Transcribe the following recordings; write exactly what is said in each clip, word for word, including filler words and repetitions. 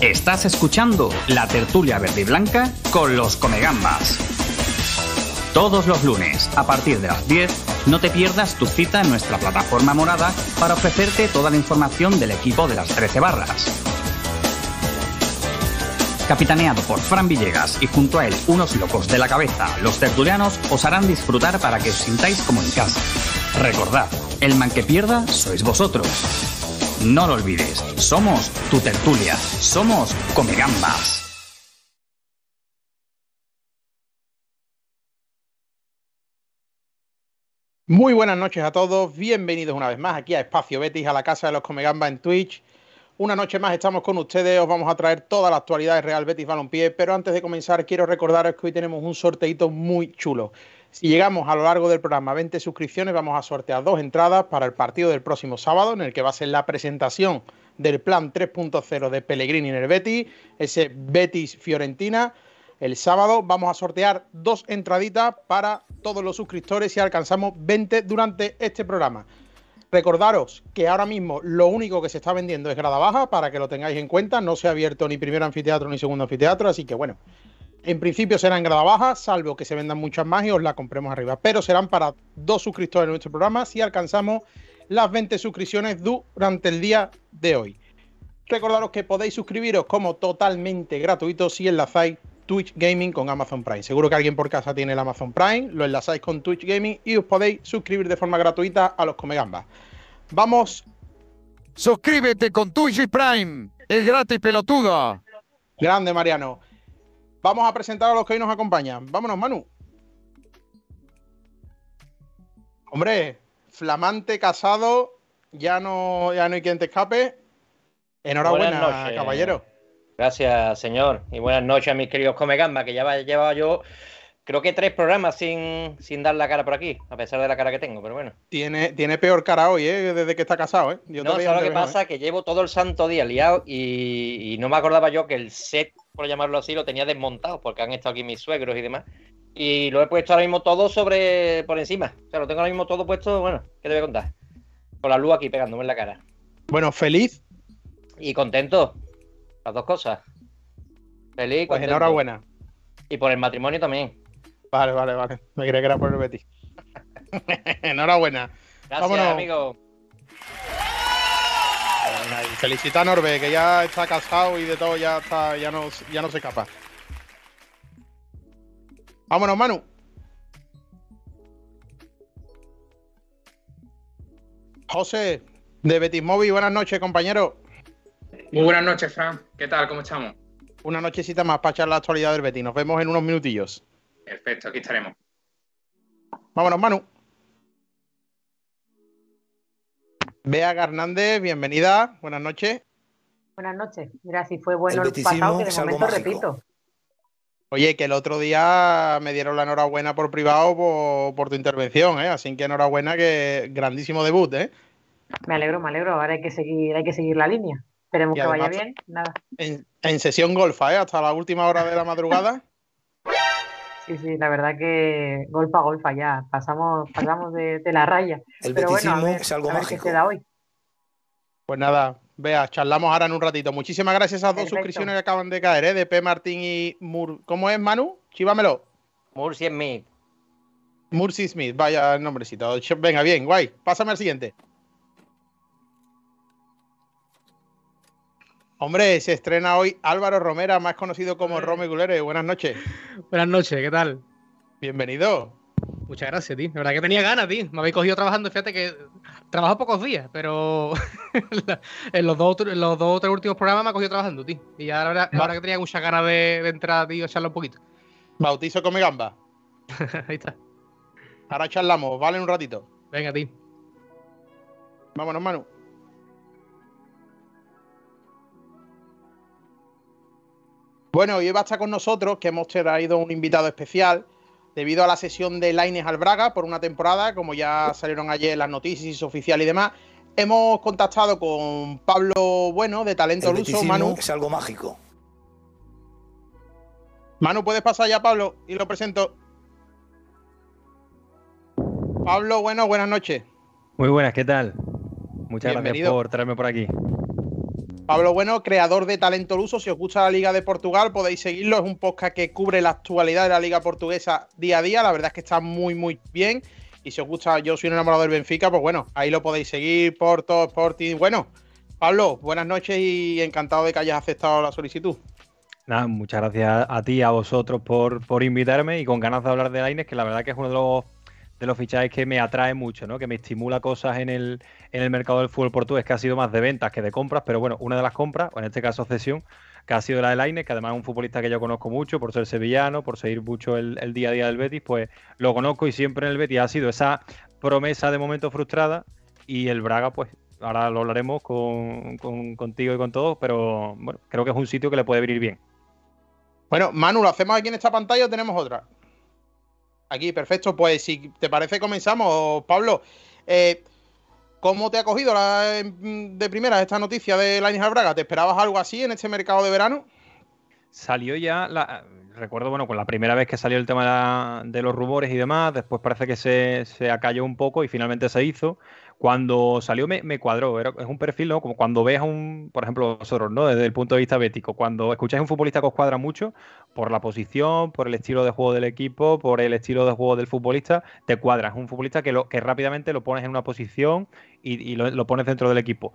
Estás escuchando la tertulia verde y blanca con los Comegambas. Todos los lunes, a partir de las diez, no te pierdas tu cita en nuestra plataforma morada para ofrecerte toda la información del equipo de las trece barras. Capitaneado por Fran Villegas y junto a él unos locos de la cabeza, los tertulianos os harán disfrutar para que os sintáis como en casa. Recordad, el man que pierda sois vosotros. No lo olvides, somos tu tertulia, somos Comegambas. Muy buenas noches a todos, bienvenidos una vez más aquí a Espacio Betis, a la casa de los Comegambas en Twitch. Una noche más estamos con ustedes, os vamos a traer toda la actualidad de Real Betis Balompié, pero antes de comenzar quiero recordaros que hoy tenemos un sorteito muy chulo. Si llegamos a lo largo del programa a veinte suscripciones, vamos a sortear dos entradas para el partido del próximo sábado, en el que va a ser la presentación del plan tres punto cero de Pellegrini en el Betis, ese Betis-Fiorentina. El sábado vamos a sortear dos entraditas para todos los suscriptores si alcanzamos veinte durante este programa. Recordaros que ahora mismo lo único que se está vendiendo es grada baja, para que lo tengáis en cuenta. No se ha abierto ni primer anfiteatro ni segundo anfiteatro, así que bueno, en principio será en grada baja, salvo que se vendan muchas más y os la compremos arriba. Pero serán para dos suscriptores de nuestro programa si alcanzamos las veinte suscripciones durante el día de hoy. Recordaros que podéis suscribiros como totalmente gratuito si enlazáis Twitch Gaming con Amazon Prime. Seguro que alguien por casa tiene el Amazon Prime, lo enlazáis con Twitch Gaming y os podéis suscribir de forma gratuita a los Comegambas. Vamos. Suscríbete con Twitch Prime, es gratis, pelotudo. Grande, Mariano. Vamos a presentar a los que hoy nos acompañan. Vámonos, Manu. Hombre, flamante casado, ya no, ya no hay quien te escape. Enhorabuena, caballero. Gracias, señor. Y buenas noches a mis queridos Comegambas, que ya llevaba yo, creo que tres programas sin, sin dar la cara por aquí, a pesar de la cara que tengo, pero bueno. Tiene, tiene peor cara hoy, ¿eh? Desde que está casado, ¿eh? Yo no, ¿sabes lo que pasa? ¿eh? Que llevo todo el santo día liado y, y no me acordaba yo que el set, por llamarlo así, lo tenía desmontado, porque han estado aquí mis suegros y demás. Y lo he puesto ahora mismo todo sobre por encima. O sea, lo tengo ahora mismo todo puesto, bueno, ¿qué te voy a contar? Con la luz aquí pegándome en la cara. Bueno, feliz. Y contento. Las dos cosas. Feliz, pues contento. Enhorabuena. Y por el matrimonio también. Vale, vale, vale. Me creía que era por el Betis. Enhorabuena. Gracias, vámonos, amigo. Felicita a Norbe, que ya está casado y de todo ya está, ya no, ya no se escapa. Vámonos, Manu. José, de Betis Móvil, buenas noches, compañero. Muy buenas noches, Fran. ¿Qué tal? ¿Cómo estamos? Una nochecita más para echar la actualidad del Betis. Nos vemos en unos minutillos. Perfecto, aquí estaremos. Vámonos, Manu. Bea Hernández, bienvenida. Buenas noches. Buenas noches. Mira, si fue bueno el, el pasado, que de momento repito. Oye, que el otro día me dieron la enhorabuena por privado por, por tu intervención, ¿eh? Así que enhorabuena, que grandísimo debut, ¿eh? Me alegro, me alegro. Ahora hay que seguir, hay que seguir la línea. Esperemos que vaya bien. Nada. En, en sesión golfa, ¿eh? Hasta la última hora de la madrugada. Sí, sí, la verdad que golfa, golfa ya. Pasamos, pasamos de, de la raya. El Pero betisismo bueno, a ver, es algo a ver mágico. qué se da hoy. Pues nada, Bea, charlamos ahora en un ratito. Muchísimas gracias a las dos Perfecto. suscripciones que acaban de caer, ¿eh? De P. Martín y Mur... ¿Cómo es, Manu? Chívamelo. Murci Smith. Murci Smith, vaya nombrecito. Venga, bien, guay. Pásame al siguiente. Hombre, se estrena hoy Álvaro Romera, más conocido como Rome Gulere. Buenas noches. Buenas noches, ¿qué tal? Bienvenido. Muchas gracias, tío. La verdad que tenía ganas, tío. Me habéis cogido trabajando, fíjate que trabajo pocos días, pero en los dos, en los dos o tres últimos programas me ha cogido trabajando, tío. Y ahora, ahora que tenía muchas ganas de, de entrar, tío, echarlo un poquito. Bautizo Comegamba. Ahí está. Ahora charlamos, vale, un ratito. Venga, tío. Vámonos, Manu. Bueno, hoy va a estar con nosotros, que hemos traído un invitado especial, debido a la sesión de Lainez al Braga por una temporada, como ya salieron ayer las noticias oficiales y demás. Hemos contactado con Pablo Bueno, de Talento El Luso. Manu, es algo mágico. Manu, ¿puedes pasar ya, Pablo? Y lo presento. Pablo, bueno, buenas noches. Muy buenas, ¿qué tal? Muchas Bienvenido. gracias por traerme por aquí. Pablo Bueno, creador de Talento Luso. Si os gusta la Liga de Portugal, podéis seguirlo. Es un podcast que cubre la actualidad de la Liga Portuguesa día a día. La verdad es que está muy, muy bien. Y si os gusta, yo soy un enamorado del Benfica, pues bueno, ahí lo podéis seguir, Porto, Sporting. Bueno, Pablo, buenas noches y encantado de que hayas aceptado la solicitud. Nada, muchas gracias a ti y a vosotros por, por invitarme y con ganas de hablar de Lainez, que la verdad que es uno de los, de los fichajes que me atrae mucho, ¿no? Que me estimula cosas en el, en el mercado del fútbol portugués, que ha sido más de ventas que de compras, pero bueno, una de las compras, o en este caso cesión, que ha sido la de Lainez, que además es un futbolista que yo conozco mucho por ser sevillano, por seguir mucho el, el día a día del Betis, pues lo conozco y siempre en el Betis ha sido esa promesa de momento frustrada, y el Braga, pues ahora lo hablaremos con, con, contigo y con todos, pero bueno, creo que es un sitio que le puede venir bien. Bueno, Manu, ¿lo hacemos aquí en esta pantalla o tenemos otra? Aquí, perfecto. Pues si te parece, comenzamos. Pablo, eh, ¿cómo te ha cogido la, de primera esta noticia de Lainez al Braga? ¿Te esperabas algo así en este mercado de verano? Salió ya, la, recuerdo, bueno, con la primera vez que salió el tema de, la, de los rumores y demás, después parece que se, se acalló un poco y finalmente se hizo. Cuando salió me, me cuadró, era, es un perfil, ¿no? Como cuando ves a un, por ejemplo, nosotros, ¿no? Desde el punto de vista bético, cuando escucháis a un futbolista que os cuadra mucho, por la posición, por el estilo de juego del equipo, por el estilo de juego del futbolista, te cuadra. Es un futbolista que, lo, que rápidamente lo pones en una posición y, y lo, lo pones dentro del equipo.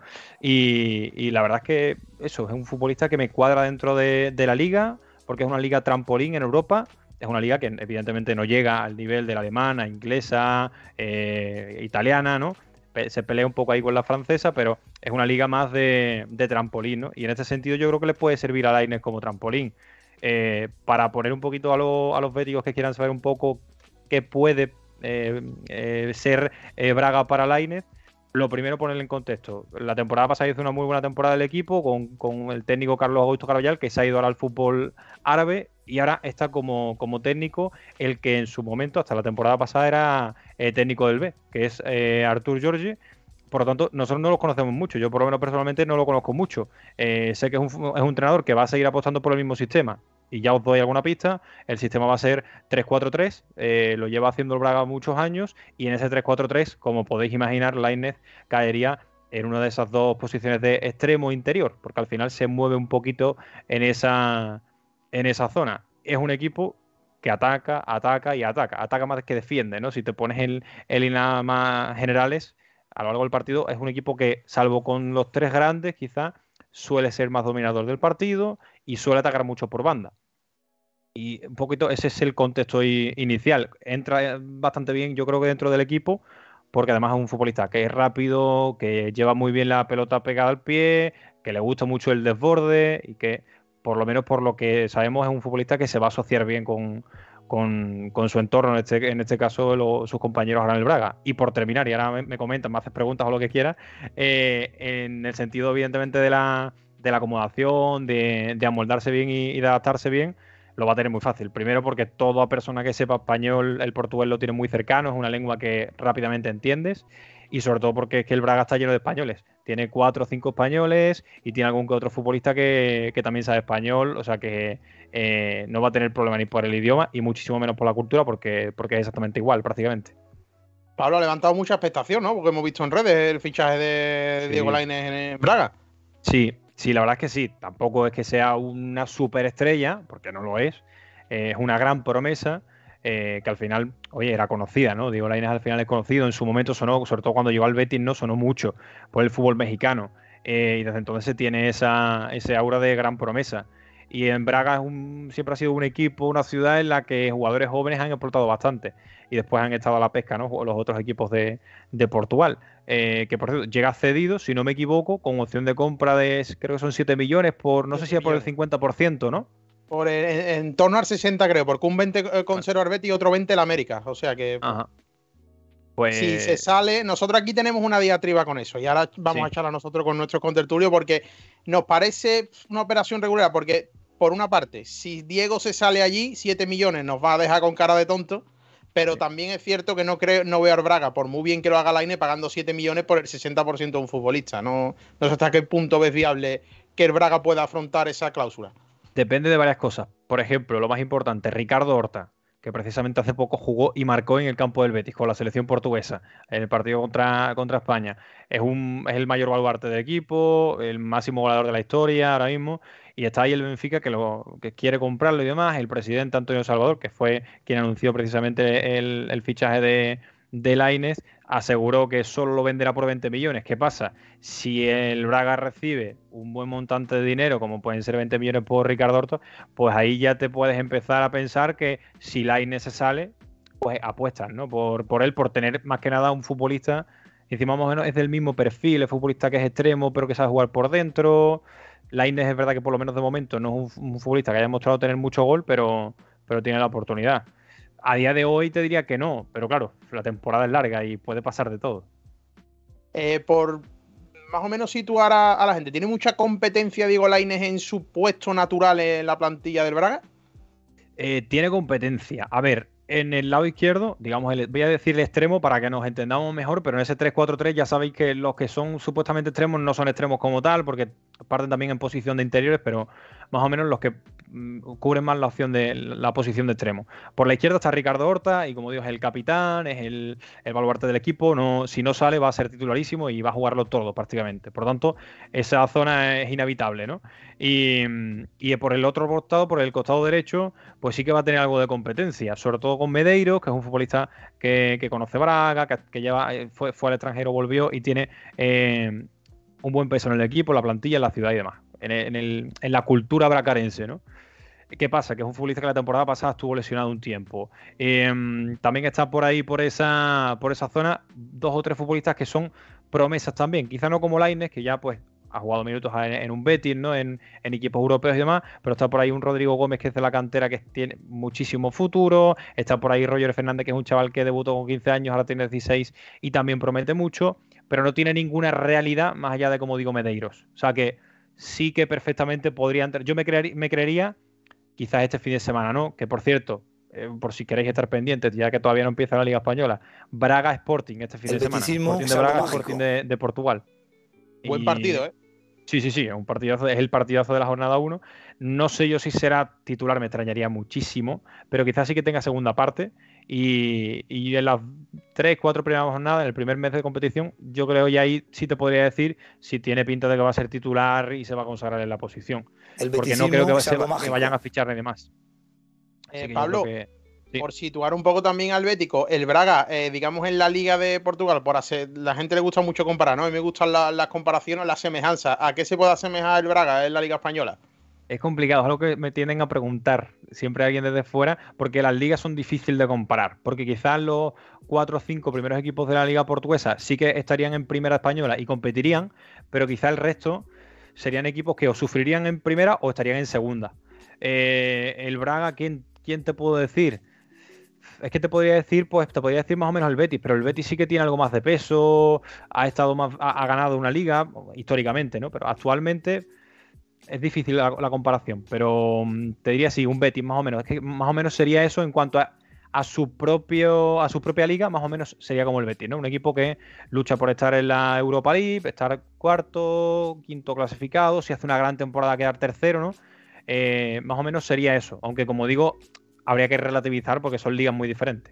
Y, y la verdad es que eso, es un futbolista que me cuadra dentro de, de la liga, porque es una liga trampolín en Europa. Es una liga que evidentemente no llega al nivel de la alemana, inglesa, eh, italiana, ¿no? Se pelea un poco ahí con la francesa, pero es una liga más de, de trampolín, ¿no? Y en este sentido yo creo que le puede servir a Lainez como trampolín. Eh, para poner un poquito a, lo, a los béticos que quieran saber un poco qué puede eh, eh, ser eh, Braga para Lainez, lo primero ponerle en contexto. La temporada pasada hizo una muy buena temporada del equipo con, con el técnico Carlos Augusto Carvallal, que se ha ido ahora al fútbol árabe y ahora está como, como técnico el que en su momento, hasta la temporada pasada, era eh, técnico del B, que es eh, Artur Jorge. Por lo tanto, nosotros no los conocemos mucho. Yo por lo menos personalmente no lo conozco mucho. Eh, sé que es un, es un entrenador que va a seguir apostando por el mismo sistema. Y ya os doy alguna pista, el sistema va a ser tres cuatro tres, eh, lo lleva haciendo el Braga muchos años, y en ese tres cuatro tres, como podéis imaginar, Lainez caería en una de esas dos posiciones de extremo interior, porque al final se mueve un poquito en esa, en esa zona. Es un equipo que ataca, ataca y ataca, ataca más que defiende, ¿no? Si te pones en, en líneas más generales, a lo largo del partido, es un equipo que, salvo con los tres grandes, quizá suele ser más dominador del partido y suele atacar mucho por banda. Y un poquito ese es el contexto inicial. Entra bastante bien, yo creo que dentro del equipo, porque además es un futbolista que es rápido, que lleva muy bien la pelota pegada al pie, que le gusta mucho el desborde y que, por lo menos por lo que sabemos, es un futbolista que se va a asociar bien con, con, con su entorno, en este, en este caso lo, sus compañeros ahora en el Braga. Y por terminar, y ahora me, me comentas, me haces preguntas o lo que quieras, eh, en el sentido evidentemente de la, de la acomodación, de, de amoldarse bien y, y de adaptarse bien, lo va a tener muy fácil. Primero porque toda persona que sepa español, el portugués lo tiene muy cercano, es una lengua que rápidamente entiendes, y sobre todo porque es que el Braga está lleno de españoles. Tiene cuatro o cinco españoles y tiene algún que otro futbolista que, que también sabe español, o sea que eh, no va a tener problema ni por el idioma y muchísimo menos por la cultura, porque, porque es exactamente igual prácticamente. Pablo, ha levantado mucha expectación, ¿no? Porque hemos visto en redes el fichaje de sí. Diego Lainez en Braga. Sí, sí, la verdad es que sí. Tampoco es que sea una superestrella, porque no lo es. Eh, es una gran promesa eh, que al final, oye, era conocida, ¿no? Diego Lainez al final es conocido. En su momento sonó, sobre todo cuando llegó al Betis, no sonó mucho por el fútbol mexicano. Eh, y desde entonces se tiene esa, ese aura de gran promesa. Y en Braga es un, siempre ha sido un equipo, una ciudad en la que jugadores jóvenes han explotado bastante. Y después han estado a la pesca, ¿no? Los otros equipos de, de Portugal. Eh, que por cierto, llega cedido, si no me equivoco, con opción de compra de, creo que son siete millones por, no sé si es por el cincuenta por ciento, ¿no? Por el, en, en torno al sesenta, creo, porque un veinte conserva el Betis y otro veinte el América. O sea que. Ajá. Pues... Si se sale, nosotros aquí tenemos una diatriba con eso. Y ahora vamos sí. a echar a nosotros con nuestros contertulios, porque nos parece una operación regular. Porque, por una parte, si Diego se sale allí, siete millones nos va a dejar con cara de tonto. Pero sí. también es cierto que no creo, no veo al Braga, por muy bien que lo haga Lainez, pagando siete millones por el sesenta por ciento de un futbolista. No, no sé hasta qué punto ves viable que el Braga pueda afrontar esa cláusula. Depende de varias cosas. Por ejemplo, lo más importante, Ricardo Horta. que precisamente hace poco jugó y marcó en el campo del Betis con la selección portuguesa en el partido contra, contra España. Es, un, es el mayor baluarte del equipo, el máximo goleador de la historia ahora mismo, y está ahí el Benfica que, lo, que quiere comprarlo y demás. El presidente Antonio Salvador, que fue quien anunció precisamente el, el fichaje de, de Lainez, aseguró que solo lo venderá por veinte millones. ¿Qué pasa? Si el Braga recibe un buen montante de dinero, como pueden ser veinte millones por Ricardo Horta, pues ahí ya te puedes empezar a pensar que si Lainez se sale, pues apuestas, ¿no? Por, por él, por tener más que nada un futbolista, encima más o menos es del mismo perfil, el futbolista que es extremo, pero que sabe jugar por dentro. Lainez es verdad que por lo menos de momento no es un, un futbolista que haya mostrado tener mucho gol, pero, pero tiene la oportunidad. A día de hoy te diría que no, pero claro, la temporada es larga y puede pasar de todo. Eh, por más o menos situar a, a la gente, ¿tiene mucha competencia Diego Lainez en su puesto natural en la plantilla del Braga? Eh, tiene competencia. A ver, en el lado izquierdo, digamos, el, voy a decir el extremo para que nos entendamos mejor, pero en ese tres cuatro tres ya sabéis que los que son supuestamente extremos no son extremos como tal, porque parten también en posición de interiores, pero más o menos los que mm, cubren más la opción de la posición de extremo. Por la izquierda está Ricardo Horta, y como digo, es el capitán, es el, el baluarte del equipo. No, si no sale, va a ser titularísimo y va a jugarlo todo prácticamente. Por lo tanto, esa zona es inhabitable, ¿no? Y, y por el otro costado, por el costado derecho, pues sí que va a tener algo de competencia, sobre todo con Medeiros, que es un futbolista que, que conoce Braga, que, que lleva, fue, fue al extranjero, volvió y tiene eh, un buen peso en el equipo, la plantilla, en la ciudad y demás, en, el, en, el, en la cultura bracarense, ¿no? ¿Qué pasa? Que es un futbolista que la temporada pasada estuvo lesionado un tiempo. Eh, también está por ahí, por esa, por esa zona, dos o tres futbolistas que son promesas también. Quizá no como Lainez, que ya pues ha jugado minutos en, en un Betis, ¿no? En, en equipos europeos y demás, pero está por ahí un Rodrigo Gómez, que es de la cantera, que tiene muchísimo futuro. Está por ahí Roger Fernández, que es un chaval que debutó con quince años, ahora tiene dieciséis y también promete mucho, pero no tiene ninguna realidad más allá de, como digo, Medeiros. O sea que sí que perfectamente podría entrar. Yo me, creer, me creería quizás este fin de semana, ¿no? Que por cierto, eh, por si queréis estar pendientes, ya que todavía no empieza la Liga Española, Braga Sporting este fin El de semana. Sporting de Braga, Sporting de, de Portugal. Buen y... partido, ¿eh? Sí, sí, sí, es un partidazo, es el partidazo de la jornada uno. No sé yo si será titular, me extrañaría muchísimo, pero quizás sí que tenga segunda parte. Y, y en las tres, cuatro primeras jornadas, en el primer mes de competición, yo creo y ahí sí te podría decir si tiene pinta de que va a ser titular y se va a consagrar en la posición. El porque no creo que, es se, algo que vayan a ficharle de más. Eh, Pablo, que, sí. Por situar un poco también al Bético, el Braga, eh, digamos en la Liga de Portugal, por hacer, la gente le gusta mucho comparar, ¿no? A mí me gustan la, las comparaciones, las semejanzas. ¿A qué se puede asemejar el Braga en la Liga Española? Es complicado, es algo que me tienden a preguntar siempre alguien desde fuera, porque las ligas son difíciles de comparar, porque quizás los cuatro o cinco primeros equipos de la Liga Portuguesa sí que estarían en Primera Española y competirían, pero quizás el resto serían equipos que o sufrirían en Primera o estarían en Segunda. Eh, el Braga, ¿quién, quién te puedo decir? Es que te podría decir, pues te podría decir más o menos el Betis, pero el Betis sí que tiene algo más de peso, ha estado más, ha, ha ganado una liga históricamente, ¿no? Pero actualmente es difícil la, la comparación, pero um, te diría sí, un Betis más o menos. Es que más o menos sería eso en cuanto a, a su propio, a su propia liga, más o menos sería como el Betis, ¿no? Un equipo que lucha por estar en la Europa League, estar cuarto, quinto clasificado, si hace una gran temporada quedar tercero, ¿no? Eh, más o menos sería eso, aunque como digo, habría que relativizar porque son ligas muy diferentes.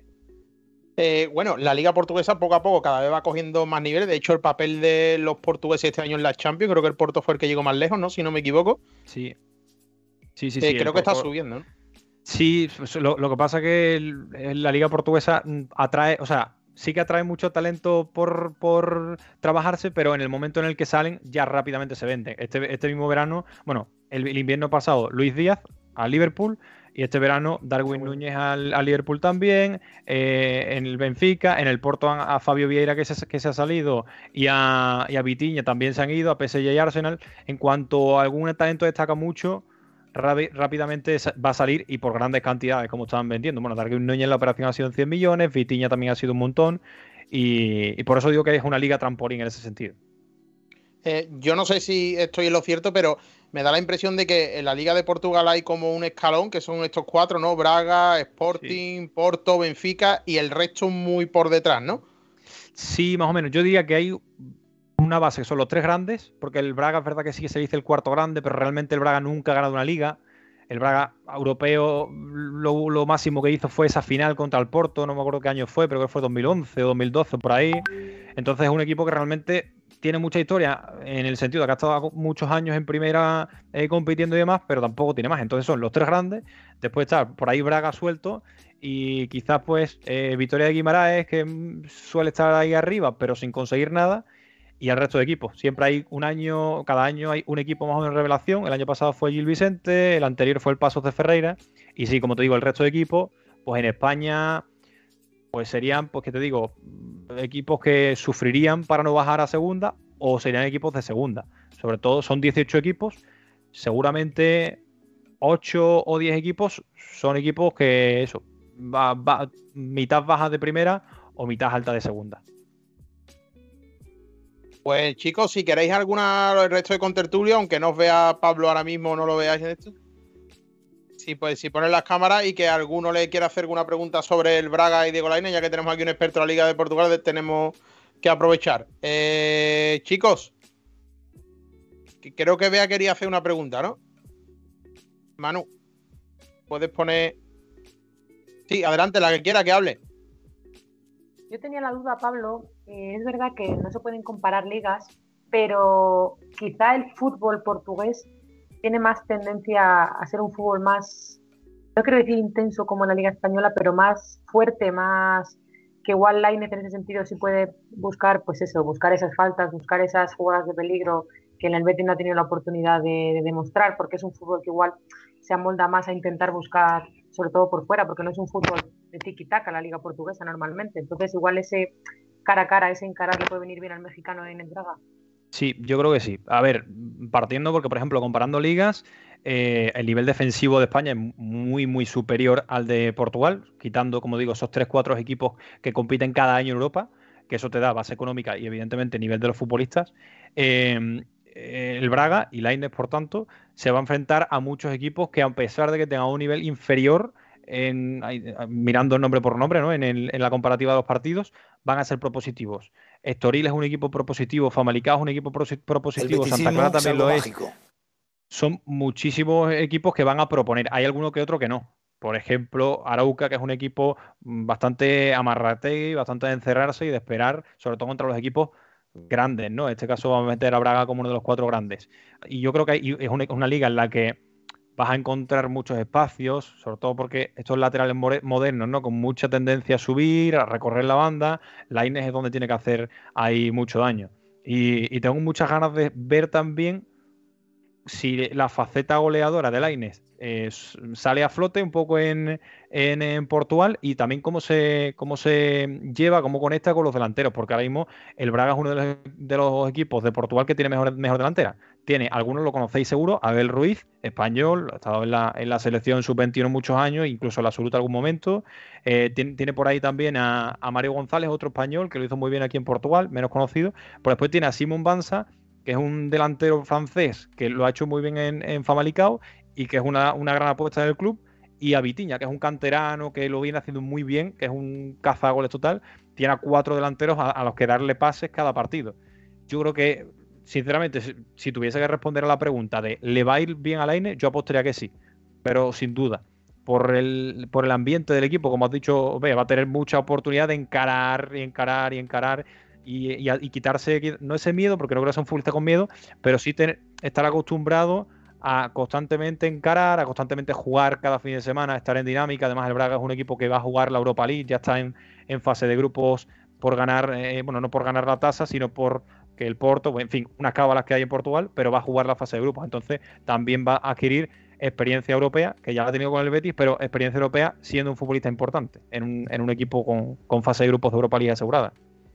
Eh, bueno, la Liga Portuguesa poco a poco cada vez va cogiendo más niveles. De hecho, el papel de los portugueses este año en la Champions, creo que el Porto fue el que llegó más lejos, ¿no? Si no me equivoco. Sí. Sí, sí, eh, sí. Creo que está subiendo, ¿no? Sí, lo, lo que pasa es que el, la Liga Portuguesa atrae, o sea, sí que atrae mucho talento por, por trabajarse, pero en el momento en el que salen ya rápidamente se venden. Este, este mismo verano, bueno, el, el invierno pasado, Luis Díaz a Liverpool. Y este verano, Darwin Núñez al, al Liverpool también, eh, en el Benfica, en el Porto a, a Fabio Vieira que se, que se ha salido y a, y a Vitinha también se han ido, a P S G y Arsenal. En cuanto a algún talento destaca mucho, rápidamente va a salir y por grandes cantidades, como estaban vendiendo. Bueno, Darwin Núñez en la operación ha sido en cien millones, Vitinha también ha sido un montón y, y por eso digo que es una liga trampolín en ese sentido. Eh, yo no sé si estoy en lo cierto, pero me da la impresión de que en la Liga de Portugal hay como un escalón, que son estos cuatro, ¿no? Braga, Sporting, sí. Porto, Benfica y el resto muy por detrás, ¿no? Sí, más o menos. Yo diría que hay una base que son los tres grandes, porque el Braga es verdad que sí que se dice el cuarto grande, pero realmente el Braga nunca ha ganado una liga. El Braga europeo, lo, lo máximo que hizo fue esa final contra el Porto, no me acuerdo qué año fue, pero creo que fue dos mil once o dos mil doce, por ahí. Entonces es un equipo que realmente tiene mucha historia en el sentido de que ha estado muchos años en primera eh, compitiendo y demás, pero tampoco tiene más. Entonces son los tres grandes, después está por ahí Braga suelto y quizás pues eh, Vitoria de Guimaraes, que mm, suele estar ahí arriba, pero sin conseguir nada. Y al resto de equipos. Siempre hay un año, cada año hay un equipo más o menos en revelación. El año pasado fue Gil Vicente, el anterior fue el Pasos de Ferreira. Y sí, como te digo, el resto de equipos, pues en España, pues serían, pues que te digo, equipos que sufrirían para no bajar a segunda o serían equipos de segunda. Sobre todo son dieciocho equipos. Seguramente ocho o diez equipos son equipos que, eso, va, va, mitad bajas de primera o mitad alta de segunda. Pues chicos, si queréis alguna el resto de contertulio, aunque no os vea Pablo ahora mismo, no lo veáis en esto. Sí, pues si ponen las cámaras y que alguno le quiera hacer alguna pregunta sobre el Braga y Diego Lainez, ya que tenemos aquí un experto de la Liga de Portugal, tenemos que aprovechar. Eh, chicos, creo que Bea quería hacer una pregunta, ¿no? Manu, puedes poner... Sí, adelante, la que quiera que hable. Yo tenía la duda, Pablo, eh, es verdad que no se pueden comparar ligas, pero quizá el fútbol portugués tiene más tendencia a ser un fútbol más, no quiero decir intenso como en la Liga Española, pero más fuerte, más que igual Lainez en ese sentido sí puede buscar, pues eso, buscar esas faltas, buscar esas jugadas de peligro que en el Betis no ha tenido la oportunidad de, de demostrar, porque es un fútbol que igual se amolda más a intentar buscar, sobre todo por fuera, porque no es un fútbol de tiki-taka la liga portuguesa normalmente. Entonces igual ese cara a cara, ese encarar le puede venir bien al mexicano en el Braga. Sí, yo creo que sí. A ver, partiendo porque, por ejemplo, comparando ligas, eh, el nivel defensivo de España es muy, muy superior al de Portugal, quitando, como digo, esos tres, cuatro equipos que compiten cada año en Europa, que eso te da base económica y, evidentemente, nivel de los futbolistas. Eh, el Braga y Lainez, por tanto, se va a enfrentar a muchos equipos que, a pesar de que tengan un nivel inferior, en, mirando nombre por nombre, ¿no? en, el, en la comparativa de los partidos, van a ser propositivos. Estoril es un equipo propositivo, Famalicão es un equipo propositivo, Santa Clara también lo es. Mágico. Son muchísimos equipos que van a proponer. Hay alguno que otro que no. Por ejemplo, Arauca, que es un equipo bastante amarrategui, bastante de encerrarse y de esperar, sobre todo contra los equipos grandes, ¿no? En este caso vamos a meter a Braga como uno de los cuatro grandes. Y yo creo que hay, es una, una liga en la que vas a encontrar muchos espacios, sobre todo porque estos laterales modernos, ¿no? Con mucha tendencia a subir, a recorrer la banda, Lainez es donde tiene que hacer ahí mucho daño. Y, y tengo muchas ganas de ver también si la faceta goleadora de Lainez eh, sale a flote un poco en, en, en Portugal y también cómo se, cómo se lleva, cómo conecta con los delanteros, porque ahora mismo el Braga es uno de los, de los equipos de Portugal que tiene mejor, mejor delantera. Tiene, algunos lo conocéis seguro, Abel Ruiz, español, ha estado en la, en la selección sub veintiuno muchos años, incluso en la absoluta algún momento. Eh, tiene, tiene por ahí también a, a Mario González, otro español que lo hizo muy bien aquí en Portugal, menos conocido. Pero después tiene a Simon Banza, que es un delantero francés que lo ha hecho muy bien en, en Famalicão y que es una, una gran apuesta del club. Y a Vitinha, que es un canterano que lo viene haciendo muy bien, que es un cazagoles total. Tiene a cuatro delanteros a, a los que darle pases cada partido. Yo creo que, sinceramente, si, si tuviese que responder a la pregunta de ¿le va a ir bien a Lainez? Yo apostaría que sí, pero sin duda. Por el, por el ambiente del equipo, como has dicho, ve, va a tener mucha oportunidad de encarar y encarar y encarar y, y, y quitarse, no ese miedo, porque no creo que sea un futbolista con miedo, pero sí tener, estar acostumbrado a constantemente encarar, a constantemente jugar cada fin de semana, a estar en dinámica. Además, el Braga es un equipo que va a jugar la Europa League, ya está en, en fase de grupos por ganar, eh, bueno, no por ganar la tasa, sino por que el Porto, en fin, unas cábalas que hay en Portugal, pero va a jugar la fase de grupos. Entonces, también va a adquirir experiencia europea, que ya la ha tenido con el Betis, pero experiencia europea siendo un futbolista importante en un, en un equipo con, con fase de grupos de Europa League asegurada.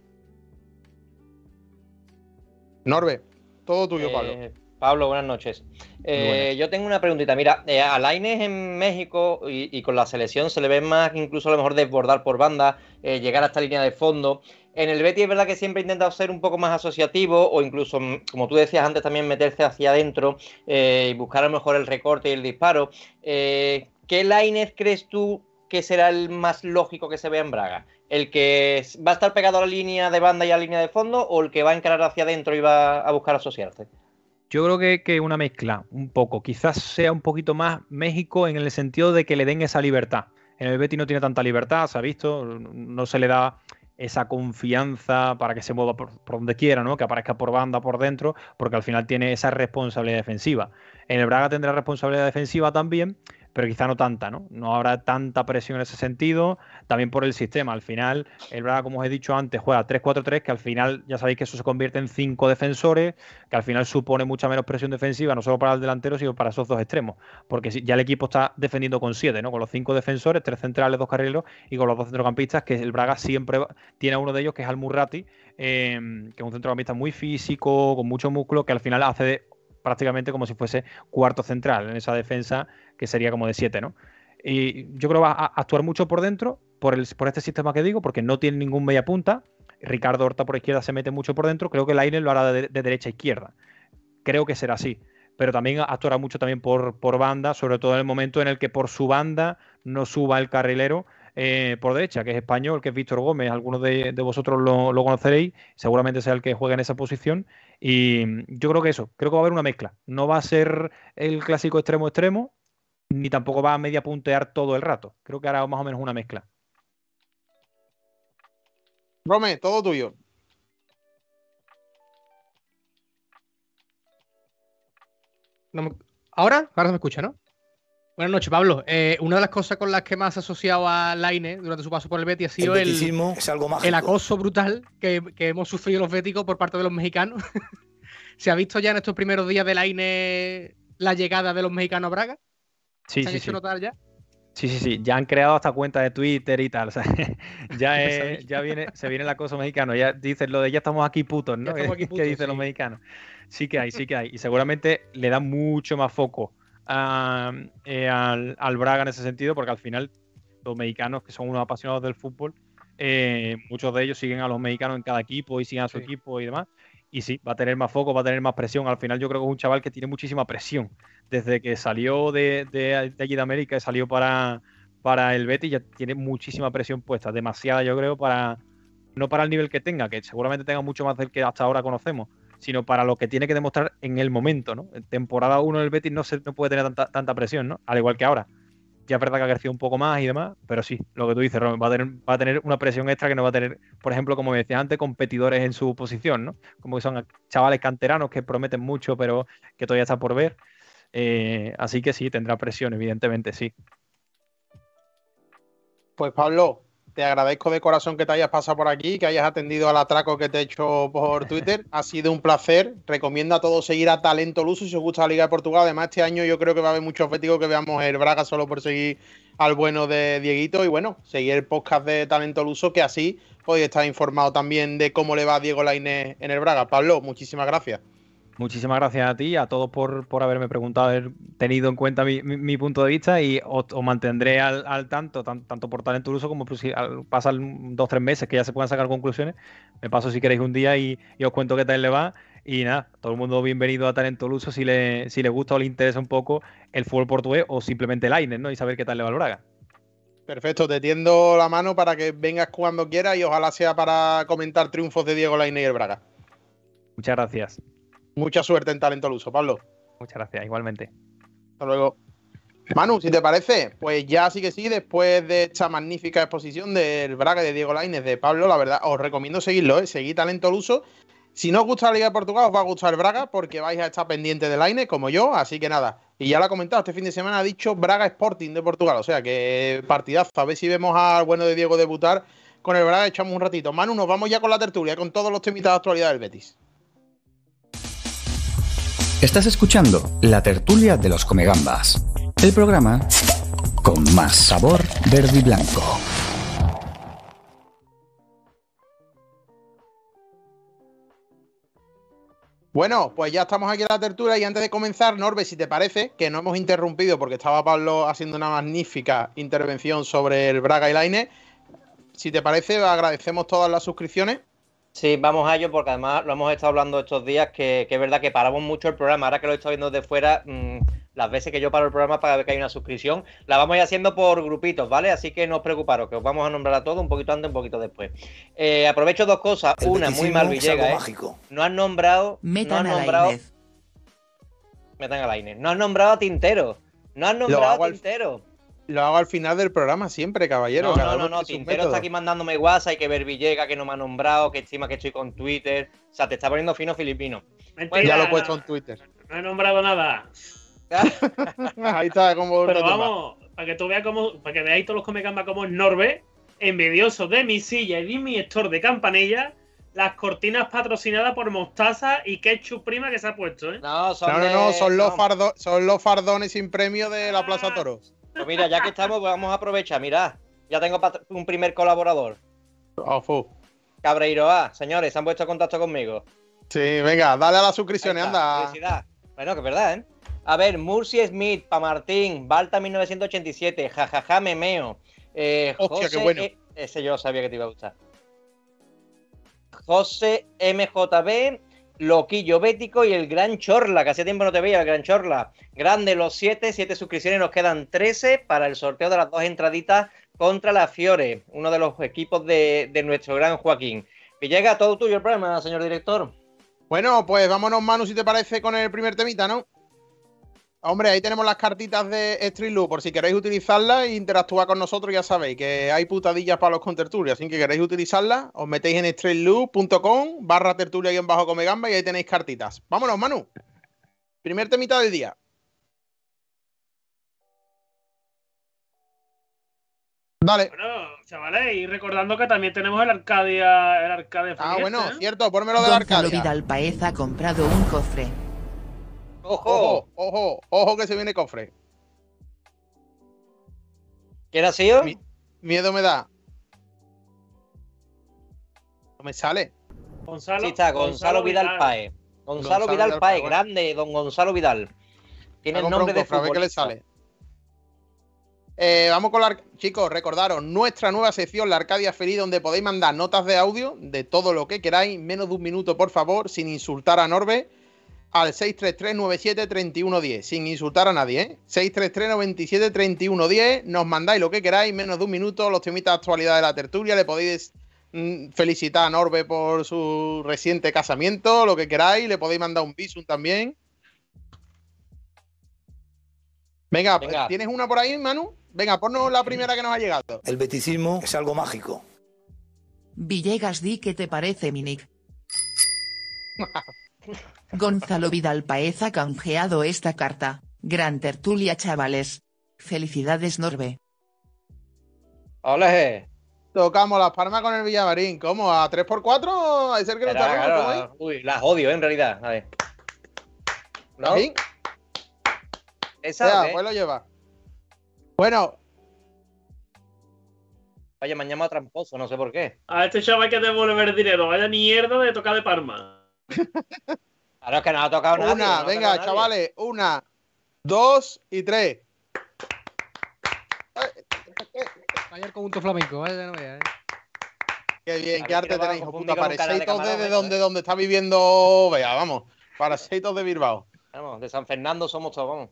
Norbe, todo tuyo, Pablo. Eh, Pablo, buenas noches. Eh, yo tengo una preguntita. Mira, eh, a Lainez en México y, y con la selección se le ve más incluso a lo mejor desbordar por banda, eh, llegar hasta línea de fondo. En el Betis es verdad que siempre ha intentado ser un poco más asociativo o incluso, como tú decías antes, también meterse hacia adentro eh, y buscar a lo mejor el recorte y el disparo. Eh, ¿Qué Lainez crees tú que será el más lógico que se vea en Braga? ¿El que va a estar pegado a la línea de banda y a la línea de fondo o el que va a encarar hacia adentro y va a buscar asociarse? Yo creo que, que una mezcla, un poco. Quizás sea un poquito más México en el sentido de que le den esa libertad. En el Betis no tiene tanta libertad, se ha visto, no se le da esa confianza para que se mueva por, por donde quiera, ¿no? Que aparezca por banda, por dentro, porque al final tiene esa responsabilidad defensiva. En el Braga tendrá responsabilidad defensiva también, pero quizá no tanta, ¿no? No habrá tanta presión en ese sentido, también por el sistema. Al final, el Braga, como os he dicho antes, juega tres cuatro tres, que al final ya sabéis que eso se convierte en cinco defensores, que al final supone mucha menos presión defensiva, no solo para el delantero, sino para esos dos extremos, porque ya el equipo está defendiendo con siete, ¿no? Con los cinco defensores, tres centrales, dos carrileros, y con los dos centrocampistas, que el Braga siempre tiene a uno de ellos, que es Al-Murrati, eh, que es un centrocampista muy físico, con mucho músculo, que al final hace de, prácticamente como si fuese cuarto central en esa defensa, que sería como de siete, ¿no? Y yo creo que va a actuar mucho por dentro, por, el, por este sistema que digo, porque no tiene ningún media punta. Ricardo Horta por izquierda se mete mucho por dentro. Creo que Lainez lo hará de, de derecha a izquierda. Creo que será así. Pero también actuará mucho también por, por banda, sobre todo en el momento en el que por su banda no suba el carrilero eh, por derecha, que es español, que es Víctor Gómez. Algunos de, de vosotros lo, lo conoceréis, seguramente sea el que juegue en esa posición. Y yo creo que eso, creo que va a haber una mezcla. No va a ser el clásico extremo-extremo, ni tampoco va a media puntear todo el rato. Creo que hará más o menos una mezcla. Rome, todo tuyo. No me... ¿Ahora? Ahora se me escucha, ¿no? Buenas noches, Pablo. Eh, una de las cosas con las que más se ha asociado a Lainez durante su paso por el Betis ha sido el, el, es algo el acoso brutal que, que hemos sufrido los béticos por parte de los mexicanos. ¿Se ha visto ya en estos primeros días de Lainez la llegada de los mexicanos a Braga? Sí, ¿Se han sí, hecho sí. notar ya? Sí, sí, sí. Ya han creado hasta cuentas de Twitter y tal. O sea, ya, es, ya viene, se viene el acoso mexicano. Ya dicen lo de ya estamos aquí putos, ¿no? Aquí putos, que dicen sí. los mexicanos. Sí que hay, sí que hay. Y seguramente le dan mucho más foco a, eh, al, al Braga en ese sentido, porque al final los mexicanos, que son unos apasionados del fútbol, eh, muchos de ellos siguen a los mexicanos en cada equipo y siguen a su sí. equipo y demás. Y sí, va a tener más foco, va a tener más presión. Al final yo creo que es un chaval que tiene muchísima presión. Desde que salió de, de, de allí de América y salió para, para el Betis, ya tiene muchísima presión puesta. Demasiada, yo creo, para no para el nivel que tenga, que seguramente tenga mucho más del que hasta ahora conocemos, sino para lo que tiene que demostrar en el momento, ¿no? En temporada uno del Betis no, se, no puede tener tanta, tanta presión, ¿no? Al igual que ahora. Ya es verdad que ha crecido un poco más y demás, pero sí, lo que tú dices, Ron, va a tener, va a tener una presión extra que no va a tener, por ejemplo, como me decías antes, competidores en su posición, ¿no? Como que son chavales canteranos que prometen mucho, pero que todavía está por ver. Eh, así que sí, tendrá presión, evidentemente, sí. Pues Pablo, te agradezco de corazón que te hayas pasado por aquí, que hayas atendido al atraco que te he hecho por Twitter. Ha sido un placer. Recomiendo a todos seguir a Talento Luso si os gusta la Liga de Portugal. Además, este año yo creo que va a haber muchos béticos que veamos el Braga solo por seguir al bueno de Dieguito. Y bueno, seguir el podcast de Talento Luso, que así podéis estar informados también de cómo le va a Diego Lainez en el Braga. Pablo, muchísimas gracias. Muchísimas gracias a ti y a todos por, por haberme preguntado, haber tenido en cuenta mi, mi, mi punto de vista, y os, os mantendré al, al tanto, tan, tanto por Talento Luso como por si pasan dos o tres meses que ya se puedan sacar conclusiones. Me paso si queréis un día y, y os cuento qué tal le va. Y nada, todo el mundo bienvenido a Talento Luso si le, si le gusta o le interesa un poco el fútbol portugués o simplemente el Lainez, ¿no? Y saber qué tal le va al Braga. Perfecto, te tiendo la mano para que vengas cuando quieras y ojalá sea para comentar triunfos de Diego Lainez y el Braga. Muchas gracias. Mucha suerte en Talento Luso, Pablo. Muchas gracias, igualmente. Hasta luego. Manu, si te parece, pues ya sí que sí, después de esta magnífica exposición del Braga y de Diego Lainez, de Pablo, la verdad, os recomiendo seguirlo, ¿eh? Seguid Talento Luso. Si no os gusta la Liga de Portugal, os va a gustar el Braga, porque vais a estar pendientes de Lainez, como yo, así que nada. Y ya lo ha comentado, este fin de semana ha dicho Braga Sporting de Portugal, o sea que partidazo. A ver si vemos al bueno de Diego debutar con el Braga, echamos un ratito. Manu, nos vamos ya con la tertulia, con todos los temitas de actualidad del Betis. Estás escuchando La Tertulia de los Comegambas, el programa con más sabor verde y blanco. Bueno, pues ya estamos aquí en la tertulia y antes de comenzar, Norbe, si te parece, que no hemos interrumpido porque estaba Pablo haciendo una magnífica intervención sobre el Braga y Lainez, si te parece, agradecemos todas las suscripciones. Sí, vamos a ello porque además lo hemos estado hablando estos días que, que es verdad que paramos mucho el programa. Ahora que lo he estado viendo desde fuera, mmm, las veces que yo paro el programa para ver que hay una suscripción, la vamos a ir haciendo por grupitos, ¿vale? Así que no os preocuparos, que os vamos a nombrar a todos un poquito antes, un poquito después. Eh, aprovecho dos cosas. El Una, muy mal Villegas, ¿eh? No han nombrado... Metan no han a nombrado... Lainez. metan a Lainez. No has nombrado a Tintero. No has nombrado a Tintero. Al, lo hago al final del programa siempre, caballero. No, no, no, no. Tintero está aquí mandándome WhatsApp, hay que ver Villegas, que no me ha nombrado, que estima que estoy con Twitter. O sea, te está poniendo fino filipino. Mentira, bueno, ya lo he puesto en Twitter. No he nombrado nada. Ahí está, como. Pero vamos, para que tú veas cómo, para que veáis todos los Comegamba como es Norbe, envidioso de mi silla y de mi store de Campanella, las cortinas patrocinadas por Mostaza y Ketchup Prima que se ha puesto, ¿eh? No, son, no, de... no, no, son, no. Los fardo... son los fardones sin premio de la Plaza Toros. Pues mira, ya que estamos, pues vamos a aprovechar. Mirad, ya tengo un primer colaborador. Oh, Cabreiroa, señores, se han puesto en contacto conmigo. Sí, venga, dale a las suscripciones, anda. Felicidad. Bueno, que es verdad, ¿eh? A ver, Murci Smith, Pa Martín, Balta mil novecientos ochenta y siete, jajaja, memeo. Eh, Hostia, José, qué bueno. E... Ese yo sabía que te iba a gustar. José M J B, Loquillo Bético y el Gran Chorla, que hace tiempo no te veía, el Gran Chorla. Grande los siete, siete suscripciones, nos quedan trece para el sorteo de las dos entraditas contra la Fiore, uno de los equipos de, de nuestro gran Joaquín. Villegas, todo tuyo el programa, señor director. Bueno, pues vámonos, Manu, si te parece, con el primer temita, ¿no? Hombre, ahí tenemos las cartitas de Street Loop, por si queréis utilizarlas e interactuar con nosotros, ya sabéis que hay putadillas para los contertulios, así que queréis utilizarlas, os metéis en streetloop punto com barra tertulia y en bajo comegamba y ahí tenéis cartitas. Vámonos, Manu. Primer temita del día. Dale. Bueno, chavales, y recordando que también tenemos el Arcadia, el Arcadia Ah, bueno, ¿eh? cierto, pónmelo del Arcadia. Gonzalo Vidal Paez ha comprado un cofre. Ojo, ojo, ojo, ojo que se viene cofre. ¿Quién ha sido? Mi, miedo me da. No me sale. Gonzalo, sí está, Gonzalo, Gonzalo Vidal, Vidal Paez. Gonzalo, Gonzalo Vidal, Vidal Paez, grande, don Gonzalo Vidal. Tiene el nombre de fútbol. A ver qué le sale. Eh, vamos con la... Chicos, recordaros, nuestra nueva sección, la Arcadia Feliz, donde podéis mandar notas de audio de todo lo que queráis, menos de un minuto, por favor, sin insultar a Norbe, al seis tres tres, nueve siete, tres uno uno cero, sin insultar a nadie, ¿eh? seis tres tres, nueve siete, tres uno uno cero, nos mandáis lo que queráis, menos de un minuto, los temitas de actualidad de la tertulia, le podéis mm, felicitar a Norbe por su reciente casamiento, lo que queráis, le podéis mandar un visum también. Venga, Venga, ¿tienes una por ahí, Manu? Venga, ponnos la primera que nos ha llegado. El beticismo es algo mágico. Villegas, di qué te parece, Minic. Gonzalo Vidal Paez ha canjeado esta carta. Gran tertulia, chavales. Felicidades, Norbe. ¡Ole! Tocamos las palmas con el Villamarín. ¿Cómo? ¿A tres por cuatro? ¿Hay ser que no está claro, uy, las odio, ¿eh? En realidad. A ver. ¿No? ¿Sí? Esa, ya, ¿eh? Pues lo lleva. Bueno. Vaya, me han llamado tramposo, no sé por qué. A este chaval hay que devolver dinero. Vaya mierda de tocar de palma. Claro, es que no ha tocado nada. Una, no venga, chavales. Una, dos y tres. Ayer con un flamenco, vaya, no vea, ¿eh? Qué bien, qué arte tenéis, hijo puta. Pareceitos de, de donde, donde está viviendo. Vea, vamos. Pareceitos de Bilbao. Vamos, de San Fernando somos todos, vamos.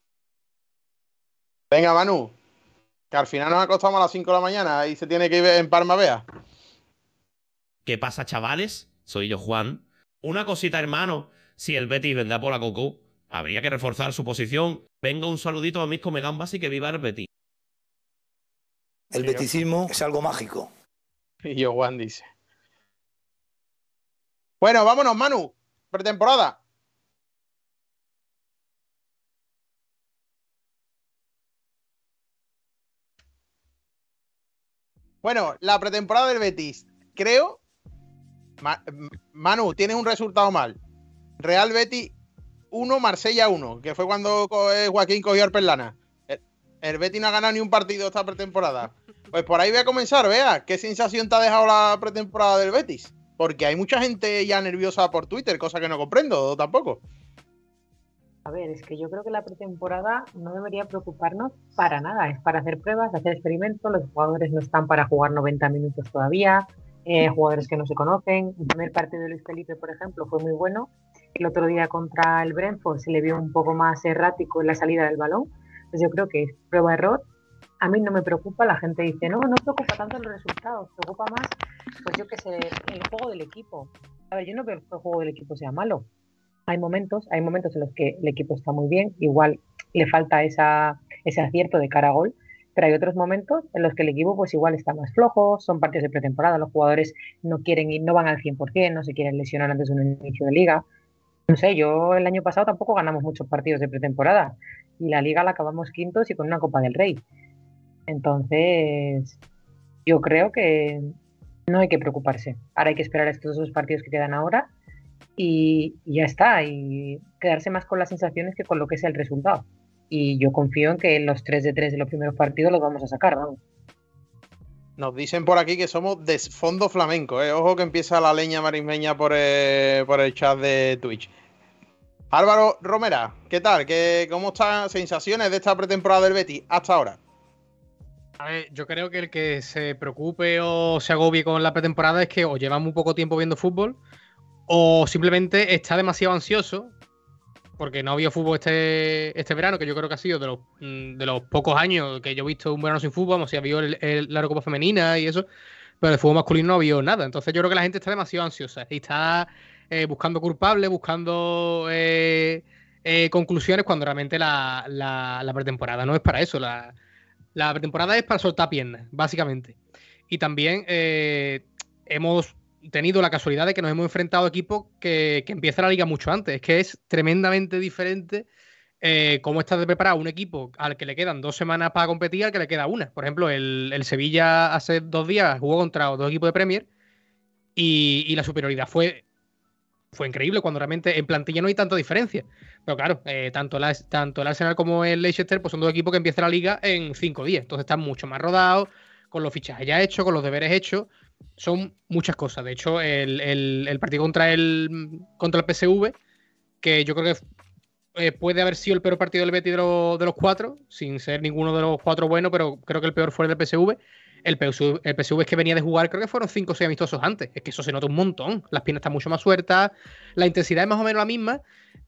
Venga, Manu. Que al final nos acostamos a las cinco de la mañana y se tiene que ir en Palma, vea. ¿Qué pasa, chavales? Soy yo, Juan. Una cosita, hermano. Si el Betis vendrá por la Coco, habría que reforzar su posición. Venga, un saludito a mis comegambas y que viva el Betis. El beticismo es algo mágico. Y yo, Juan dice. Bueno, vámonos, Manu. Pretemporada. Bueno, la pretemporada del Betis. Creo... Ma Manu, tienes un resultado mal. Real Betis uno, Marsella uno, que fue cuando Joaquín cogió al Perlana. El, el Betis no ha ganado ni un partido esta pretemporada. Pues por ahí voy a comenzar, vea. ¿Qué sensación te ha dejado la pretemporada del Betis? Porque hay mucha gente ya nerviosa por Twitter, cosa que no comprendo tampoco. A ver, es que yo creo que la pretemporada no debería preocuparnos para nada. Es para hacer pruebas, hacer experimentos. Los jugadores no están para jugar noventa minutos todavía. Eh, jugadores que no se conocen. El primer partido de Luis Felipe, por ejemplo, fue muy bueno. El otro día contra el Brentford se le vio un poco más errático en la salida del balón. Pues yo creo que es prueba-error. A mí no me preocupa. La gente dice, no, no preocupa tanto los resultados. Preocupa más, pues yo qué sé, el juego del equipo. A ver, yo no veo que el juego del equipo sea malo. Hay momentos, hay momentos en los que el equipo está muy bien, igual le falta esa, ese acierto de cara a gol, pero hay otros momentos en los que el equipo pues igual está más flojo, son partidos de pretemporada, los jugadores no quieren ir, no van al cien por ciento, no se quieren lesionar antes de un inicio de liga. No sé, yo el año pasado tampoco ganamos muchos partidos de pretemporada y la liga la acabamos quintos y con una Copa del Rey. Entonces, yo creo que no hay que preocuparse. Ahora hay que esperar estos dos partidos que quedan ahora y, y ya está, y quedarse más con las sensaciones que con lo que es el resultado. Y yo confío en que los tres de tres de los primeros partidos los vamos a sacar, vamos. Nos dicen por aquí que somos de fondo flamenco, ¿eh? Ojo que empieza la leña marismeña por el, por el chat de Twitch. Álvaro Romera, ¿qué tal? ¿Qué, ¿Cómo están sensaciones de esta pretemporada del Betis hasta ahora? A ver, yo creo que el que se preocupe o se agobie con la pretemporada es que o lleva muy poco tiempo viendo fútbol o simplemente está demasiado ansioso porque no había fútbol este, este verano, que yo creo que ha sido de los, de los pocos años que yo he visto un verano sin fútbol. Vamos, si había el, el, la Eurocopa femenina y eso, pero el fútbol masculino no había nada. Entonces yo creo que la gente está demasiado ansiosa y está eh, buscando culpables, buscando eh, eh, conclusiones, cuando realmente la, la, la pretemporada no es para eso. La, la pretemporada es para soltar piernas, básicamente. Y también eh, hemos tenido la casualidad de que nos hemos enfrentado a equipos que, que empieza la liga mucho antes. Es que es tremendamente diferente eh, cómo está de preparado un equipo al que le quedan dos semanas para competir al que le queda una. Por ejemplo, el, el Sevilla hace dos días jugó contra dos equipos de Premier y, y la superioridad fue, fue increíble cuando realmente en plantilla no hay tanta diferencia. Pero claro, eh, tanto, la, tanto el Arsenal como el Leicester pues son dos equipos que empiezan la liga en cinco días. Entonces están mucho más rodados, con los fichajes ya hechos, con los deberes hechos. Son muchas cosas. De hecho, el, el, el partido contra el, contra el P S V, que yo creo que eh, puede haber sido el peor partido del Betis de, lo, de los cuatro, sin ser ninguno de los cuatro buenos, pero creo que el peor fue el del P S V. El P S V, el P S V es que venía de jugar, creo que fueron cinco o seis amistosos antes. Es que eso se nota un montón. Las piernas están mucho más sueltas, la intensidad es más o menos la misma,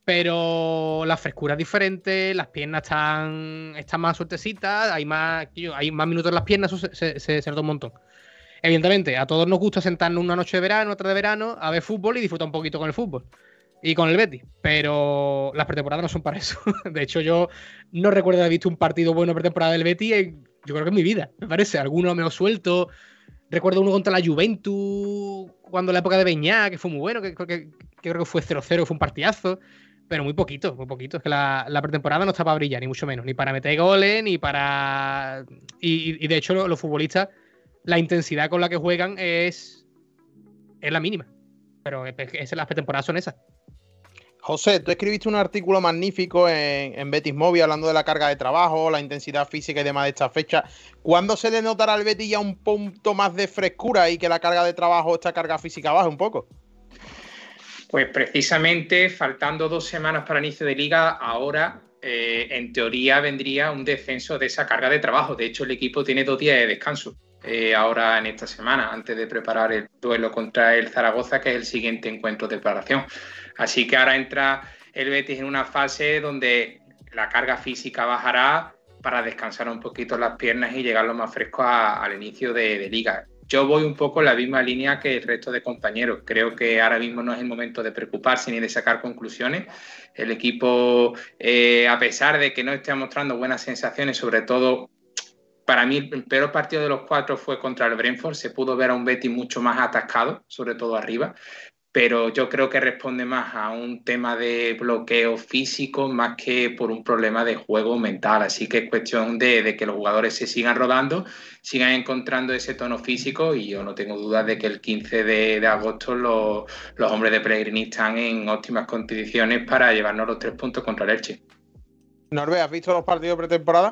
pero la frescura es diferente, las piernas están, están más sueltecitas, hay más, hay más minutos en las piernas, eso se, se, se, se nota un montón. Evidentemente, a todos nos gusta sentarnos una noche de verano, otra de verano, a ver fútbol y disfrutar un poquito con el fútbol y con el Betis, pero las pretemporadas no son para eso. De hecho, yo no recuerdo haber visto un partido bueno pretemporada del Betis en, yo creo que en mi vida, me parece. Algunos me lo suelto. Recuerdo uno contra la Juventus, cuando en la época de Beñá, que fue muy bueno, que, que, que creo que fue cero cero, fue un partidazo, pero muy poquito, muy poquito. Es que la, la pretemporada no está para brillar, ni mucho menos, ni para meter goles, ni para... Y, y de hecho, los, los futbolistas, la intensidad con la que juegan es, es la mínima. Pero es, es, las pretemporadas son esas. José, tú escribiste un artículo magnífico en, en Betis Móvil hablando de la carga de trabajo, la intensidad física y demás de esta fecha. ¿Cuándo se le notará al Betis ya un punto más de frescura y que la carga de trabajo, esta carga física baje un poco? Pues precisamente faltando dos semanas para el inicio de liga, ahora eh, en teoría vendría un descenso de esa carga de trabajo. De hecho, el equipo tiene dos días de descanso eh, ahora en esta semana, antes de preparar el duelo contra el Zaragoza, que es el siguiente encuentro de preparación. Así que ahora entra el Betis en una fase donde la carga física bajará para descansar un poquito las piernas y llegar lo más fresco a, al inicio de, de liga. Yo voy un poco en la misma línea que el resto de compañeros. Creo que ahora mismo no es el momento de preocuparse ni de sacar conclusiones. El equipo, eh, a pesar de que no esté mostrando buenas sensaciones, sobre todo, para mí el peor partido de los cuatro fue contra el Brentford. Se pudo ver a un Betis mucho más atascado, sobre todo arriba. Pero yo creo que responde más a un tema de bloqueo físico más que por un problema de juego mental. Así que es cuestión de, de que los jugadores se sigan rodando, sigan encontrando ese tono físico, y yo no tengo dudas de que el quince de, de agosto los, los hombres de Pellegrini están en óptimas condiciones para llevarnos los tres puntos contra el Elche. Norbe, ¿has visto los partidos de pretemporada?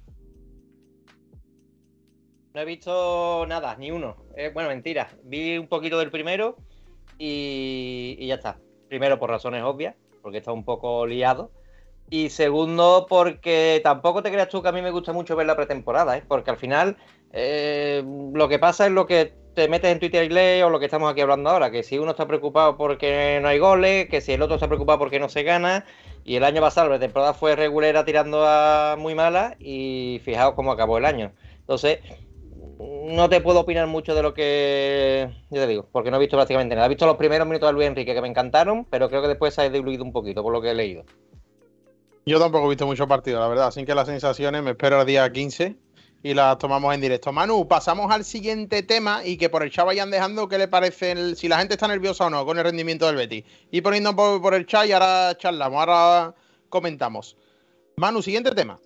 No he visto nada, ni uno. Eh, bueno, mentira. Vi un poquito del primero. Y, y ya está. Primero, por razones obvias, porque está un poco liado. Y segundo, porque tampoco te creas tú que a mí me gusta mucho ver la pretemporada, ¿eh? Porque al final eh, lo que pasa es lo que te metes en Twitter y lees, o lo que estamos aquí hablando ahora, que si uno está preocupado porque no hay goles, que si el otro está preocupado porque no se gana. Y el año pasado la pretemporada fue regulera tirando a muy mala, y fijaos cómo acabó el año. Entonces, no te puedo opinar mucho de lo que yo te digo, porque no he visto prácticamente nada. He visto los primeros minutos de Luis Enrique que me encantaron, pero creo que después se ha diluido un poquito por lo que he leído. Yo tampoco he visto muchos partidos, la verdad, así que las sensaciones me espero el día quince y las tomamos en directo. Manu, pasamos al siguiente tema y que por el chat vayan dejando qué le parece, el, si la gente está nerviosa o no con el rendimiento del Betis. Y poniendo por, por el chat y ahora charlamos, ahora comentamos. Manu, siguiente tema.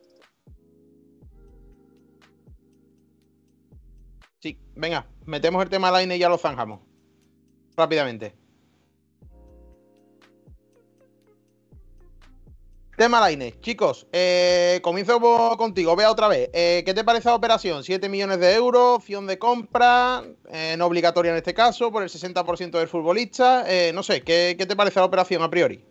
Sí, venga, metemos el tema al aire y ya lo zanjamos. Rápidamente. Tema Lainez, chicos, eh, comienzo por, contigo, vea otra vez. Eh, ¿Qué te parece la operación? siete millones de euros, opción de compra, eh, no obligatoria en este caso, por el sesenta por ciento del futbolista. Eh, no sé, ¿qué, ¿qué te parece la operación a priori?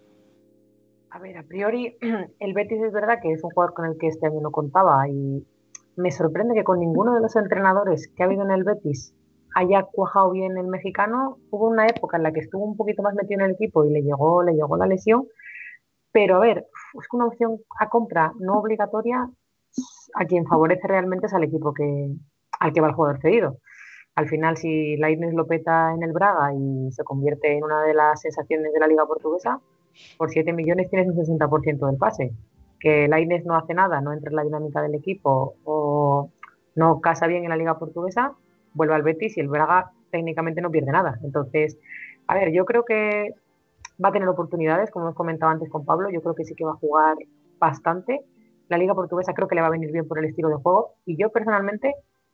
A ver, a priori, el Betis es verdad que es un jugador con el que este año no contaba y me sorprende que con ninguno de los entrenadores que ha habido en el Betis haya cuajado bien el mexicano. Hubo una época en la que estuvo un poquito más metido en el equipo y le llegó, le llegó la lesión. Pero a ver, es que una opción a compra no obligatoria a quien favorece realmente es al equipo que, al que va el jugador cedido. Al final, si Lainez lo peta en el Braga y se convierte en una de las sensaciones de la Liga Portuguesa, por siete millones tienes un sesenta por ciento del pase. Que Lainez no hace nada, no entra en la dinámica del equipo o no casa bien en la Liga Portuguesa, vuelve al Betis y el Braga técnicamente no pierde nada. Entonces, a ver, yo creo que va a tener oportunidades, como hemos comentado antes con Pablo. Yo creo que sí que va a jugar bastante. La Liga Portuguesa creo que le va a venir bien por el estilo de juego. Y yo personalmente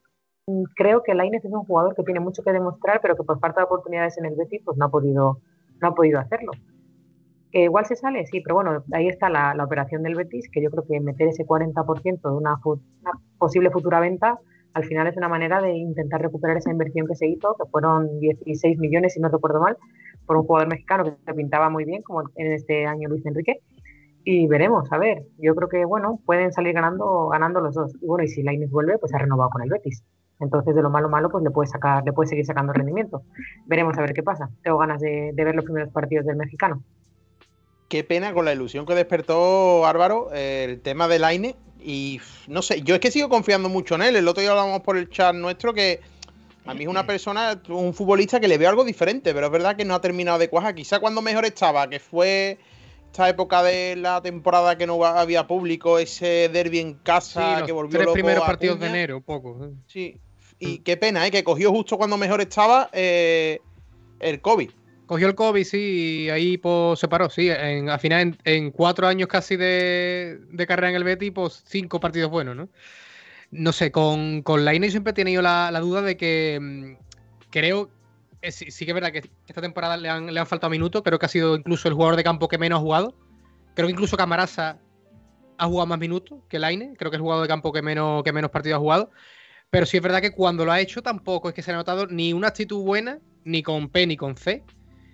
creo que Lainez es un jugador que tiene mucho que demostrar, pero que por falta de oportunidades en el Betis pues no ha podido, no ha podido hacerlo. Que igual se sale, sí, pero bueno, ahí está la, la operación del Betis, que yo creo que meter ese cuarenta por ciento de una, una posible futura venta al final es una manera de intentar recuperar esa inversión que se hizo, que fueron dieciséis millones, si no recuerdo mal, por un jugador mexicano que se pintaba muy bien, como en este año Luis Enrique. Y veremos, a ver, yo creo que, bueno, pueden salir ganando ganando los dos. Y bueno, y si Lainez vuelve, pues ha renovado con el Betis. Entonces, de lo malo malo, pues le puede sacar, le puede seguir sacando rendimiento. Veremos a ver qué pasa. Tengo ganas de, de ver los primeros partidos del mexicano. Qué pena con la ilusión que despertó Álvaro el tema de Lainez. Y no sé, yo es que sigo confiando mucho en él. El otro día hablábamos por el chat nuestro que a mí es una persona, un futbolista que le veo algo diferente, pero es verdad que no ha terminado de cuajar. Quizá cuando mejor estaba, que fue esta época de la temporada que no había público, ese derbi en casa, sí, que volvió tres loco primeros a partidos Acuña. de enero, un poco. Sí, y qué pena, ¿eh? Que cogió justo cuando mejor estaba eh, el COVID. Cogió el COVID, sí, y ahí pues, se paró, sí. En, al final, en, en cuatro años casi de, de carrera en el Betis, pues cinco partidos buenos, ¿no? No sé, con, con Lainez siempre he tenido la, la duda de que mmm, creo, eh, sí, sí que es verdad que esta temporada le han, le han faltado minutos, creo que ha sido incluso el jugador de campo que menos ha jugado. Creo que incluso Camarasa ha jugado más minutos que Lainez, creo que es el jugador de campo que menos, que menos partidos ha jugado. Pero sí es verdad que cuando lo ha hecho tampoco es que se ha notado ni una actitud buena, ni con P ni con C.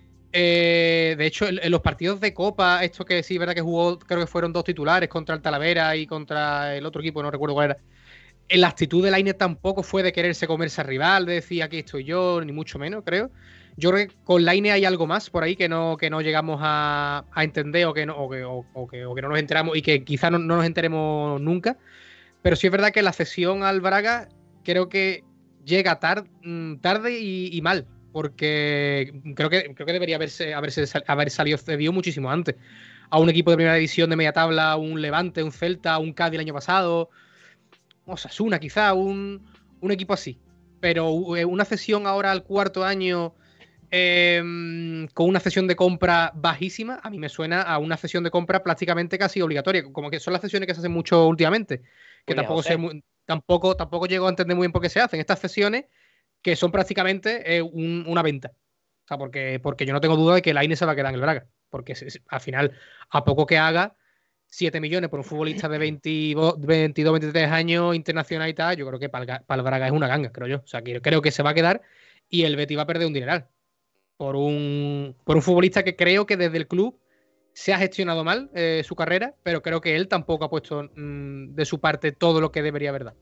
Eh, de hecho, en, en los partidos de Copa, esto que sí es verdad que jugó, creo que fueron dos titulares contra el Talavera y contra el otro equipo, no recuerdo cuál era. La actitud de Lainez tampoco fue de quererse comerse al rival, de decir aquí estoy yo, ni mucho menos, creo. Yo creo que con Lainez hay algo más por ahí que no, que no llegamos a, a entender o que, no, o, que, o, o, que, o que no nos enteramos y que quizá no, no nos enteremos nunca. Pero sí es verdad que la cesión al Braga creo que llega tar, tarde y, y mal. Porque creo que, creo que debería haberse, haberse haber salido cedido muchísimo antes. A un equipo de primera división de media tabla, un Levante, un Celta, un Cádiz el año pasado, Osasuna quizá, un, un equipo así. Pero una cesión ahora al cuarto año eh, con una cesión de compra bajísima, a mí me suena a una cesión de compra prácticamente casi obligatoria. Como que son las cesiones que se hacen mucho últimamente. Que Oye, tampoco, sé, tampoco, tampoco llego a entender muy bien por qué se hacen estas cesiones, que son prácticamente eh, un, una venta. O sea, porque, porque yo no tengo duda de que Lainez se va a quedar en el Braga. Porque se, se, al final, a poco que haga siete millones por un futbolista de veintidós, veintitrés años, internacional y tal, yo creo que para el, para el Braga es una ganga, creo yo. O sea, que creo que se va a quedar y el Betis va a perder un dineral. Por un, por un futbolista que creo que desde el club se ha gestionado mal eh, su carrera, pero creo que él tampoco ha puesto mmm, de su parte todo lo que debería haber dado.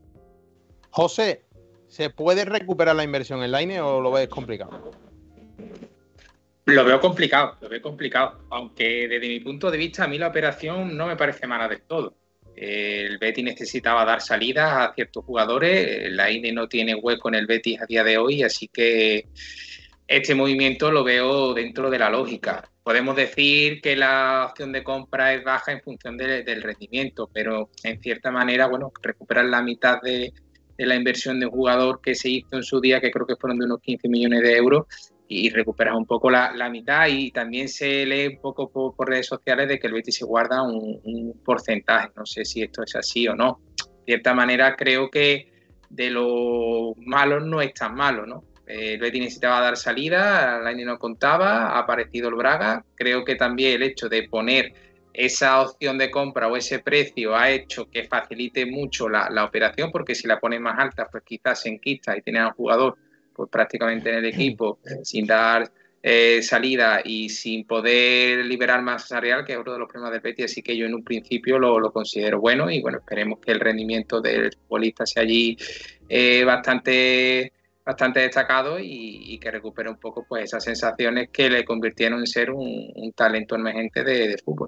José, ¿se puede recuperar la inversión en Lainez o lo ves complicado? Lo veo complicado, lo veo complicado. Aunque desde mi punto de vista a mí la operación no me parece mala del todo. Eh, el Betis necesitaba dar salidas a ciertos jugadores, la I N E no tiene hueco en el Betis a día de hoy, así que este movimiento lo veo dentro de la lógica. Podemos decir que la opción de compra es baja en función de, del rendimiento, pero en cierta manera, bueno, recuperar la mitad de, de la inversión de un jugador que se hizo en su día, que creo que fueron de unos quince millones de euros, y recuperas un poco la, la mitad. Y también se lee un poco por, por redes sociales de que el Betis se guarda un, un porcentaje. No sé si esto es así o no. De cierta manera, creo que de lo malo no es tan malo, ¿no? El Betis necesitaba dar salida, la I N E no contaba, ha aparecido el Braga. Creo que también el hecho de poner esa opción de compra o ese precio ha hecho que facilite mucho la, la operación, porque si la pones más alta, pues quizás se enquista y tienes al jugador pues prácticamente en el equipo sin dar eh, salida y sin poder liberar masa salarial, que es uno de los problemas del Betis. Así que yo en un principio lo, lo considero bueno, y bueno, esperemos que el rendimiento del futbolista sea allí eh, bastante bastante destacado y, y que recupere un poco pues esas sensaciones que le convirtieron en ser un, un talento emergente de, de fútbol.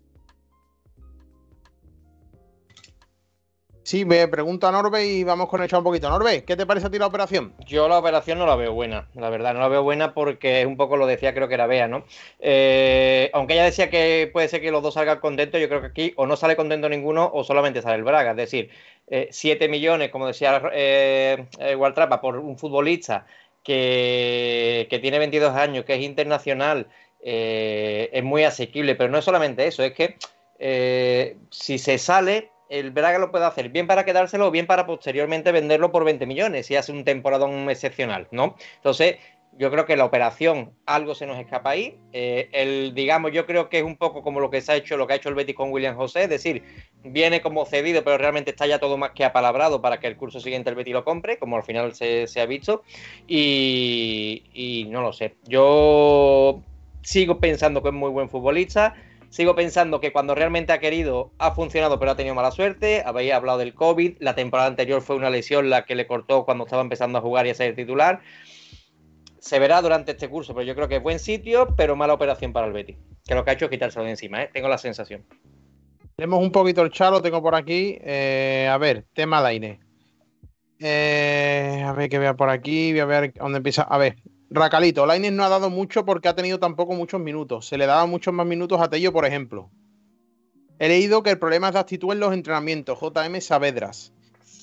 Sí, me pregunta Norbe y vamos con echar un poquito. Norbe, ¿qué te parece a ti la operación? Yo la operación no la veo buena, la verdad, no la veo buena porque es un poco lo decía, creo que era Bea, ¿no? Eh, aunque ella decía que puede ser que los dos salgan contentos, yo creo que aquí o no sale contento ninguno o solamente sale el Braga. Es decir, eh, siete millones, como decía eh, eh, Waltrapa, por un futbolista que, que tiene veintidós años, que es internacional, eh, es muy asequible, pero no es solamente eso, es que eh, si se sale, el Braga lo puede hacer bien para quedárselo o bien para posteriormente venderlo por veinte millones y hace un temporadón excepcional, ¿no? Entonces, yo creo que la operación, algo se nos escapa ahí. Eh, el, digamos, yo creo que es un poco como lo que se ha hecho, lo que ha hecho el Betis con William José, es decir, viene como cedido, pero realmente está ya todo más que apalabrado para que el curso siguiente el Betis lo compre, como al final se, se ha visto. Y, y no lo sé. Yo sigo pensando que es muy buen futbolista. Sigo pensando que cuando realmente ha querido ha funcionado, pero ha tenido mala suerte. Habéis hablado del COVID. La temporada anterior fue una lesión la que le cortó cuando estaba empezando a jugar y a ser titular. Se verá durante este curso, pero yo creo que es buen sitio, pero mala operación para el Betis. Que lo que ha hecho es quitárselo de encima, ¿eh? Tengo la sensación. Tenemos un poquito el chat, lo tengo por aquí. Eh, a ver, tema la I N E. Eh, a ver que vea por aquí. Voy a ver dónde empieza. A ver. Racalito, la I N E no ha dado mucho porque ha tenido tampoco muchos minutos. Se le daban muchos más minutos a Tello, por ejemplo. He leído que el problema es de actitud en los entrenamientos. J M Saavedras.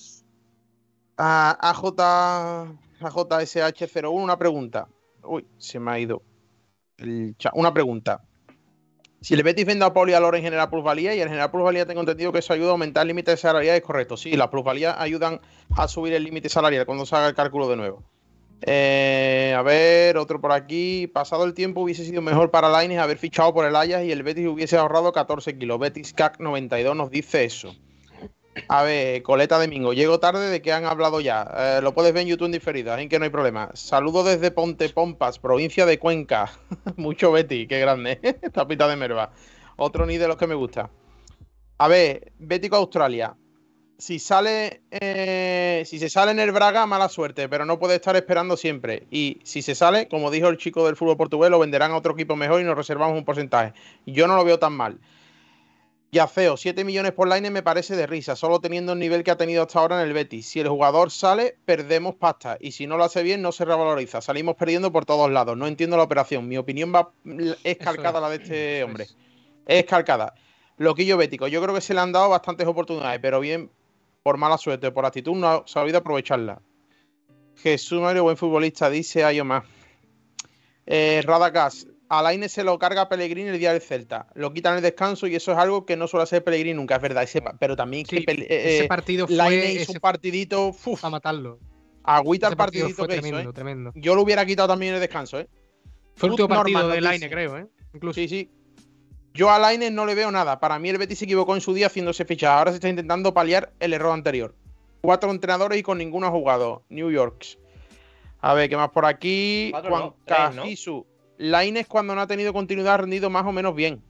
A, AJ, A J S H cero uno, una pregunta. Uy, se me ha ido el chat. Una pregunta. Si el Betis vende a Paul y a Loren genera plusvalía, y el generar plusvalía tengo entendido que eso ayuda a aumentar el límite salarial, es correcto. Sí, las plusvalías ayudan a subir el límite salarial cuando se haga el cálculo de nuevo. Eh, a ver, otro por aquí. Pasado el tiempo hubiese sido mejor para la I N E haber fichado por el Ajax y el Betis hubiese ahorrado catorce kilos. Betis C A C noventa y dos nos dice eso. A ver, Coleta Domingo, llego tarde, ¿de qué han hablado ya? Eh, lo puedes ver en YouTube en diferido, así que no hay problema. Saludos desde Ponte Pompas, provincia de Cuenca. Mucho Betis, qué grande. Tapita de merva. Otro ni de los que me gusta. A ver, Bético Australia. Si sale, eh, si se sale en el Braga, mala suerte, pero no puede estar esperando siempre. Y si se sale, como dijo el chico del fútbol portugués, lo venderán a otro equipo mejor y nos reservamos un porcentaje. Yo no lo veo tan mal. Yaceo, siete millones por la I N E me parece de risa, solo teniendo el nivel que ha tenido hasta ahora en el Betis. Si el jugador sale, perdemos pasta. Y si no lo hace bien, no se revaloriza. Salimos perdiendo por todos lados. No entiendo la operación. Mi opinión va es calcada la de este hombre. Es calcada. Loquillo Bético, yo creo que se le han dado bastantes oportunidades, pero bien por mala suerte, por actitud, no ha sabido aprovecharla. Jesús Mario, buen futbolista, dice Ayoma. Eh, Radagast, a la I N E se lo carga Pellegrini el día del Celta. Lo quitan el descanso y eso es algo que no suele hacer Pellegrini nunca, es verdad. Ese, pero también sí, que eh, ese partido fue, la I N E hizo un partidito uf, a matarlo. Agüita ese el partidito fue que tremendo, hizo, ¿eh? tremendo. Yo lo hubiera quitado también el descanso, ¿eh? Fue el último partido normal, de la I N E, creo, ¿eh? Incluso. Sí, sí. Yo a la I N E no le veo nada. Para mí el Betis se equivocó en su día haciéndose fichar. Ahora se está intentando paliar el error anterior. Cuatro entrenadores y con ninguno ha jugado. New York. A ver, ¿qué más por aquí? Cuatro, Juan no, tres, ¿no? Cajisu. La I N E cuando no ha tenido continuidad ha rendido más o menos bien.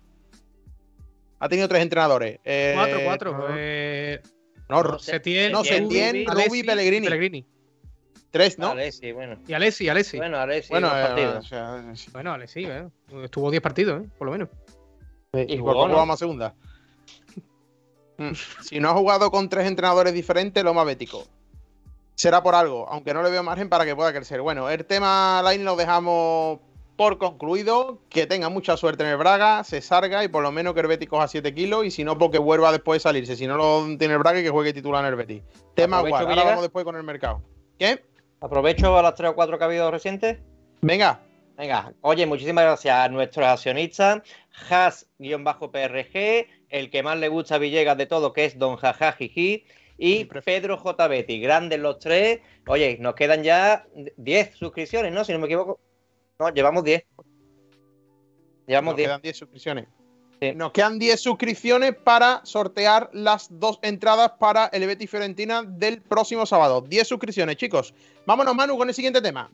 Ha tenido tres entrenadores. Eh, cuatro, cuatro. Eh, no, no, Setién, no, Setién, Rubi, Pellegrini. Pellegrini. Tres, ¿no? Alessi, bueno. Y Alessi, Alessi. Bueno, Alessi, bueno, dos eh, partidos. o sea, sí. Bueno, Alessi, ¿eh? Estuvo diez partidos, ¿eh? Por lo menos. Y, y jugó, por poco ¿no? vamos a segunda. Si no ha jugado con tres entrenadores diferentes, lo más bético. Será por algo, aunque no le veo margen para que pueda crecer. Bueno, el tema Line lo dejamos por concluido. Que tenga mucha suerte en el Braga, se salga y por lo menos que el Betis coja siete kilos. Y si no, porque vuelva después de salirse. Si no lo tiene el Braga, y que juegue titular en el Betis. Tema igual. Ahora vamos después con el mercado. ¿Qué? Aprovecho a las tres o cuatro que ha habido recientes. Venga. Venga, oye, muchísimas gracias a nuestros accionistas, Has-P R G, el que más le gusta a Villegas de todo, que es Don Jajajiji, y Pedro J. Betty, grandes los tres. Oye, nos quedan ya diez suscripciones, ¿no? Si no me equivoco. No, llevamos diez. Llevamos Nos diez. quedan diez suscripciones. Sí. Nos quedan diez suscripciones para sortear las dos entradas para el Betis Fiorentina del próximo sábado. diez suscripciones, chicos. Vámonos, Manu, con el siguiente tema.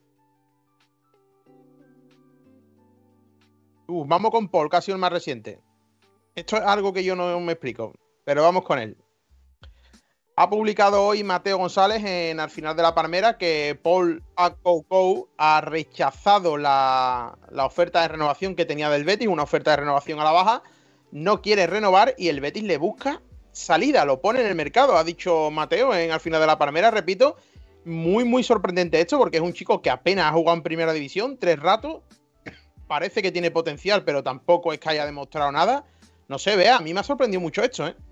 Uh, vamos con Paul, que ha sido el más reciente. Esto es algo que yo no me explico, pero vamos con él. Ha publicado hoy Mateo González en Al final de la Palmera que Paul Acoucou ha rechazado la, la oferta de renovación que tenía del Betis, una oferta de renovación a la baja. No quiere renovar y el Betis le busca salida, lo pone en el mercado, ha dicho Mateo en Al final de la Palmera. Repito, muy muy sorprendente esto porque es un chico que apenas ha jugado en primera división, tres ratos. Parece que tiene potencial, pero tampoco es que haya demostrado nada. No sé, vea, a mí me ha sorprendido mucho esto, ¿eh?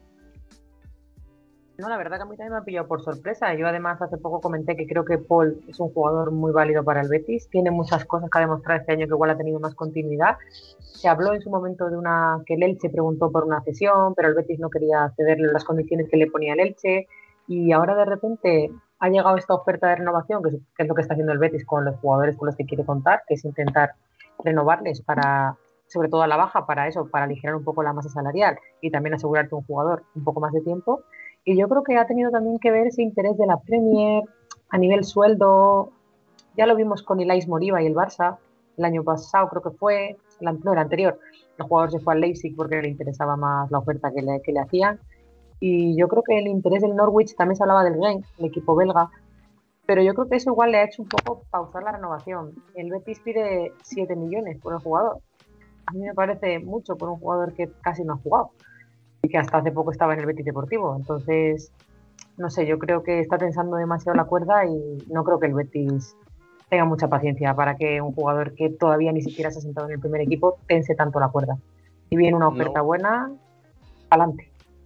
No, la verdad que a mí también me ha pillado por sorpresa. Yo además hace poco comenté que creo que Paul es un jugador muy válido para el Betis. Tiene muchas cosas que ha demostrado este año que igual ha tenido más continuidad. Se habló en su momento de una que el Elche preguntó por una cesión, pero el Betis no quería cederle las condiciones que le ponía el Elche. Y ahora de repente ha llegado esta oferta de renovación, que es, que es lo que está haciendo el Betis con los jugadores con los que quiere contar, que es intentar renovarles para, sobre todo a la baja, para eso, para aligerar un poco la masa salarial y también asegurarte un jugador un poco más de tiempo. Y yo creo que ha tenido también que ver ese interés de la Premier a nivel sueldo. Ya lo vimos con Ilais Moriba y el Barça el año pasado, creo que fue, no, el anterior. El jugador se fue al Leipzig porque le interesaba más la oferta que le, que le hacían. Y yo creo que el interés del Norwich, también se hablaba del Genk, el equipo belga, pero yo creo que eso igual le ha hecho un poco pausar la renovación. El Betis pide siete millones por el jugador. A mí me parece mucho por un jugador que casi no ha jugado y que hasta hace poco estaba en el Betis Deportivo. Entonces, no sé, yo creo que está tensando demasiado la cuerda y no creo que el Betis tenga mucha paciencia para que un jugador que todavía ni siquiera se ha sentado en el primer equipo tense tanto la cuerda. Si viene una oferta no. buena, adelante.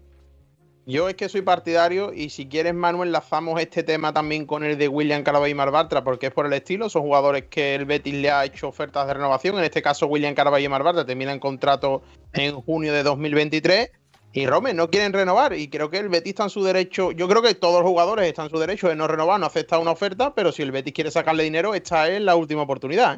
Yo es que soy partidario y si quieres, Manu, enlazamos este tema también con el de William Caraballo y Marc Bartra, porque es por el estilo, son jugadores que el Betis le ha hecho ofertas de renovación. En este caso, William Caraballo y Marc Bartra terminan contrato en junio de dos mil veintitrés y Rome no quieren renovar y creo que el Betis está en su derecho. Yo creo que todos los jugadores están en su derecho de no renovar, no aceptar una oferta, pero si el Betis quiere sacarle dinero, esta es la última oportunidad, ¿eh?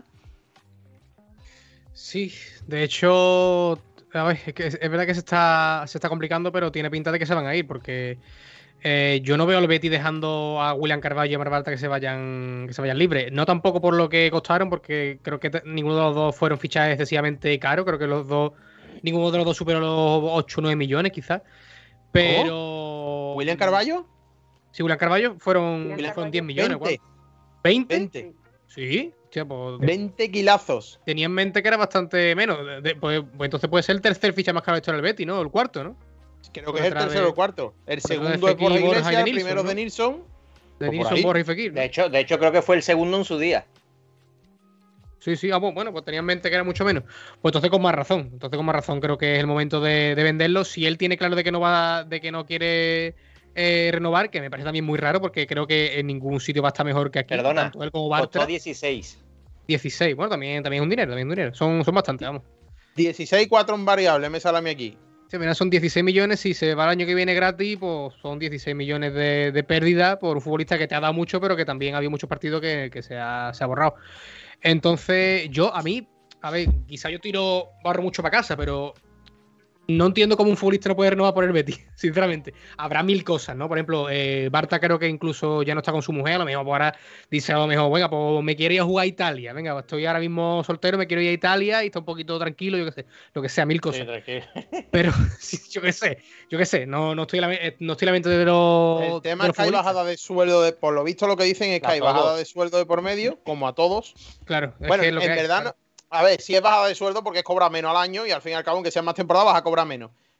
Sí, de hecho... A ver, es, que es verdad que se está, se está complicando, pero tiene pinta de que se van a ir, porque eh, yo no veo al Betis dejando a William Carvalho y a Marc Bartra que se vayan que se vayan libres. No tampoco por lo que costaron, porque creo que ninguno de los dos fueron fichajes excesivamente caros. Creo que los dos, ninguno de los dos superó los ocho o nueve millones, quizás. Pero. ¿Oh? ¿William Carvalho? Sí, William Carvalho fueron, fueron diez millones. veinte. ¿veinte? veinte. Sí. Hostia, pues, veinte kilazos. Tenía en mente que era bastante menos. De, pues, pues entonces puede ser el tercer ficha más caro de esto en el Betis, ¿no? El cuarto, ¿no? Creo que es el tercero o el cuarto. El segundo es Borja Iglesias, el primero de Nilsson. De Nilsson, Borja y Fekir. De hecho, de hecho, creo que fue el segundo en su día. Sí, sí, ah, bueno, pues tenía en mente que era mucho menos. Pues entonces con más razón. Entonces con más razón creo que es el momento de, de venderlo. Si él tiene claro de que no va, de que no quiere eh, renovar, que me parece también muy raro, porque creo que en ningún sitio va a estar mejor que aquí. Perdona, tanto él como Bartra. Costó dieciséis. dieciséis, bueno, también, también es un dinero, también es un dinero. Son, son bastante, vamos. dieciséis, cuatro en variable, me sale a mí aquí. Sí, mira, son dieciséis millones. Si se va el año que viene gratis, pues son dieciséis millones de, de pérdida por un futbolista que te ha dado mucho, pero que también ha habido muchos partidos que, que se, ha, se ha borrado. Entonces, yo, a mí, a ver, quizá yo tiro barro mucho para casa, pero no entiendo cómo un futbolista no puede renovar por el Betis, sinceramente. Habrá mil cosas, ¿no? Por ejemplo, eh, Bartra creo que incluso ya no está con su mujer, a lo mejor pues ahora dice a lo mejor, venga, pues me quiero ir a jugar a Italia, venga, pues estoy ahora mismo soltero, me quiero ir a Italia y está un poquito tranquilo, yo qué sé, lo que sea, mil cosas. Sí, pero, sí, yo qué sé, yo qué sé, no, no estoy a la, no estoy a la mente de los... El tema de es que hay bajada de sueldo, de, por lo visto lo que dicen es que hay bajada de sueldo de por medio, como a todos. Claro, es bueno, que es lo en que verdad... Hay, claro. A ver, si es bajada de sueldo porque cobra menos al año y al fin y al cabo, aunque sea más temporada, vas a cobrar menos.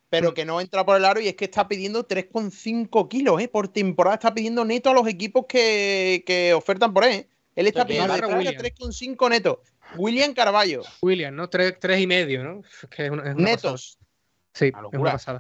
pero que no entra por el aro, y es que está pidiendo tres coma cinco kilos, ¿eh? Por temporada está pidiendo neto a los equipos que, que ofertan por él, ¿eh? Él está pidiendo tres coma cinco netos. William Carvalho. William, ¿no? Tres, tres y medio, ¿no? Es que es una, es una netos. Pasada. Sí, es una pasada.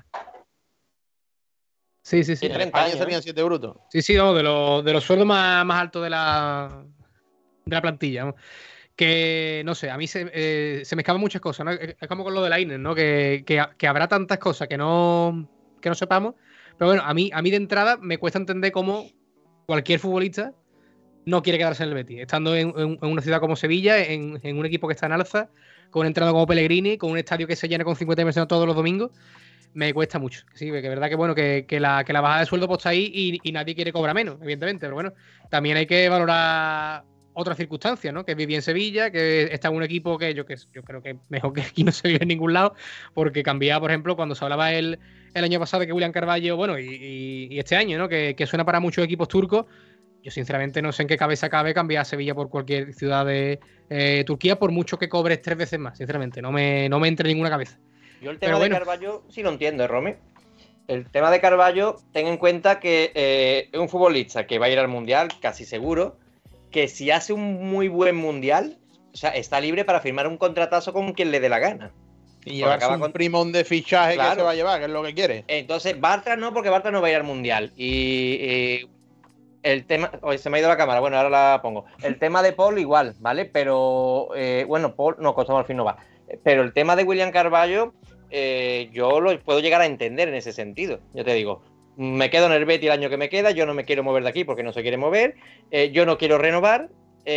Sí, sí, sí. En España serían siete brutos. Sí, sí, no, de los, de los sueldos más, más altos de la, de la plantilla, ¿no? Que, no sé, a mí se, eh, se me escapan muchas cosas, ¿no? Es como con lo de Lainez, ¿no? Que, que, que habrá tantas cosas que no, que no sepamos. Pero bueno, a mí, a mí de entrada me cuesta entender cómo cualquier futbolista no quiere quedarse en el Betis. Estando en, en, en una ciudad como Sevilla, en, en un equipo que está en alza, con un entrenador como Pellegrini, con un estadio que se llena con cincuenta personas todos los domingos, me cuesta mucho. Sí, que es verdad que bueno, que, que, la, que la bajada de sueldo pues, está ahí y, y nadie quiere cobrar menos, evidentemente. Pero bueno, también hay que valorar otras circunstancias, ¿no? Que viví en Sevilla, que está en un equipo que yo, que yo creo que mejor que aquí no se vive en ningún lado, porque cambiaba, por ejemplo, cuando se hablaba el, el año pasado de que William Carvalho, bueno, y, y, y este año, ¿no? Que, que suena para muchos equipos turcos. Yo sinceramente no sé en qué cabeza cabe cambiar a Sevilla por cualquier ciudad de eh, Turquía, por mucho que cobres tres veces más, sinceramente. No me, no me entra en ninguna cabeza. Yo el tema Pero de bueno. Carvalho sí lo entiendo, ¿eh, Romy? El tema de Carvalho, ten en cuenta que eh, es un futbolista que va a ir al Mundial, casi seguro, que si hace un muy buen Mundial, o sea, está libre para firmar un contratazo con quien le dé la gana. Y llevarse un con... primón de fichaje claro. que se va a llevar, que es lo que quiere. Entonces, Bartra no, porque Bartra no va a ir al Mundial. Y... Eh, el tema, hoy se me ha ido la cámara, bueno, ahora la pongo. El tema de Paul igual, ¿vale? Pero, eh, bueno, Paul, no, Costamos al fin no va. Pero el tema de William Carvalho, eh, yo lo puedo llegar a entender en ese sentido. Yo te digo, me quedo en el Betis el año que me queda, yo no me quiero mover de aquí porque no se quiere mover, eh, yo no quiero renovar,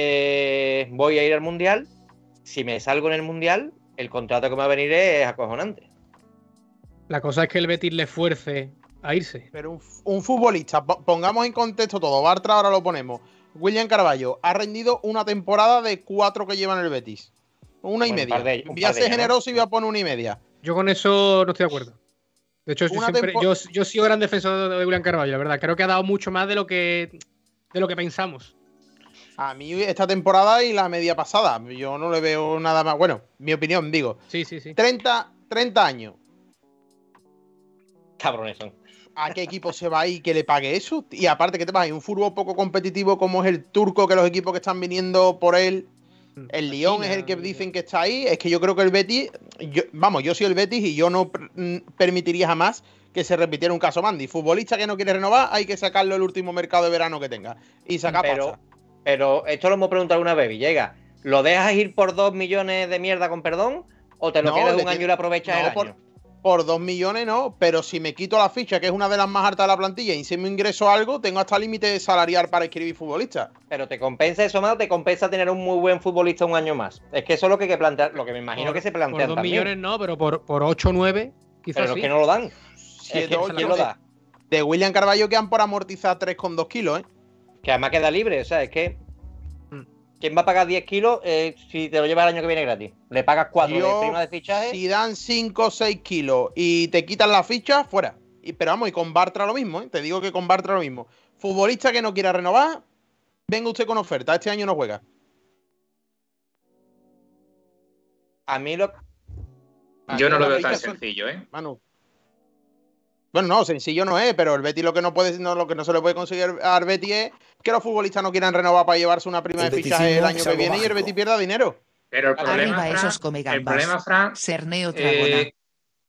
eh, voy a ir al Mundial. Si me salgo en el Mundial, el contrato que me va a venir es acojonante. La cosa es que el Betis le fuerce a irse. Pero un, un futbolista, pongamos en contexto todo, Bartra ahora lo ponemos. William Carvalho ha rendido una temporada de cuatro que lleva en el Betis. Una y bueno, media. Voy a ser generoso ¿no? y voy a poner una y media. Yo con eso no estoy de acuerdo. De hecho, yo, siempre, yo, yo he sido gran defensor de William Carvalho, la verdad. Creo que ha dado mucho más de lo que, de lo que pensamos. A mí esta temporada y la media pasada, yo no le veo nada más. Bueno, mi opinión, digo. Sí, sí, sí. treinta, treinta años. Cabrones son. ¿A qué equipo se va ahí que le pague eso? Y aparte, ¿qué te pasa? Un fútbol poco competitivo como es el turco, que los equipos que están viniendo por él, el Lyon es el que dicen que está ahí. Es que yo creo que el Betis, yo, vamos, yo soy el Betis y yo no permitiría jamás que se repitiera un caso Mandy. Futbolista que no quiere renovar, hay que sacarlo el último mercado de verano que tenga y sacar pero, pero esto lo hemos preguntado alguna vez, Villegas. ¿Lo dejas ir por dos millones de mierda con perdón? ¿O te lo no, quedas un año y lo aprovechas no, el por, año? Por dos millones no, pero si me quito la ficha, que es una de las más altas de la plantilla, y si me ingreso algo, tengo hasta límite salarial para escribir futbolista. Pero ¿te compensa eso más o te compensa tener un muy buen futbolista un año más? Es que eso es lo que hay que plantear, lo que me imagino por, que se plantea también. Por dos millones no, pero por, por ocho o nueve quizás pero sí. Pero es que no lo dan. Es que, ¿quién lo da? De William Carvalho quedan por amortizar tres coma dos kilos, ¿eh? Que además queda libre, o sea, es que... ¿Quién va a pagar diez kilos eh, si te lo llevas el año que viene gratis? ¿Le pagas cuatro de prima de fichaje? Si dan cinco o seis kilos y te quitan la ficha, fuera. Y, pero vamos, y con Bartra lo mismo, ¿eh? Te digo que con Bartra lo mismo. Futbolista que no quiera renovar, venga usted con oferta. Este año no juega. A mí lo... A Yo mí no lo veo tan sencillo, ¿eh? Manu. Bueno, no, sencillo no es, pero el Betis lo que no puede, no, lo que no se le puede conseguir al Betis es que los futbolistas no quieran renovar para llevarse una prima de fichaje el año que viene mágico. Y el Betis pierda dinero. Pero el problema, Fran, esos el problema, Fran, Cerneo Dragona. Eh,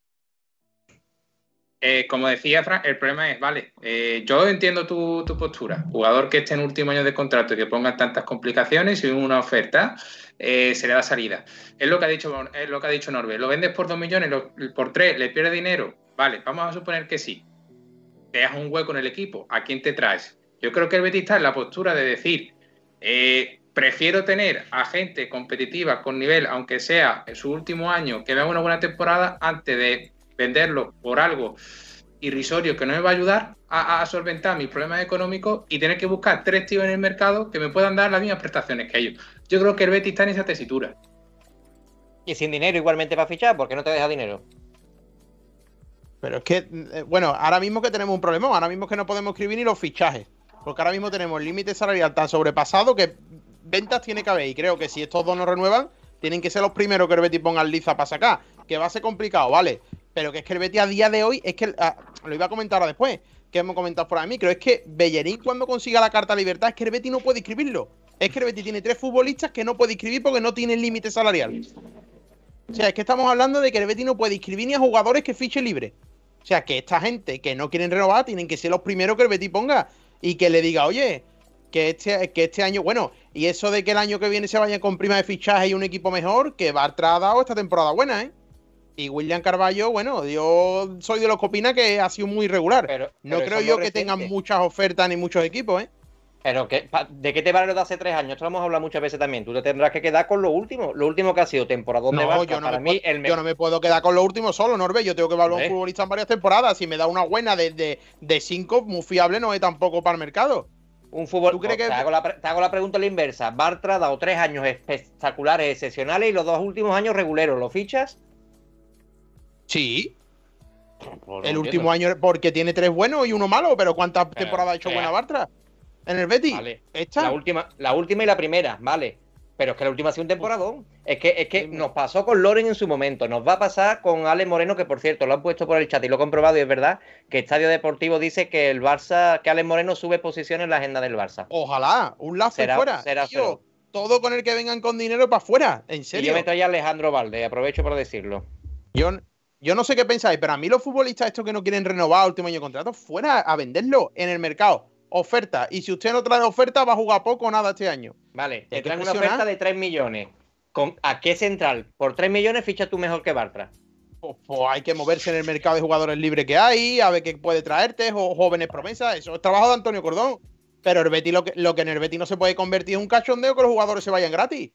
eh, como decía Fran, el problema es, vale, eh, yo entiendo tu, tu postura. Jugador que esté en último año de contrato y que ponga tantas complicaciones y una oferta, eh, se le da salida. Es lo que ha dicho, es lo que ha dicho Norbert. Lo vendes por dos millones, lo, por tres, le pierde dinero. Vale, vamos a suponer que sí. Te dejas un hueco en el equipo. ¿A quién te traes? Yo creo que el Betis está en la postura de decir, eh, prefiero tener a gente competitiva con nivel, aunque sea en su último año, que me haga una buena temporada, antes de venderlo por algo irrisorio que no me va a ayudar a, a solventar mis problemas económicos y tener que buscar tres tíos en el mercado que me puedan dar las mismas prestaciones que ellos. Yo creo que el Betis está en esa tesitura. Y sin dinero igualmente para fichar, ¿por qué no te deja dinero? Pero es que, eh, bueno, ahora mismo que tenemos un problema, ahora mismo que no podemos escribir ni los fichajes, porque ahora mismo tenemos el límite salarial tan sobrepasado que ventas tiene que haber, y creo que si estos dos no renuevan, tienen que ser los primeros que el Betis ponga en liza para sacar, que va a ser complicado, ¿vale? Pero que es que el Betis a día de hoy, es que ah, lo iba a comentar ahora después, que hemos comentado por mí, pero es que Bellerín cuando consiga la carta libertad, es que el Betis no puede inscribirlo. Es que el Betis tiene tres futbolistas que no puede inscribir porque no tienen límite salarial. O sea, es que estamos hablando de que el Betis no puede inscribir ni a jugadores que fiche libre. O sea, que esta gente que no quieren renovar tienen que ser los primeros que el Betis ponga y que le diga, oye, que este, que este año, bueno, y eso de que el año que viene se vaya con prima de fichaje y un equipo mejor, que Bartra ha dado esta temporada buena, ¿eh? Y William Carballo, bueno, yo soy de los que opina que ha sido muy irregular. Pero, no pero creo eso yo no que reciente. tengan muchas ofertas ni muchos equipos, ¿eh? Pero que, pa- ¿de qué te vale lo de hace tres años? Esto lo hemos hablado muchas veces también. Tú te tendrás que quedar con lo último. Lo último que ha sido temporadón de No, Bartra. yo no, Para me mí, puedo, el yo no me puedo quedar con lo último solo, Norbe. Yo tengo que evaluar a un Hombre. futbolista en varias temporadas. Si me da una buena de, de, de cinco, muy fiable no es tampoco para el mercado. Un fútbol. ¿Tú crees pues, que- te, hago la, pre- te hago la pregunta a la inversa. Bartra ha dado tres años espectaculares, excepcionales y los dos últimos años reguleros. ¿Lo fichas? Sí. Pues no El entiendo. último año, porque tiene tres buenos y uno malo, pero ¿cuántas Pero, temporadas ha hecho pero- buena Bartra? En el Betis. Vale. ¿Esta? La última, la última y la primera, vale. Pero es que la última ha sido un temporadón. Es que, es que nos pasó con Loren en su momento. Nos va a pasar con Ale Moreno, que por cierto lo han puesto por el chat y lo he comprobado y es verdad que Estadio Deportivo dice que el Barça, que Ale Moreno sube posición en la agenda del Barça. Ojalá, un lazo Será- fuera. será Tío, cero. todo con el que vengan con dinero para afuera. En Y serio. yo meto ahí a Alejandro Valde, aprovecho para decirlo. Yo, yo no sé qué pensáis, pero a mí los futbolistas estos que no quieren renovar último año de contrato, fuera a venderlo en el mercado. Oferta. Y si usted no trae oferta, va a jugar poco o nada este año. Vale, te Hay que traen una presionar. oferta de tres millones. ¿Con, ¿A qué central? Por tres millones ficha tú mejor que Bartra. Pues, pues hay que moverse en el mercado de jugadores libres que hay, a ver qué puede traerte, o jóvenes promesas. Eso es trabajo de Antonio Cordón. Pero el Betis, lo que, lo que en el Betis no se puede convertir es un cachondeo que los jugadores se vayan gratis.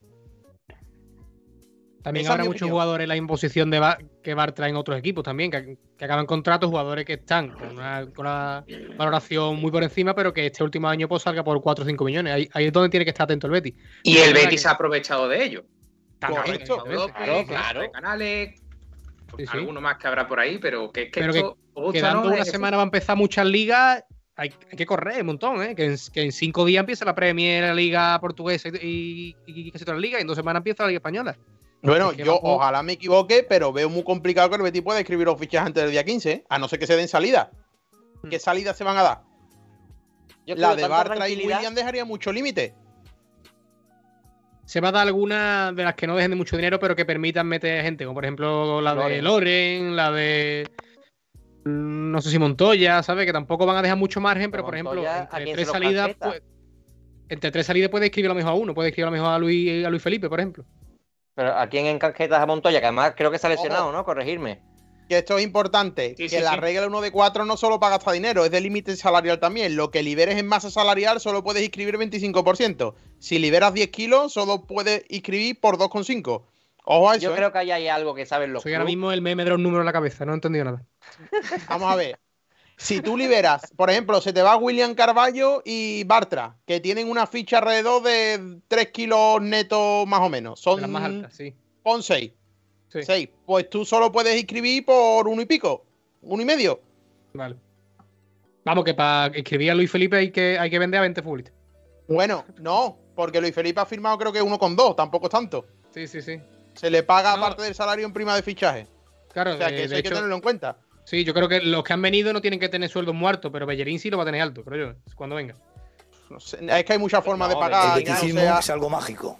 También Esa es habrá mi muchos opinión. jugadores en la imposición de Ba- que Bartra en otros equipos también, que, que acaban contratos, jugadores que están con una, con una valoración muy por encima, pero que este último año pues salga por cuatro o cinco millones. Ahí, ahí es donde tiene que estar atento el Betis. Y Pero el es verdad Betis que- se ha aprovechado de ello. Correcto. Claro, López, Claro, claro. de Canales, Sí, sí. alguno más que habrá por ahí, pero que es que Pero esto, os gusta, Quedando ¿no? una Es- semana va a empezar muchas ligas, hay, hay que correr un montón, ¿eh? Que en, que en cinco días empieza la Premier, la Liga Portuguesa y, y, y casi toda la liga, y en dos semanas empieza la Liga Española. Bueno, Es que yo vamos- ojalá me equivoque, pero veo muy complicado que el Betis pueda escribir los fichajes antes del día quince, ¿eh? A no ser que se den salida. ¿Qué salidas se van a dar? Yo La tengo de tanta Bartra y tranquilidad. William dejaría mucho límite. Se va a dar alguna de las que no dejen de mucho dinero, pero que permitan meter gente, como por ejemplo la de Loren. Loren, la de. mm, No sé si Montoya, ¿sabes? Que tampoco van a dejar mucho margen, pero por ejemplo, Montoya, ¿a entre quién tres se lo salidas, calceta? pues, entre tres salidas puede escribir a lo mejor a uno, puede escribir a lo mejor a Luis, a Luis Felipe, por ejemplo. Pero ¿a quién encasquetas a Montoya? Que además creo que se ha lesionado, Ojo. ¿no? Corregirme. Que esto es importante, Sí, que sí, la sí. regla uno de cuatro no solo para gastar dinero, es de límite salarial también. Lo que liberes en masa salarial solo puedes inscribir veinticinco por ciento. Si liberas diez kilos, solo puedes inscribir por dos coma cinco. Ojo a eso, Yo ¿eh? creo que ahí hay algo que saben los Soy ahora clubes. mismo el meme de los números en la cabeza, no he entendido nada. Vamos a ver. Si tú liberas, por ejemplo, se te va William Carballo y Bartra, que tienen una ficha alrededor de tres kilos netos más o menos. Son De las más altas, sí. Pon seis. Sí. seis. Pues tú solo puedes inscribir por uno y pico. Uno y medio. Vale. Vamos, que para escribir a Luis Felipe hay que, hay que vender a veinte futbolistas. Bueno, no, porque Luis Felipe ha firmado creo que uno con dos, tampoco es tanto. Sí, sí, sí. Se le paga No. parte del salario en prima de fichaje. Claro, O sea eh, que eso de hay que hecho, tenerlo en cuenta. sí, yo creo que los que han venido no tienen que tener sueldos muertos, pero Bellerín sí lo va a tener alto, creo yo, cuando venga. No sé, es que hay muchas formas No, de pagar. El que no betisismo sea- es algo mágico.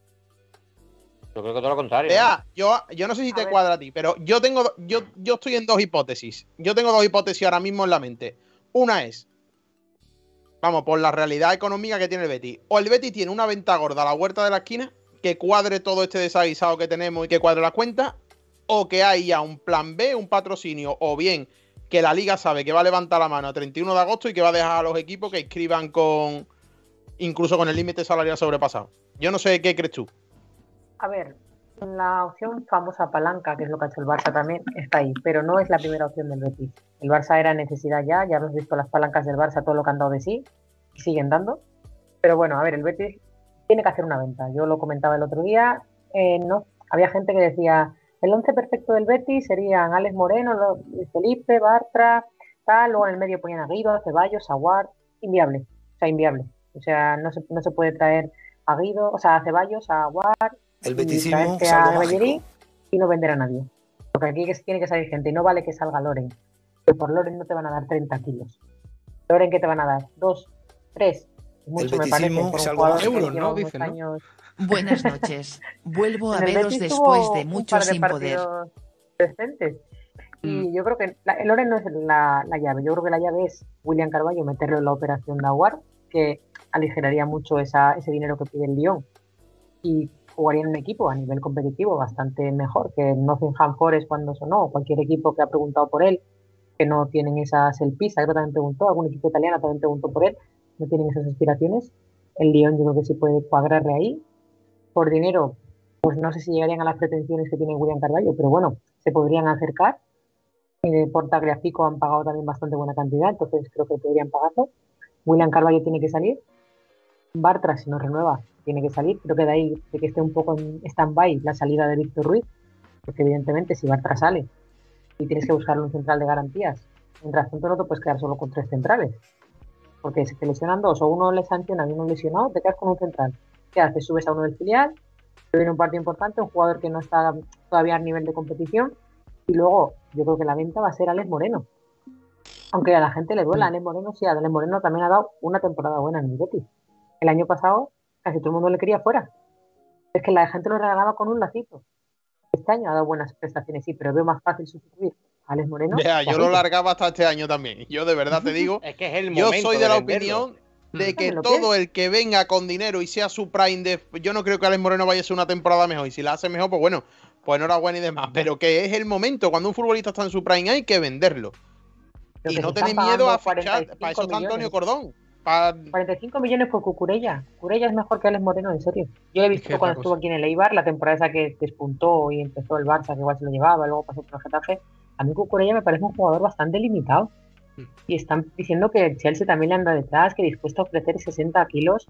Yo creo que todo lo contrario. ¿no? Vea, yo, yo no sé si A te ver. cuadra a ti, pero yo tengo, yo, yo estoy en dos hipótesis. Yo tengo dos hipótesis ahora mismo en la mente. Una es, vamos, por la realidad económica que tiene el Betis. O el Betis tiene una venta gorda a la huerta de la esquina, que cuadre todo este desaguisado que tenemos y que cuadre la cuenta, o que haya un plan B, un patrocinio, o bien que la liga sabe que va a levantar la mano a treinta y uno de agosto y que va a dejar a los equipos que inscriban con, incluso con el límite salarial sobrepasado. Yo no sé qué crees tú. A ver, la opción famosa palanca, que es lo que ha hecho el Barça también, está ahí, pero no es la primera opción del Betis. El Barça era necesidad ya, ya hemos visto las palancas del Barça, todo lo que han dado de sí, y siguen dando. Pero bueno, a ver, el Betis tiene que hacer una venta. Yo lo comentaba el otro día, eh, no, había gente que decía, el once perfecto del Betis serían Alex Moreno, lo- Luis Felipe, Bartra, tal, luego en el medio ponían a Guido, a Ceballos, a Ward, inviable, o sea, inviable. O sea, no se, no se puede traer a Guido, o sea, a Ceballos, a Ward, El y betisismo traerte es algo a mágico. Bellerín y no vender a nadie. Porque Porque aquí que tiene que salir gente y no vale que salga Loren. Que por Loren no te van a dar treinta kilos. Loren, ¿qué te van a dar? ¿Dos? ¿Tres? Mucho me parece. Por es un algo jugador más que euros, lleva ¿no? unos Dicen, ¿no? años- Buenas noches. Vuelvo a En el veros Betis después tuvo de un mucho par de sin poder. partidos decentes. Y yo creo que la- el Loren no es la, la llave. Yo creo que la llave es William Carvalho meterlo en la operación de Aguar, que aligeraría mucho esa, ese dinero que pide el Lyon. Y jugaría en un equipo a nivel competitivo bastante mejor que Nottingham Forest cuando sonó, o cualquier equipo que ha preguntado por él, que no tienen esas, el Pisa, creo que también preguntó, algún equipo italiano también preguntó por él, no tienen esas aspiraciones. El Lyon yo creo que sí puede cuadrarle ahí. Por dinero, pues no sé si llegarían a las pretensiones que tiene William Carvalho, pero bueno, se podrían acercar. Eh, por Tagliafico han pagado también bastante buena cantidad, entonces creo que podrían pagarlo. William Carvalho tiene que salir. Bartra, si no renueva, tiene que salir. Creo que de ahí de que esté un poco en stand-by la salida de Víctor Ruiz, porque evidentemente si Bartra sale y tienes que buscar un central de garantías, mientras tanto no te puedes quedar solo con tres centrales, porque si te lesionan dos o uno le sancionan y uno lesionado, te quedas con un central. ¿Qué haces? Subes a uno del filial, te viene un partido importante, un jugador que no está todavía a nivel de competición, y luego yo creo que la venta va a ser Alex Moreno. Aunque a la gente le duela, Alex Moreno sí, Alex Moreno también ha dado una temporada buena en el Betis. El año pasado casi todo el mundo le quería fuera. Es que la gente lo regalaba con un lacito. Este año ha dado buenas prestaciones, sí, pero veo más fácil sustituir a Alex Moreno. Vea, que yo a lo Rico. largaba hasta este año también. Yo de verdad te digo, Es que es el yo momento soy de de la venderlo. opinión de que ¿Me lo todo quieres? el que venga con dinero y sea su prime de... Yo no creo que Alex Moreno vaya a ser una temporada mejor. Y si la hace mejor, pues bueno, pues enhorabuena y demás. Pero que es el momento, cuando un futbolista está en su prime hay que venderlo. Pero Y que no se están tener miedo a pagando fichar. cuarenta y cinco Para eso está Antonio millones. Cordón. Para... cuarenta y cinco millones por Cucurella. Cucurella es mejor que Alex Moreno, en serio. Yo lo he visto que es cuando la estuvo cosa. aquí en el Eibar, la temporada esa que despuntó y empezó el Barça, que igual se lo llevaba, luego pasó por el Getafe. A mí Cucurella me parece un jugador bastante limitado. Mm. Y están diciendo que el Chelsea también le anda detrás, que dispuesto a ofrecer sesenta kilos.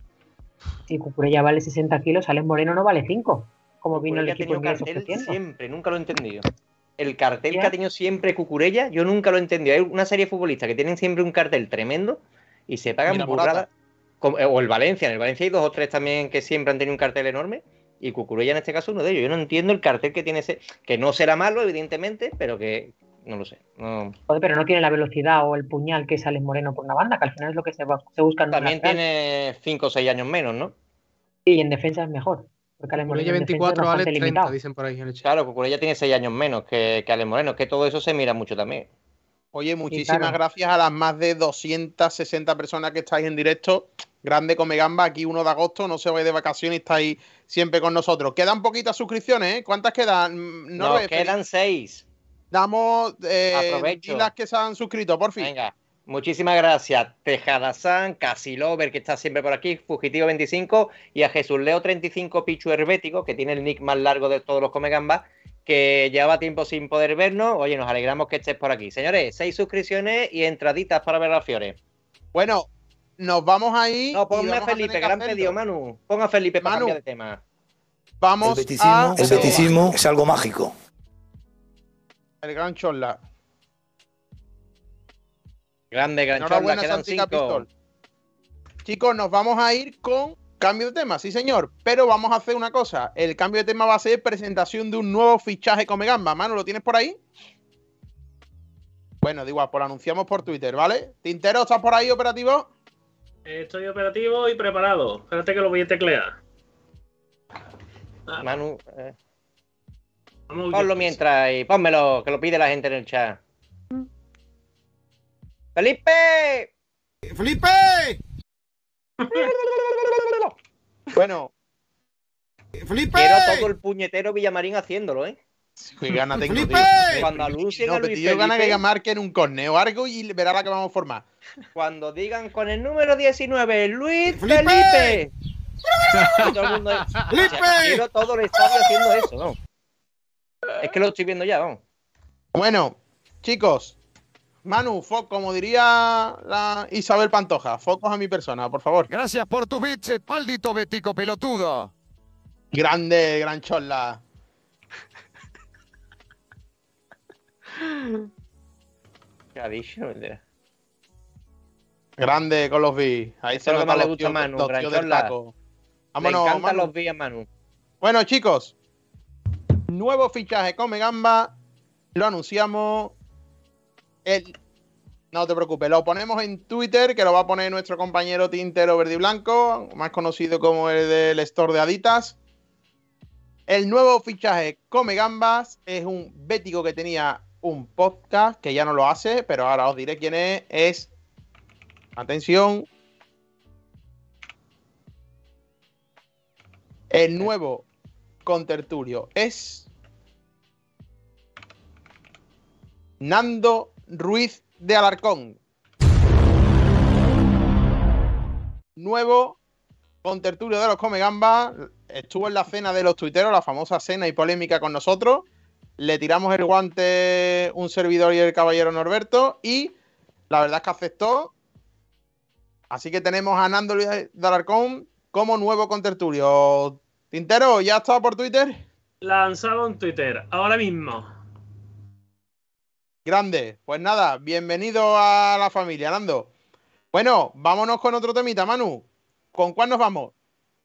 Si Cucurella vale sesenta kilos, Alex Moreno no vale cinco. Como vino el Cucurella ha equipo tenido inglés cartel ofreciendo. siempre, nunca lo he entendido. El cartel Ya. que ha tenido siempre Cucurella, yo nunca lo he entendido. Hay una serie de futbolistas que tienen siempre un cartel tremendo y se pagan Mira, Morata. burradas. Como- O el Valencia, en el Valencia hay dos o tres también que siempre han tenido un cartel enorme. Y Cucurella en este caso uno de ellos. Yo no entiendo el cartel que tiene ese. Que no será malo, evidentemente, pero que no lo sé. No. Joder, pero no tiene la velocidad o el puñal que es Alex Moreno por una banda, que al final es lo que se, va- se busca en un También lateral. tiene cinco o seis años menos, ¿no? Y en defensa es mejor. Porque Alex Moreno Cucurella en defensa es veinticuatro, bastante Alex treinta, limitado. dicen por ahí en el chat. Claro, Cucurella tiene seis años menos que, que Alex Moreno. Que todo eso se mira mucho también. Oye, muchísimas claro. gracias a las más de doscientas sesenta personas que estáis en directo. Grande Come Gamba, aquí uno de agosto, no se vais de vacaciones y estáis siempre con nosotros. Quedan poquitas suscripciones, ¿eh? ¿Cuántas quedan? Mm, Nos Norbe, quedan seis. Damos eh, Aprovecho. di las que se han suscrito, por fin. Venga, muchísimas gracias. Tejada-san, Casilover, que está siempre por aquí, Fugitivo veinticinco, y a Jesús Leo treinta y cinco Pichu Herbético, que tiene el nick más largo de todos los Comegambas, que llevaba tiempo sin poder vernos. Oye, nos alegramos que estés por aquí. Señores, seis suscripciones y entraditas para ver las Fiores. Bueno, nos vamos ahí. No, y ponme a vamos a Felipe, tener que gran hacerlo. pedido, Manu. Pon a Felipe para Manu. cambiar de tema. Vamos El beticismo, a el beticismo es algo mágico. el gran Chorla. Grande, gran Chorla, Enhorabuena, quedan Santi cinco. Capistol. Chicos, nos vamos a ir con cambio de tema, sí señor. Pero vamos a hacer una cosa. El cambio de tema va a ser presentación de un nuevo fichaje Come Gamba. Manu, ¿lo tienes por ahí? Bueno, da igual, pues lo anunciamos por Twitter, ¿vale? Tintero, ¿estás por ahí operativo? Estoy operativo y preparado. Espérate que lo voy a teclear. Ah, Manu, eh, vamos, ponlo yo- mientras y pónmelo, que lo pide la gente en el chat. ¡Felipe! ¡Felipe! Bueno, ¡Felipe! Quiero todo el puñetero Villamarín haciéndolo, ¿eh? qué gana tengo, ¡Felipe! tío. Cuando anuncien No, a pero Luis tío, gana que Felipe, marquen un corneo o algo y verá la que vamos a formar. cuando digan con el número diecinueve, Luis ¡Felipe! Felipe. Y todo el mundo, o sea, ¡Felipe! quiero todo el estadio haciendo eso, ¿no? Es que lo estoy viendo ya, vamos. Bueno, chicos, Manu, fo- como diría la Isabel Pantoja, focos a mi persona, por favor. Gracias por tu bits, maldito betico pelotudo. Grande, gran Chorla. ¿Qué ha dicho? Grande con los B. Ahí Eso se es lo que nota más le los gusta a tíos, Manu, los gran tíos del Chorla. taco. Me Vámonos, encantan Manu. los vías, Manu. Bueno, chicos, nuevo fichaje Come Gamba. lo anunciamos. El... No te preocupes, lo ponemos en Twitter, que lo va a poner nuestro compañero Tintero Verde y Blanco, más conocido como el del store de Adidas. El nuevo fichaje Come Gambas es un bético que tenía un podcast, que ya no lo hace, pero ahora os diré quién es. Es, atención, el nuevo contertulio es Nando Ruiz de Alarcón. Nuevo contertulio de los Come Gambas. Estuvo en la cena de los tuiteros, la famosa cena y polémica con nosotros. Le tiramos el guante un servidor y el caballero Norberto y la verdad es que aceptó. Así que tenemos a Nando Luis de Alarcón como nuevo contertulio. Tintero, ¿ya está por Twitter? Lanzado en Twitter, ahora mismo. Grande. Pues nada, bienvenido a la familia, Nando. Bueno, vámonos con otro temita, Manu. ¿Con cuál nos vamos?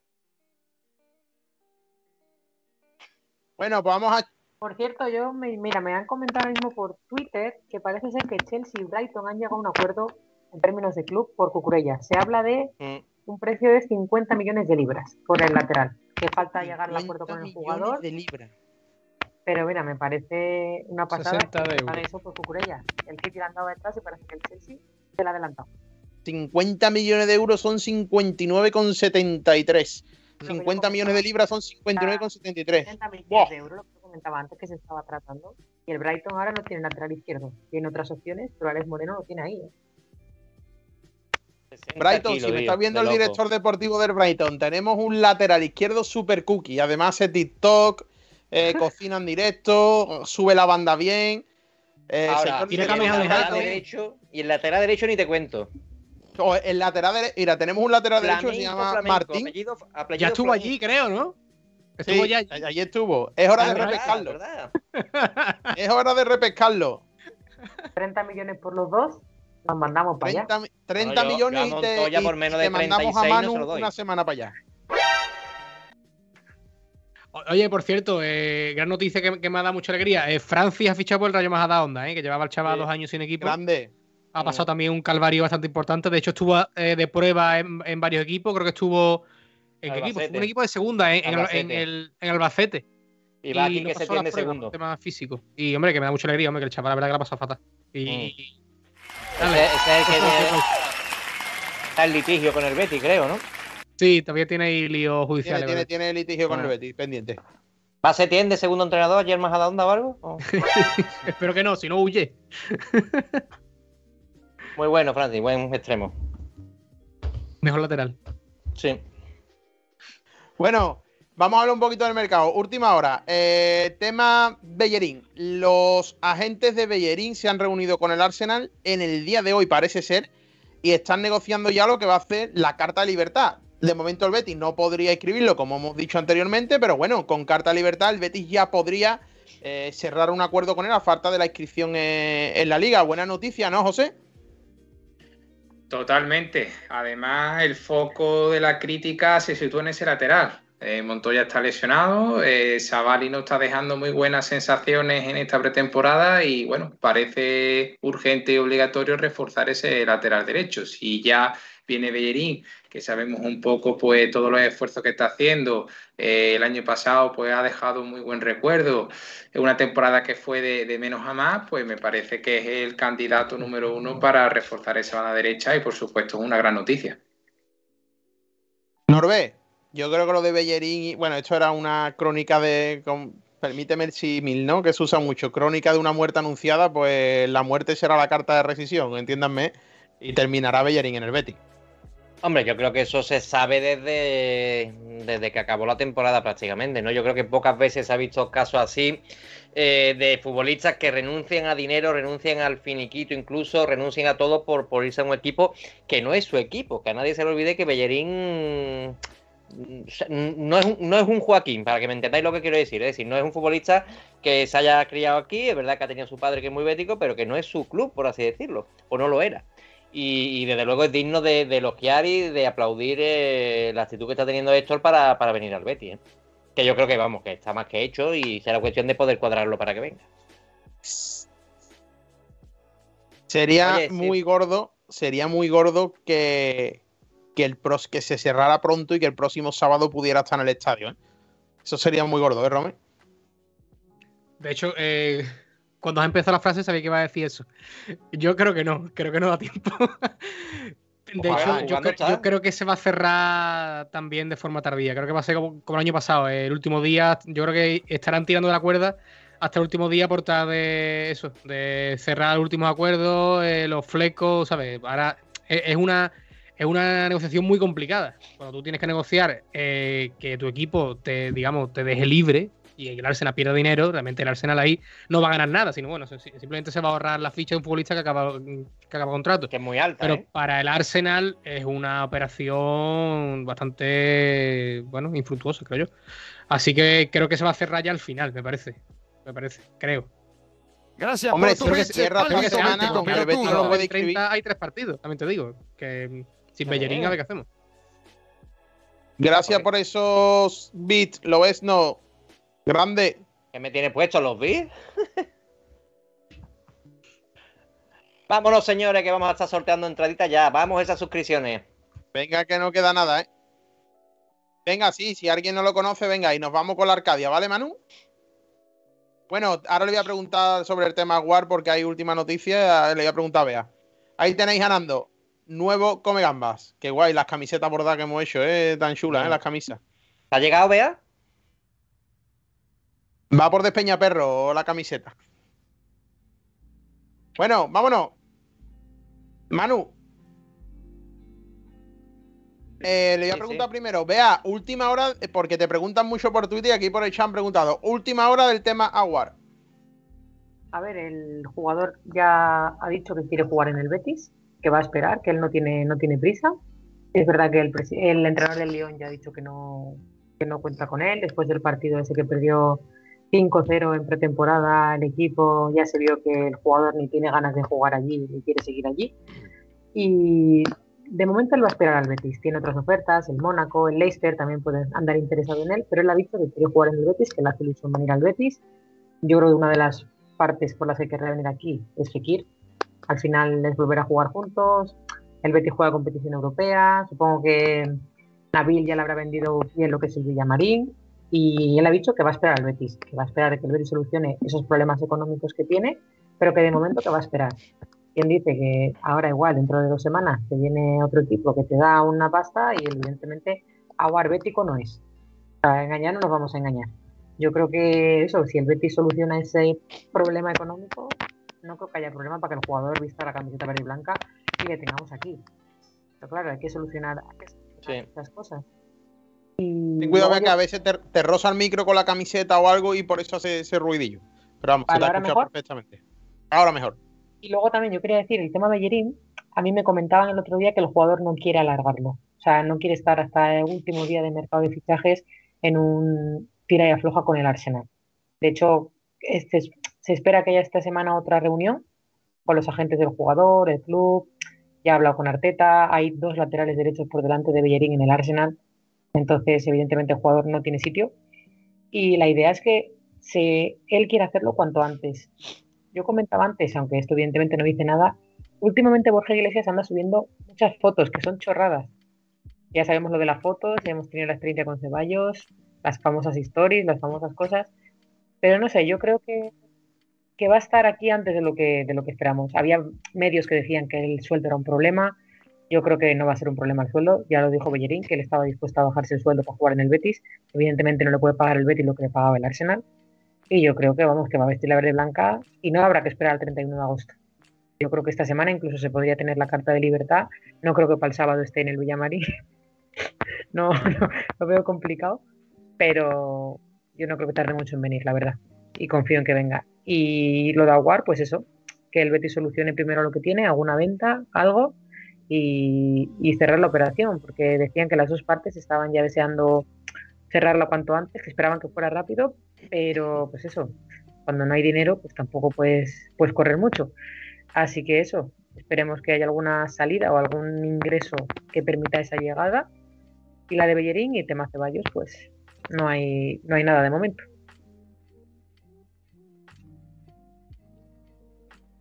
Bueno, pues vamos a... Por cierto, yo me, mira, me han comentado ahora mismo por Twitter que parece ser que Chelsea y Brighton han llegado a un acuerdo en términos de club por Cucurella. Se habla de mm. un precio de cincuenta millones de libras por el lateral. Que falta llegar al acuerdo con el jugador. De libras. Pero mira, me parece una pasada para eso por Cucurella. El City le han dado detrás y parece que el Chelsea se le ha adelantado. cincuenta millones de euros son cincuenta y nueve coma setenta y tres. cincuenta millones de libras son cincuenta y nueve coma setenta y tres. setenta millones wow. de euros, lo que comentaba antes que se estaba tratando. Y el Brighton ahora no tiene lateral izquierdo. Tiene otras opciones, pero Alex Moreno lo tiene ahí. ¿eh? Brighton, si me está viendo el director deportivo del Brighton, tenemos un lateral izquierdo super cookie. Además es TikTok, eh, cocina en directo, sube la banda bien. Eh, ahora, tiene el lateral derecho, y el lateral derecho ni te cuento. O el lateral derecho, mira, tenemos un lateral flamenco, derecho que se llama flamenco, Martín. Apellido, apellido ya estuvo flamenco. Allí, creo, ¿no? Estuvo sí, ya allí. allí estuvo. Es hora ah, de verdad, repescarlo. Verdad. Es hora de repescarlo. treinta millones por los dos. Nos mandamos para treinta, allá. treinta bueno, yo, millones yo y te, y, por menos y de te mandamos a Manu no una semana para allá. Oye, por cierto, eh, gran noticia que, que me ha dado mucha alegría. Eh, Francis ha fichado por el Rayo Majadahonda, eh, que llevaba el chaval sí. dos años sin equipo. Grande. Ha pasado mm. también un calvario bastante importante. De hecho, estuvo eh, de prueba en, en varios equipos. Creo que estuvo en qué equipo? Estuvo un equipo de segunda, eh, en, en, el, en Albacete. Y va aquí que se tiene segundo. Tema físico. Y hombre, que me da mucha alegría, hombre, que el chaval la verdad que la ha pasado fatal. Y. Mm. Ese, ese es el que tiene, está en litigio con el Betis, creo, ¿no? Sí, todavía tiene ahí lío judicial. Tiene, tiene, tiene litigio con ah. el Betis, pendiente. ¿Va a Setién de segundo entrenador ayer más Majadahonda o algo? ¿O? Espero que no, si no huye. Muy bueno, Francis, buen extremo. Mejor lateral. Sí. Bueno, vamos a hablar un poquito del mercado. Última hora. Eh, tema Bellerín. Los agentes de Bellerín se han reunido con el Arsenal en el día de hoy, parece ser, y están negociando ya lo que va a hacer la Carta de Libertad. De momento el Betis no podría escribirlo, como hemos dicho anteriormente, pero bueno, con Carta de Libertad el Betis ya podría eh, cerrar un acuerdo con él a falta de la inscripción eh, en la Liga. Buena noticia, ¿no, José? Totalmente. Además, el foco de la crítica se sitúa en ese lateral. Eh, Montoya está lesionado, eh, Savali no está dejando muy buenas sensaciones en esta pretemporada y bueno, parece urgente y obligatorio reforzar ese lateral derecho. Si ya viene Bellerín, que sabemos un poco pues todos los esfuerzos que está haciendo, eh, el año pasado pues ha dejado un muy buen recuerdo, una temporada que fue de, de menos a más, pues me parece que es el candidato número uno para reforzar esa banda derecha y por supuesto es una gran noticia. Norbe, yo creo que lo de Bellerín, bueno, esto era una crónica de, con, permíteme el símil, ¿no? Que se usa mucho, crónica de una muerte anunciada, pues la muerte será la carta de rescisión, entiéndanme, y terminará Bellerín en el Betis. Hombre, yo creo que eso se sabe desde, desde que acabó la temporada prácticamente, ¿no? Yo creo que pocas veces se ha visto casos así eh, de futbolistas que renuncian a dinero, renuncian al finiquito incluso, renuncian a todo por, por irse a un equipo que no es su equipo, que a nadie se le olvide que Bellerín no es, un, no es un Joaquín, para que me entendáis lo que quiero decir, es decir, no es un futbolista que se haya criado aquí, es verdad que ha tenido su padre que es muy bético, pero que no es su club, por así decirlo, o no lo era. Y, y desde luego es digno de, de elogiar y de aplaudir eh, la actitud que está teniendo Héctor para, para venir al Betis, ¿eh? Que yo creo que vamos, que está más que hecho y será cuestión de poder cuadrarlo para que venga. Sería Oye, sí. muy gordo, sería muy gordo que, que, el pros, que se cerrara pronto y que el próximo sábado pudiera estar en el estadio, ¿eh? Eso sería muy gordo, ¿eh, Rome? De hecho, eh, cuando has empezado la frase sabía que iba a decir eso. Yo creo que no, creo que no da tiempo. De Ojalá, hecho, yo, ¿cuándo cre- está? yo creo que se va a cerrar también de forma tardía. Creo que va a ser como, como el año pasado. El último día, yo creo que estarán tirando de la cuerda hasta el último día por tratar de eso, de cerrar los últimos acuerdos, eh, los flecos, ¿sabes? Ahora es, es una es una negociación muy complicada. Cuando tú tienes que negociar eh, que tu equipo te, digamos, te deje libre y el Arsenal pierde dinero, realmente el Arsenal ahí no va a ganar nada, sino bueno, simplemente se va a ahorrar la ficha de un futbolista que acaba, que acaba contrato. Que es muy alta, Pero ¿eh? para el Arsenal es una operación bastante, bueno, infructuosa, creo yo. Así que creo que se va a cerrar ya al final, me parece. Me parece, creo. Gracias Hombre, por tu creo que leche, cierra Creo que esta sea semana, antes, Pablito aunque el Betis no lo pelotudo. puede en treinta escribir. hay tres partidos, también te digo. Que sin Joder. Bellerín, a ver qué hacemos. Gracias por esos bits, lo ves, no. Grande. ¿Qué me tiene puesto los bits? Vámonos, señores, que vamos a estar sorteando entraditas ya. Vamos a esas suscripciones. Venga, que no queda nada, ¿eh? Venga, sí, si alguien no lo conoce, venga, y nos vamos con la Arcadia, ¿vale, Manu? Bueno, ahora le voy a preguntar sobre el tema War porque hay última noticia, le voy a preguntar a Bea. Ahí tenéis ganando nuevo Come Gambas. Qué guay, las camisetas bordadas que hemos hecho, ¿eh? Tan chulas, ¿eh? Las camisas. ¿Te ha llegado, Bea? Va por Despeñaperro la camiseta. Bueno, vámonos. Manu. Eh, le voy a Sí, preguntar sí. primero, Bea, última hora, eh, porque te preguntan mucho por Twitter y aquí por el chat han preguntado. Última hora del tema Aguar. A ver, el jugador ya ha dicho que quiere jugar en el Betis, que va a esperar, que él no tiene, no tiene prisa. Es verdad que el, presi- el entrenador del Lyon ya ha dicho que no, que no cuenta con él. Después del partido ese que perdió cinco cero en pretemporada, el equipo ya se vio que el jugador ni tiene ganas de jugar allí, ni quiere seguir allí. Y de momento él va a esperar al Betis. Tiene otras ofertas, el Mónaco, el Leicester también pueden andar interesado en él, pero él ha dicho que quiere jugar en el Betis, que le hace ilusión venir al Betis. Yo creo que una de las partes por las que querrá venir aquí es Fekir. Al final es volver a jugar juntos. El Betis juega competición europea. Supongo que Nabil ya le habrá vendido bien lo que es el Villamarín. Y él ha dicho que va a esperar al Betis, que va a esperar a que el Betis solucione esos problemas económicos que tiene, pero que de momento que va a esperar. Quien dice que ahora igual, dentro de dos semanas, te viene otro equipo que te da una pasta y evidentemente Aguar bético no es. O sea, engañar no nos vamos a engañar. Yo creo que eso, si el Betis soluciona ese problema económico, no creo que haya problema para que el jugador vista la camiseta verde y blanca y le tengamos aquí. Pero claro, hay que solucionar, hay que solucionar Sí. estas cosas. Y Ten cuidado, luego Bea, que yo- a veces te, te roza el micro con la camiseta o algo y por eso hace ese ruidillo. Pero vamos, Vale, se te ha ¿ahora escuchado mejor? perfectamente. Ahora mejor. Y luego también yo quería decir, el tema Bellerín, a mí me comentaban el otro día que el jugador no quiere alargarlo. O sea, no quiere estar hasta el último día de mercado de fichajes en un tira y afloja con el Arsenal. De hecho, este, es- se espera que haya esta semana otra reunión con los agentes del jugador, el club. Ya ha hablado con Arteta, hay dos laterales derechos por delante de Bellerín en el Arsenal. Entonces, evidentemente, el jugador no tiene sitio. Y la idea es que se, él quiere hacerlo cuanto antes. Yo comentaba antes, aunque esto evidentemente no dice nada, últimamente Borja Iglesias anda subiendo muchas fotos que son chorradas. Ya sabemos lo de las fotos, ya hemos tenido la experiencia con Ceballos, las famosas stories, las famosas cosas, pero no sé, yo creo que, que va a estar aquí antes de lo que, de lo que esperamos. Había medios que decían que el sueldo era un problema, yo creo que no va a ser un problema el sueldo, ya lo dijo Bellerín, que él estaba dispuesto a bajarse el sueldo para jugar en el Betis, evidentemente no le puede pagar el Betis lo que le pagaba el Arsenal, y yo creo que vamos, que va a vestir la verde y blanca y no habrá que esperar al treinta y uno de agosto. Yo creo que esta semana incluso se podría tener la carta de libertad. No creo que para el sábado esté en el Villamarín. No, no, lo veo complicado, pero yo no creo que tarde mucho en venir, la verdad. Y confío en que venga. Y lo de Aguar, pues eso, que el Betis solucione primero lo que tiene, alguna venta, algo, y, y cerrar la operación, porque decían que las dos partes estaban ya deseando cerrarla cuanto antes, que esperaban que fuera rápido, pero pues eso, cuando no hay dinero, pues tampoco puedes, puedes correr mucho. Así que eso, esperemos que haya alguna salida o algún ingreso que permita esa llegada. Y la de Bellerín y tema Ceballos, pues no hay, no hay nada de momento.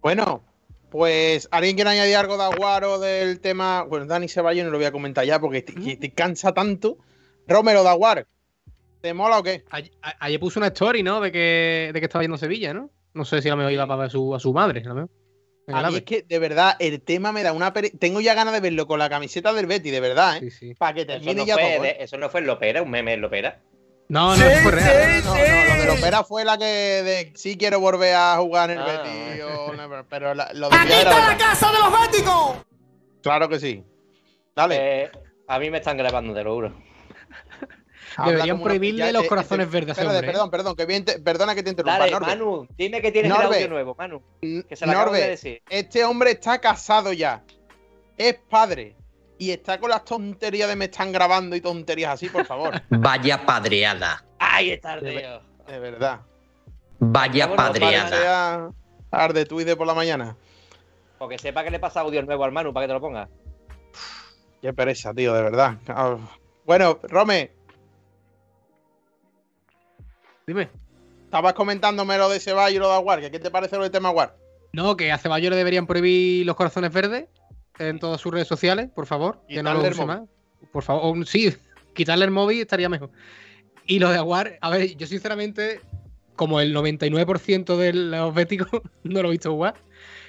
Bueno, pues ¿alguien quiere añadir algo de Aguar o del tema? Bueno, Dani Ceballos no lo voy a comentar ya porque te, te cansa tanto. Romero de Aguar, ¿te mola o qué? Ayer, ayer puso una story, ¿no? De que, de que estaba yendo a Sevilla, ¿no? No sé si a lo mejor iba para ver a su, a su madre, a lo mejor. A mí es que, de verdad, el tema me da una... Pere... Tengo ya ganas de verlo con la camiseta del Betis, de verdad, ¿eh? Sí, sí. Para que termine eso no ya fue, todo, de, ¿eh? Eso no fue en Lopera, un meme en Lopera. No, no, sí, fue real. No, no, lo de Lopera fue la que de sí quiero volver a jugar en el Ah. Betis. O, no, pero la, lo de ¡Aquí era está la verdad. casa de los béticos! Claro que sí. Dale. Eh, a mí me están grabando, te lo juro. Habla Deberían como una- prohibirle ya, los eh, corazones eh, verdes a ese espérate, hombre, ¿eh? Perdón, perdón, que bien te- perdona que te interrumpa. Dale, Norbe. Manu, dime que tienes el Norbe. audio nuevo, Manu. Que se lo acabo Norbe, de decir. este hombre está casado ya. Es padre. Y está con las tonterías de me están grabando y tonterías así, por favor. Vaya padreada. Ahí está el De, tío. de verdad. Vaya Bueno, padreada. Sea arde Twitter por la mañana. Porque sepa que le pasa audio nuevo al Manu para que te lo ponga. Qué pereza, tío, de verdad. Ah, Bueno, Rome, Dime. estabas comentándome lo de Ceballos y lo de Aguar. ¿Qué te parece lo del tema Aguar? No, que a Ceballos le deberían prohibir los corazones verdes en todas sus redes sociales, por favor. Que no lo Quitarle el use móvil. más. Por favor, o, sí, quitarle el móvil estaría mejor. Y lo de Aguar, a ver, yo sinceramente, como el noventa y nueve por ciento de los béticos no lo he visto jugar,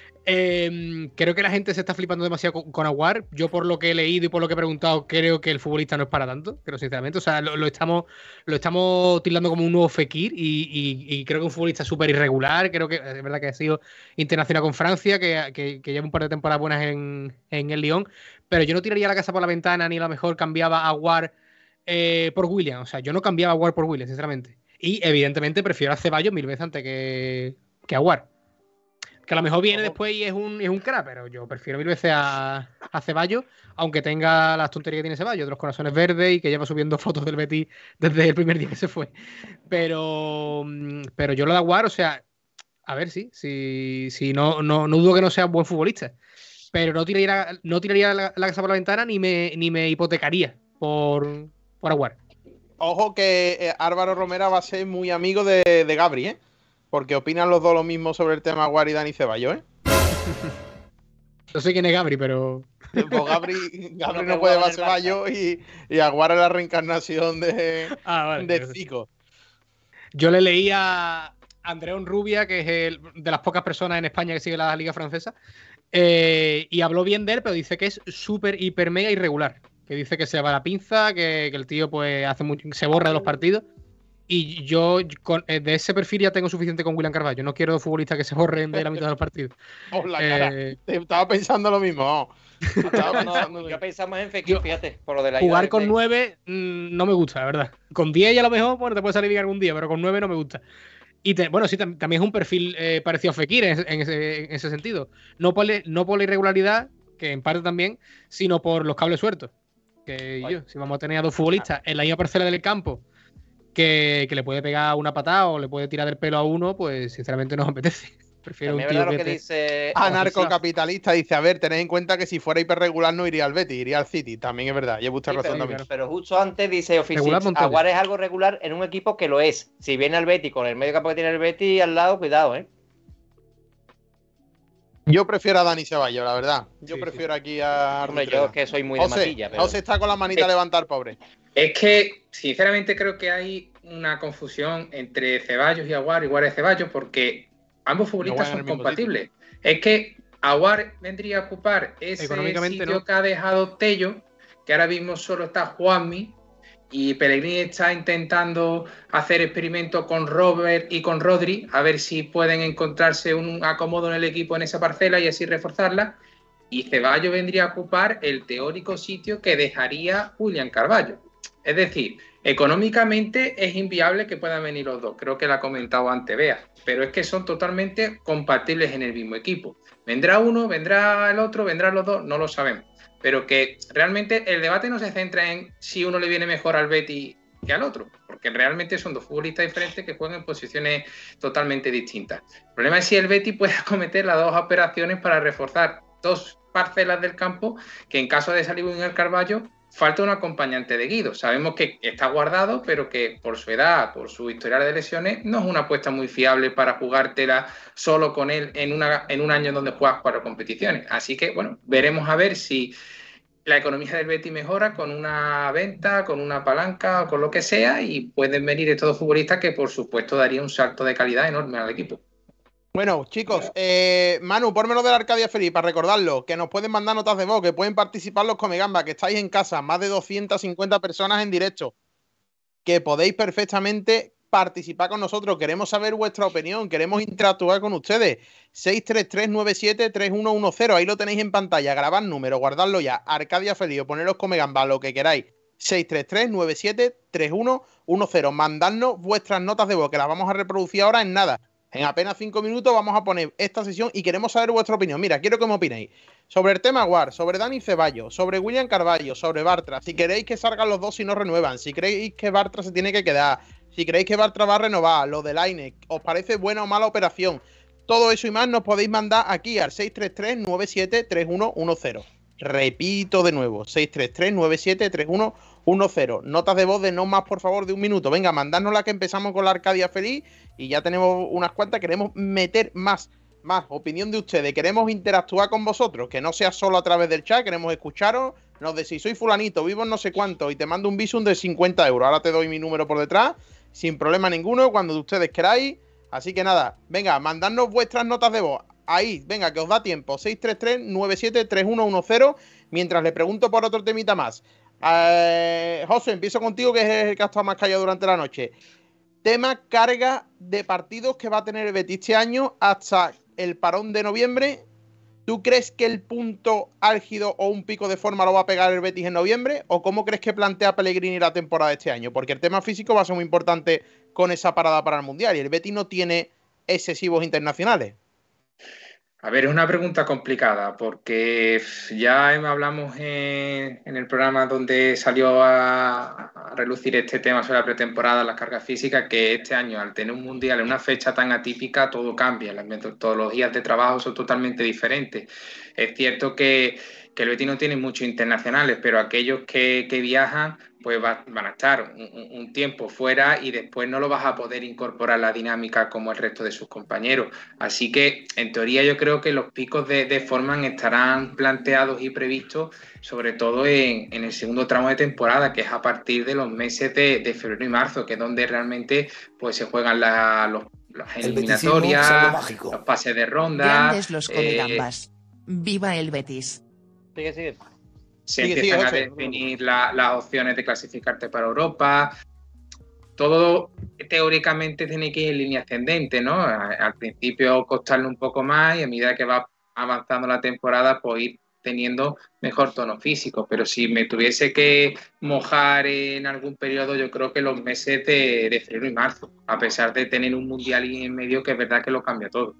eh, creo que la gente se está flipando demasiado con, con Aguar. Yo, por lo que he leído y por lo que he preguntado, creo que el futbolista no es para tanto, creo sinceramente. O sea, lo, lo estamos lo estamos tildando como un nuevo Fekir y, y- y creo que un futbolista súper irregular. Creo que es verdad que ha sido internacional con Francia, que, que- que lleva un par de temporadas buenas en, en el Lyon, pero yo no tiraría la casa por la ventana ni a lo mejor cambiaba a Aguar eh, por William. O sea, yo no cambiaba a Aguar por William, sinceramente. Y evidentemente prefiero a Ceballos mil veces antes que, que a Aguar. Que a lo mejor viene después y es un, es un crack, pero yo prefiero mil veces a, a Ceballos, aunque tenga las tonterías que tiene Ceballos, de los corazones verdes y que lleva subiendo fotos del Betis desde el primer día que se fue. Pero, mm, pero yo lo de Aguar, o sea, a ver, sí, sí, sí no, no, no dudo que no sea un buen futbolista, pero no tiraría, no tiraría la, la casa por la ventana ni me, ni me hipotecaría por, por Aguar. Ojo que eh, Álvaro Romera va a ser muy amigo de, de Gabri, ¿eh? Porque opinan los dos lo mismo sobre el tema Aguar y Dani Ceballos, ¿eh? No sé quién es Gabri, pero... Pues Gabri, Gabri Uno que no puede jugaba más en el Ceballos y, y Aguar es la reencarnación de, Ah, vale, de creo que sí. Zico. Yo le leí a Andreón Rubia, que es el, de las pocas personas en España que sigue la Liga Francesa, eh, y habló bien de él, pero dice que es súper, hiper, mega irregular. Que dice que se va a la pinza, que, que el tío pues hace mucho, se borra de los partidos. Y yo con, eh, de ese perfil ya tengo suficiente con William Carvalho. No quiero futbolistas que se borren de la mitad de los partidos. Oh, la cara. Eh, Te- Estaba pensando lo mismo. vamos. Estaba No, pensando lo yo mismo. pensaba más en Fekir, fíjate, por lo de la Jugar ida con de- nueve mm, no me gusta, la verdad. Con diez ya a lo mejor, bueno, te puede salir bien algún día, pero con nueve no me gusta. Y te- bueno, sí, tam- también es un perfil eh, parecido a Fekir en, en ese, en ese sentido. No por, le- no por la irregularidad, que en parte también, sino por los cables sueltos. Que yo, si vamos a tener a dos futbolistas en la misma parcela del campo que, que le puede pegar una patada o le puede tirar del pelo a uno, pues sinceramente no me apetece. Prefiero También un es tío verdad lo que que te- dice. Anarcocapitalista dice, a ver, tened en cuenta que si fuera hiperregular no iría al Betis, iría al City. También es verdad, lleva usted Sí, razón pero, también. pero justo antes dice Oficial, Regular Montoya. Aguar es algo regular en un equipo que lo es. Si viene al Betis con el medio campo que tiene el Betis al lado, cuidado, ¿eh? Yo prefiero a Dani Ceballos, la verdad. Yo Sí, prefiero aquí a Hombre, Arbitrera. yo es que soy muy de José, matilla, pero. José está con la manita a levantar, pobre. Es que, sinceramente, creo que hay una confusión entre Ceballos y Aguar, igual es Ceballos, porque ambos futbolistas juegan en son el mismo compatibles. Es que Aguar vendría a ocupar ese Económicamente, sitio no. que ha dejado Tello, que ahora mismo solo está Juanmi, y Pellegrini está intentando hacer experimentos con Robert y con Rodri, a ver si pueden encontrarse un acomodo en el equipo en esa parcela y así reforzarla. Y Ceballos vendría a ocupar el teórico sitio que dejaría William Carvalho. Es decir, económicamente es inviable que puedan venir los dos. Creo que lo ha comentado antes Bea. Pero es que son totalmente compatibles en el mismo equipo. Vendrá uno, vendrá el otro, vendrán los dos, no lo sabemos. Pero que realmente el debate no se centra en si uno le viene mejor al Betis que al otro. Porque realmente son dos futbolistas diferentes que juegan en posiciones totalmente distintas. El problema es si el Betis puede acometer las dos operaciones para reforzar dos parcelas del campo que en caso de salir William Carvalho falta un acompañante de Guido. Sabemos que está guardado, pero que por su edad, por su historial de lesiones, no es una apuesta muy fiable para jugártela solo con él en, una, en un año donde juegas cuatro competiciones. Así que, bueno, veremos a ver si la economía del Betis mejora con una venta, con una palanca o con lo que sea, y pueden venir estos dos futbolistas que, por supuesto, daría un salto de calidad enorme al equipo. Bueno, chicos, eh, Manu, pónmelo de la Arcadia Feliz para recordarlo, que nos pueden mandar notas de voz, que pueden participar los Comegamba, que estáis en casa, más de doscientas cincuenta personas en directo, que podéis perfectamente participar con nosotros. Queremos saber vuestra opinión, queremos interactuar con ustedes. seis tres tres nueve siete tres uno uno cero, ahí lo tenéis en pantalla, grabad número, guardadlo ya, Arcadia Feliz, o poneros Comegamba, lo que queráis. seis tres tres nueve siete tres uno uno cero, mandadnos vuestras notas de voz, que las vamos a reproducir ahora en nada. En apenas cinco minutos vamos a poner esta sesión y queremos saber vuestra opinión. Mira, quiero que me opinéis sobre el tema War, sobre Dani Ceballos, sobre William Carvalho, sobre Bartra. Si queréis que salgan los dos si no renuevan, si creéis que Bartra se tiene que quedar, si creéis que Bartra va a renovar, lo del Lainez, ¿os parece buena o mala operación? Todo eso y más nos podéis mandar aquí al seis tres tres nueve siete tres uno uno cero. Repito de nuevo, seis tres tres nueve siete tres uno uno cero. Notas de voz de no más, por favor, de un minuto. Venga, mandárnosla, que empezamos con la Arcadia Feliz y ya tenemos unas cuantas. Queremos meter más, más opinión de ustedes. Queremos interactuar con vosotros, que no sea solo a través del chat. Queremos escucharos. Nos decís, soy fulanito, vivo en no sé cuánto y te mando un visum de cincuenta euros. Ahora te doy mi número por detrás, sin problema ninguno, cuando ustedes queráis. Así que nada, venga, mandadnos vuestras notas de voz. Ahí, venga, que os da tiempo. seis tres tres nueve siete tres uno uno cero. Mientras le pregunto por otro temita más. Eh, José, empiezo contigo, que es el que ha estado más callado durante la noche. Tema carga de partidos que va a tener el Betis este año hasta el parón de noviembre. ¿Tú crees que el punto álgido o un pico de forma lo va a pegar el Betis en noviembre? ¿O cómo crees que plantea Pellegrini la temporada de este año? Porque el tema físico va a ser muy importante con esa parada para el Mundial y el Betis no tiene excesivos internacionales. A ver, es una pregunta complicada porque ya hablamos en, en el programa donde salió a, a relucir este tema sobre la pretemporada, las cargas físicas, que este año, al tener un mundial en una fecha tan atípica, todo cambia, las metodologías de trabajo son totalmente diferentes. Es cierto que, que el Betis no tiene muchos internacionales, pero aquellos que, que viajan pues va, van a estar un, un tiempo fuera y después no lo vas a poder incorporar a la dinámica como el resto de sus compañeros. Así que, en teoría, yo creo que los picos de, de forma estarán planteados y previstos, sobre todo en, en el segundo tramo de temporada, que es a partir de los meses de, de febrero y marzo, que es donde realmente pues, se juegan la, los, las eliminatorias, los pases de ronda. Grandes los Comegambas. Eh, ¡Viva el Betis! Sigue, sigue. Se sigue, empiezan sigue, a definir la, las opciones de clasificarte para Europa. Todo teóricamente tiene que ir en línea ascendente, ¿no? Al principio costarle un poco más y a medida que va avanzando la temporada, pues ir teniendo mejor tono físico. Pero si me tuviese que mojar en algún periodo, yo creo que los meses de, de febrero y marzo, a pesar de tener un mundial ahí en medio, que es verdad que lo cambia todo.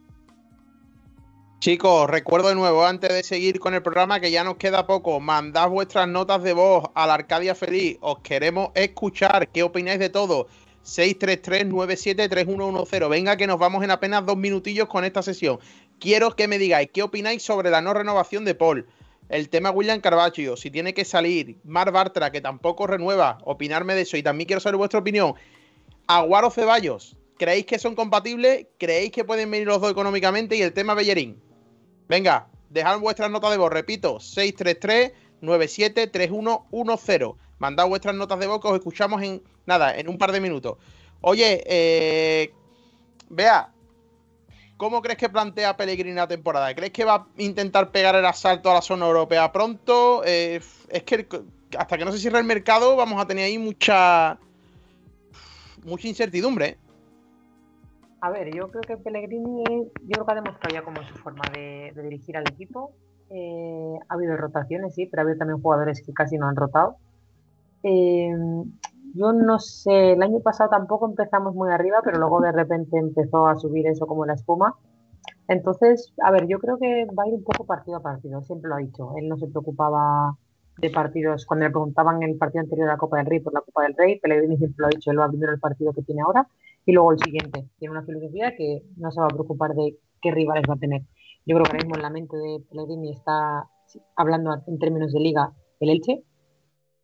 Chicos, recuerdo de nuevo, antes de seguir con el programa, que ya nos queda poco. Mandad vuestras notas de voz a la Arcadia Feliz. Os queremos escuchar. ¿Qué opináis de todo? seis tres tres nueve siete tres uno uno cero. Venga, que nos vamos en apenas dos minutillos con esta sesión. Quiero que me digáis qué opináis sobre la no renovación de Paul. El tema William Carvalho, si tiene que salir. Mar Bartra, que tampoco renueva. Opinarme de eso. Y también quiero saber vuestra opinión. Aguar o Ceballos, ¿creéis que son compatibles? ¿Creéis que pueden venir los dos económicamente? Y el tema Bellerín. Venga, dejad vuestras notas de voz, repito, seis tres tres nueve siete tres uno uno cero. Mandad vuestras notas de voz, que os escuchamos en nada, en un par de minutos. Oye, eh, Bea, ¿cómo crees que plantea Pellegrini la temporada? ¿Crees que va a intentar pegar el asalto a la zona europea pronto? Eh, es que hasta que no se cierre el mercado vamos a tener ahí mucha, mucha incertidumbre, ¿eh? A ver, yo creo que Pellegrini, yo creo que ha demostrado ya cómo es su forma de, de dirigir al equipo. Eh, ha habido rotaciones, sí, pero ha habido también jugadores que casi no han rotado. Eh, yo no sé, el año pasado tampoco empezamos muy arriba, pero luego de repente empezó a subir eso como la espuma. Entonces, a ver, yo creo que va a ir un poco partido a partido, siempre lo ha dicho. Él no se preocupaba de partidos, cuando le preguntaban en el partido anterior de la Copa del Rey por la Copa del Rey, Pellegrini siempre lo ha dicho, él va primero el partido que tiene ahora y luego el siguiente. Tiene una filosofía que no se va a preocupar de qué rivales va a tener. Yo creo que ahora mismo en la mente de Pellegrini está hablando en términos de liga el Elche,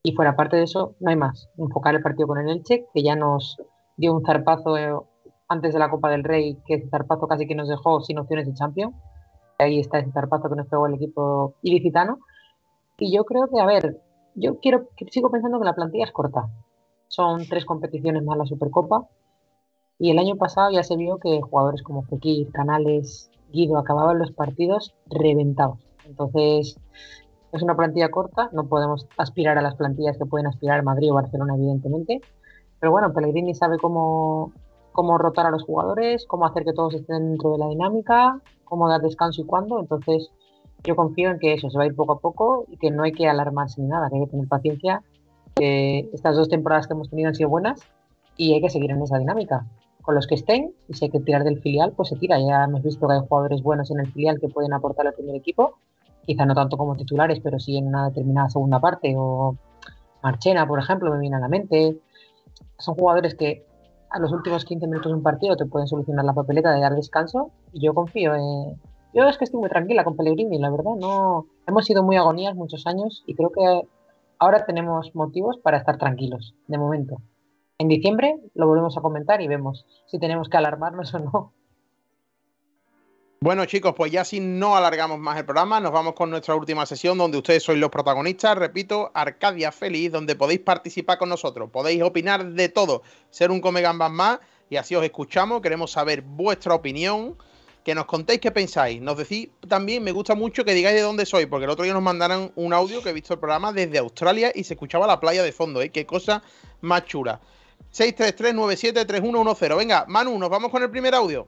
Y fuera parte de eso, no hay más. Enfocar el partido con el Elche, que ya nos dio un zarpazo eh, antes de la Copa del Rey, que ese zarpazo casi que nos dejó sin opciones de Champions. Ahí está ese zarpazo que nos pegó el equipo ilicitano. Y yo creo que, a ver, yo quiero, sigo pensando que la plantilla es corta. Son tres competiciones más la Supercopa. Y el año pasado ya se vio que jugadores como Fekir, Canales, Guido acababan los partidos reventados. Entonces, es una plantilla corta, no podemos aspirar a las plantillas que pueden aspirar Madrid o Barcelona, evidentemente. Pero bueno, Pellegrini sabe cómo, cómo rotar a los jugadores, cómo hacer que todos estén dentro de la dinámica, cómo dar descanso y cuándo. Entonces, yo confío en que eso se va a ir poco a poco y que no hay que alarmarse ni nada, que hay que tener paciencia. Que estas dos temporadas que hemos tenido han sido buenas y hay que seguir en esa dinámica. Con los que estén, y si hay que tirar del filial, pues se tira. Ya hemos visto que hay jugadores buenos en el filial que pueden aportar al primer equipo, quizá no tanto como titulares, pero sí en una determinada segunda parte, o Marchena, por ejemplo, me viene a la mente. Son jugadores que a los últimos quince minutos de un partido te pueden solucionar la papeleta de dar descanso, y yo confío en... Yo es que estoy muy tranquila con Pellegrini, la verdad, no... Hemos sido muy agonías muchos años y creo que ahora tenemos motivos para estar tranquilos, de momento. En diciembre lo volvemos a comentar y vemos si tenemos que alarmarnos o no. Bueno, chicos, pues ya si no alargamos más el programa, nos vamos con nuestra última sesión donde ustedes sois los protagonistas. Repito, Arcadia Feliz, donde podéis participar con nosotros, podéis opinar de todo, ser un Come Gambas más, y así os escuchamos. Queremos saber vuestra opinión, que nos contéis qué pensáis. Nos decís también, me gusta mucho que digáis de dónde sois, porque el otro día nos mandaron un audio que he visto el programa desde Australia y se escuchaba la playa de fondo, ¿eh? Qué cosa más chula. seis tres tres nueve siete tres uno uno cero. Venga, Manu, nos vamos con el primer audio.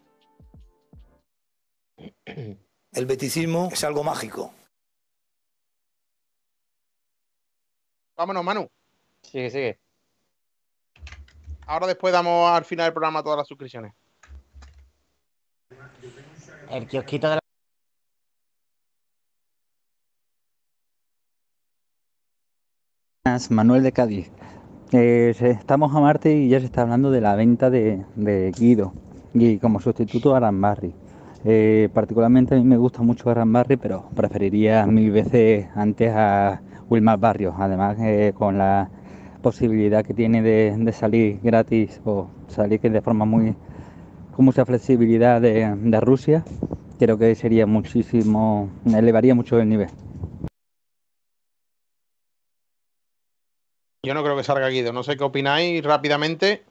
El beticismo es algo mágico. Vámonos, Manu. Sigue, sigue. Ahora después damos al final del programa todas las suscripciones. El kiosquito de la... Manuel de Cádiz. Eh, estamos a martes y ya se está hablando de la venta de, de Guido y como sustituto a Arambarri. Eh, particularmente a mí me gusta mucho Arambarri, pero preferiría mil veces antes a Wilmar Barrios. Además, eh, con la posibilidad que tiene de, de salir gratis o salir de forma muy con mucha flexibilidad de, de Rusia, creo que sería muchísimo, elevaría mucho el nivel. Yo no creo que salga Guido, no sé qué opináis rápidamente.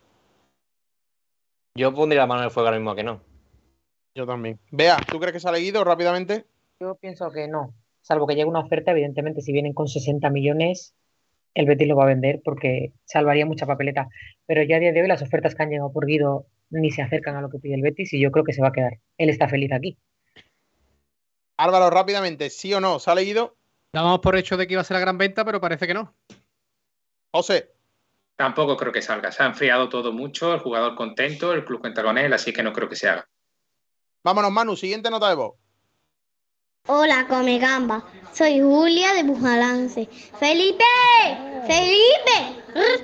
Yo pondría la mano en el fuego ahora mismo a que no. Yo también. Bea, ¿tú crees que sale Guido rápidamente? Yo pienso que no, salvo que llegue una oferta, evidentemente si vienen con sesenta millones, el Betis lo va a vender porque salvaría mucha papeleta. Pero ya a día de hoy las ofertas que han llegado por Guido ni se acercan a lo que pide el Betis y yo creo que se va a quedar. Él está feliz aquí. Álvaro, rápidamente, ¿sí o no? ¿Sale Guido? Dábamos por hecho de que iba a ser la gran venta, pero parece que no. José. Tampoco creo que salga. Se ha enfriado todo mucho, el jugador contento, el club cuenta con él, así que no creo que se haga. Vámonos, Manu, siguiente nota de voz. Hola, Come Gamba. Soy Julia de Bujalance. ¡Felipe! ¡Felipe!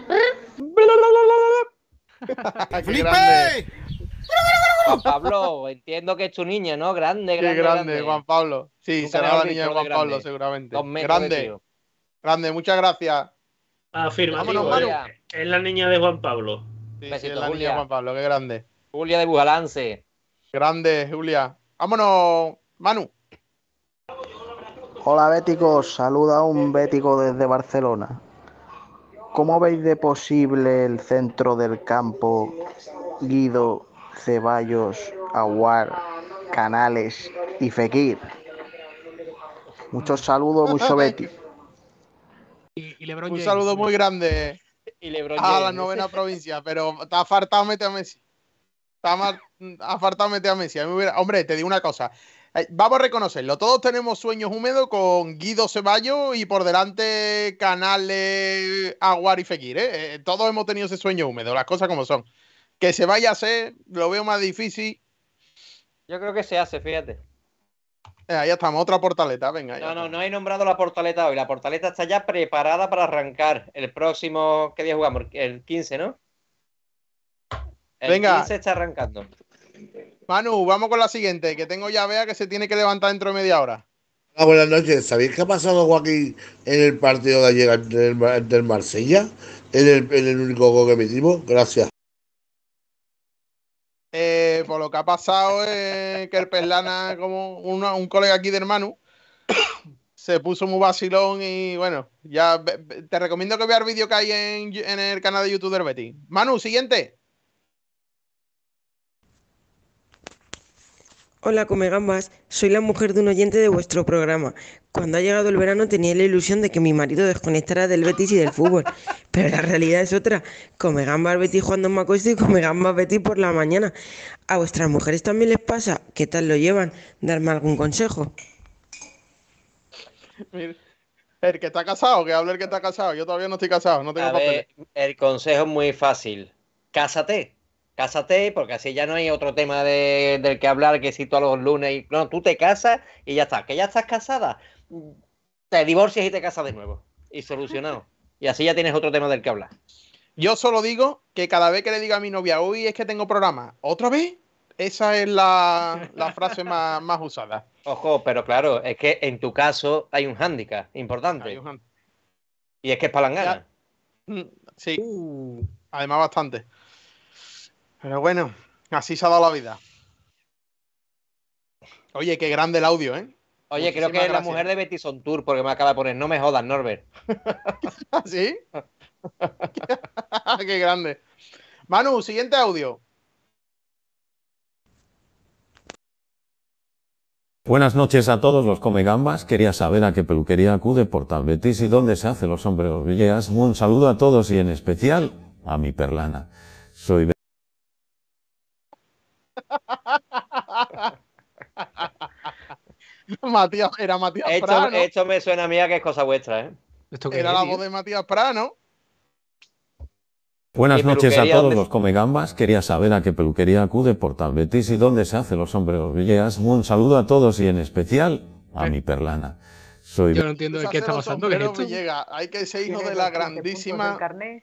¡Felipe! Juan Pablo, entiendo que es tu niña, ¿no? Grande, grande. Qué grande, grande. Juan Pablo. Sí, Nunca será mejor la niña de dicho, Juan de Pablo, grande. seguramente. Dos metros de Grande. tío. Grande, muchas gracias. Afirmativo. Vámonos, ¿eh? Es la niña de Juan Pablo. Sí, sí, Besito, es la niña Julia. de Juan Pablo, qué grande. Julia de Bujalance. Grande, Julia. Vámonos, Manu. Hola béticos, saluda un bético desde Barcelona. ¿Cómo veis de posible el centro del campo Guido, Ceballos, Aguar, Canales y Fekir? Muchos saludos, mucho Betis. Y, y LeBron Un James. saludo muy grande Y LeBron a James. la novena provincia, pero te ha faltado meter a Messi. Te ha, ha faltado meter a Messi. A mí me hubiera... Hombre, te digo una cosa. Eh, Vamos a reconocerlo. Todos tenemos sueños húmedos con Guido Ceballos y por delante Canales, Aguar y Fekir. ¿eh? Eh, Todos hemos tenido ese sueño húmedo, las cosas como son. Que se vaya a hacer, lo veo más difícil. Yo creo que se hace, fíjate. Eh, ahí estamos, otra portaleta. Venga. No, no, no he nombrado la portaleta hoy. La portaleta está ya preparada para arrancar. El próximo, ¿qué día jugamos? El quince, ¿no? El Venga. quince está arrancando. Manu, vamos con la siguiente, que tengo ya a Bea que se tiene que levantar dentro de media hora. Hola, buenas noches. ¿Sabéis qué ha pasado, Joaquín, en el partido de ayer ante el, ante el Marsella? En el, en el único gol que metimos. Gracias. Eh, por lo que ha pasado es que el Perlana, como una- un colega aquí de hermano, se puso muy vacilón y bueno, ya ve- ve- te recomiendo que veas el vídeo que hay en, en el canal de YouTube del Betis. Manu, siguiente. Hola, Comegambas. Soy la mujer de un oyente de vuestro programa. Cuando ha llegado el verano tenía la ilusión de que mi marido desconectara del Betis y del fútbol. Pero la realidad es otra. Comegambas Betis cuando me acuesto y Comegambas Betis por la mañana. ¿A vuestras mujeres también les pasa? ¿Qué tal lo llevan? Darme algún consejo. Mira, el que está casado, que hable el que está casado. Yo todavía no estoy casado, no tengo A papeles. ver, el consejo es muy fácil. Cásate. Cásate, porque así ya no hay otro tema de- del que hablar que si tú a los lunes. Y, no, tú te casas y ya está. Que ya estás casada, te divorcias y te casas de nuevo. Y solucionado. Y así ya tienes otro tema del que hablar. Yo solo digo que cada vez que le diga a mi novia, uy, es que tengo programa, ¿otra vez? Esa es la, la frase más, más usada. Ojo, pero claro, es que en tu caso hay un hándicap importante. Hay un hand- Y es que es palangana. Mm, Sí, además bastante. Pero bueno, así se ha dado la vida. Oye, qué grande el audio, ¿eh? Oye, creo que Muchísimas es la gracias. mujer de Betty on Tour, porque me acaba de poner, no me jodas, Norbert. ¿Sí? Qué grande. Manu, siguiente audio. Buenas noches a todos los comegambas. Quería saber a qué peluquería acude Portal Betis y dónde se hacen los sombreros Villegas. Un saludo a todos y en especial a mi perlana. Soy Matías, era Matías Esto, Prá, ¿no? esto me suena a mí a que es cosa vuestra, ¿eh? Era la voz de Matías Prá, ¿no? Buenas ¿Y noches a peluquería todos dónde? los comegambas. Quería saber a qué peluquería acude Portal Betis y dónde se hacen los sombreros Villegas. Un saludo a todos y en especial a mi perlana. Soy Yo no entiendo de qué está pasando. ¿Qué es Pero esto? Villegas, hay que ser hijo Tiene de la los quince puntos del grandísima carnet.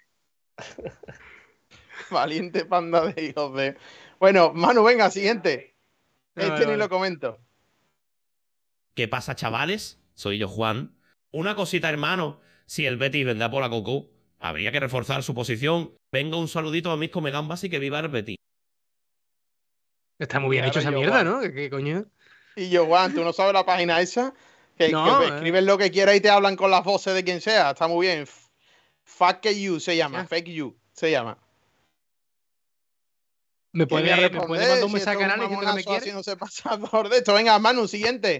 valiente panda de hijos de. Bueno, Manu, venga, siguiente. Vale, Este ni vale. lo comento. ¿Qué pasa, chavales? Soy yo, Juan. Una cosita, hermano. Si el Betis vendrá por la Coco, habría que reforzar su posición. Venga, un saludito a mis comegambas y que viva el Betis. Está muy bien Y hecho ahora esa yo, mierda, Juan. ¿no? ¿Qué, qué coño? Y yo, Juan, ¿tú no sabes la página esa? Que, No, que eh. escriben lo que quieras y te hablan con las voces de quien sea. Está muy bien. F- Fuck you se llama. Fake you se llama. ¿Me Que puede, voy a ¿me responder puede mandar un si mensaje esto al es un canal diciendo que me mamonazo quiere? haciéndose pasar por de esto. Venga, Manu, siguiente.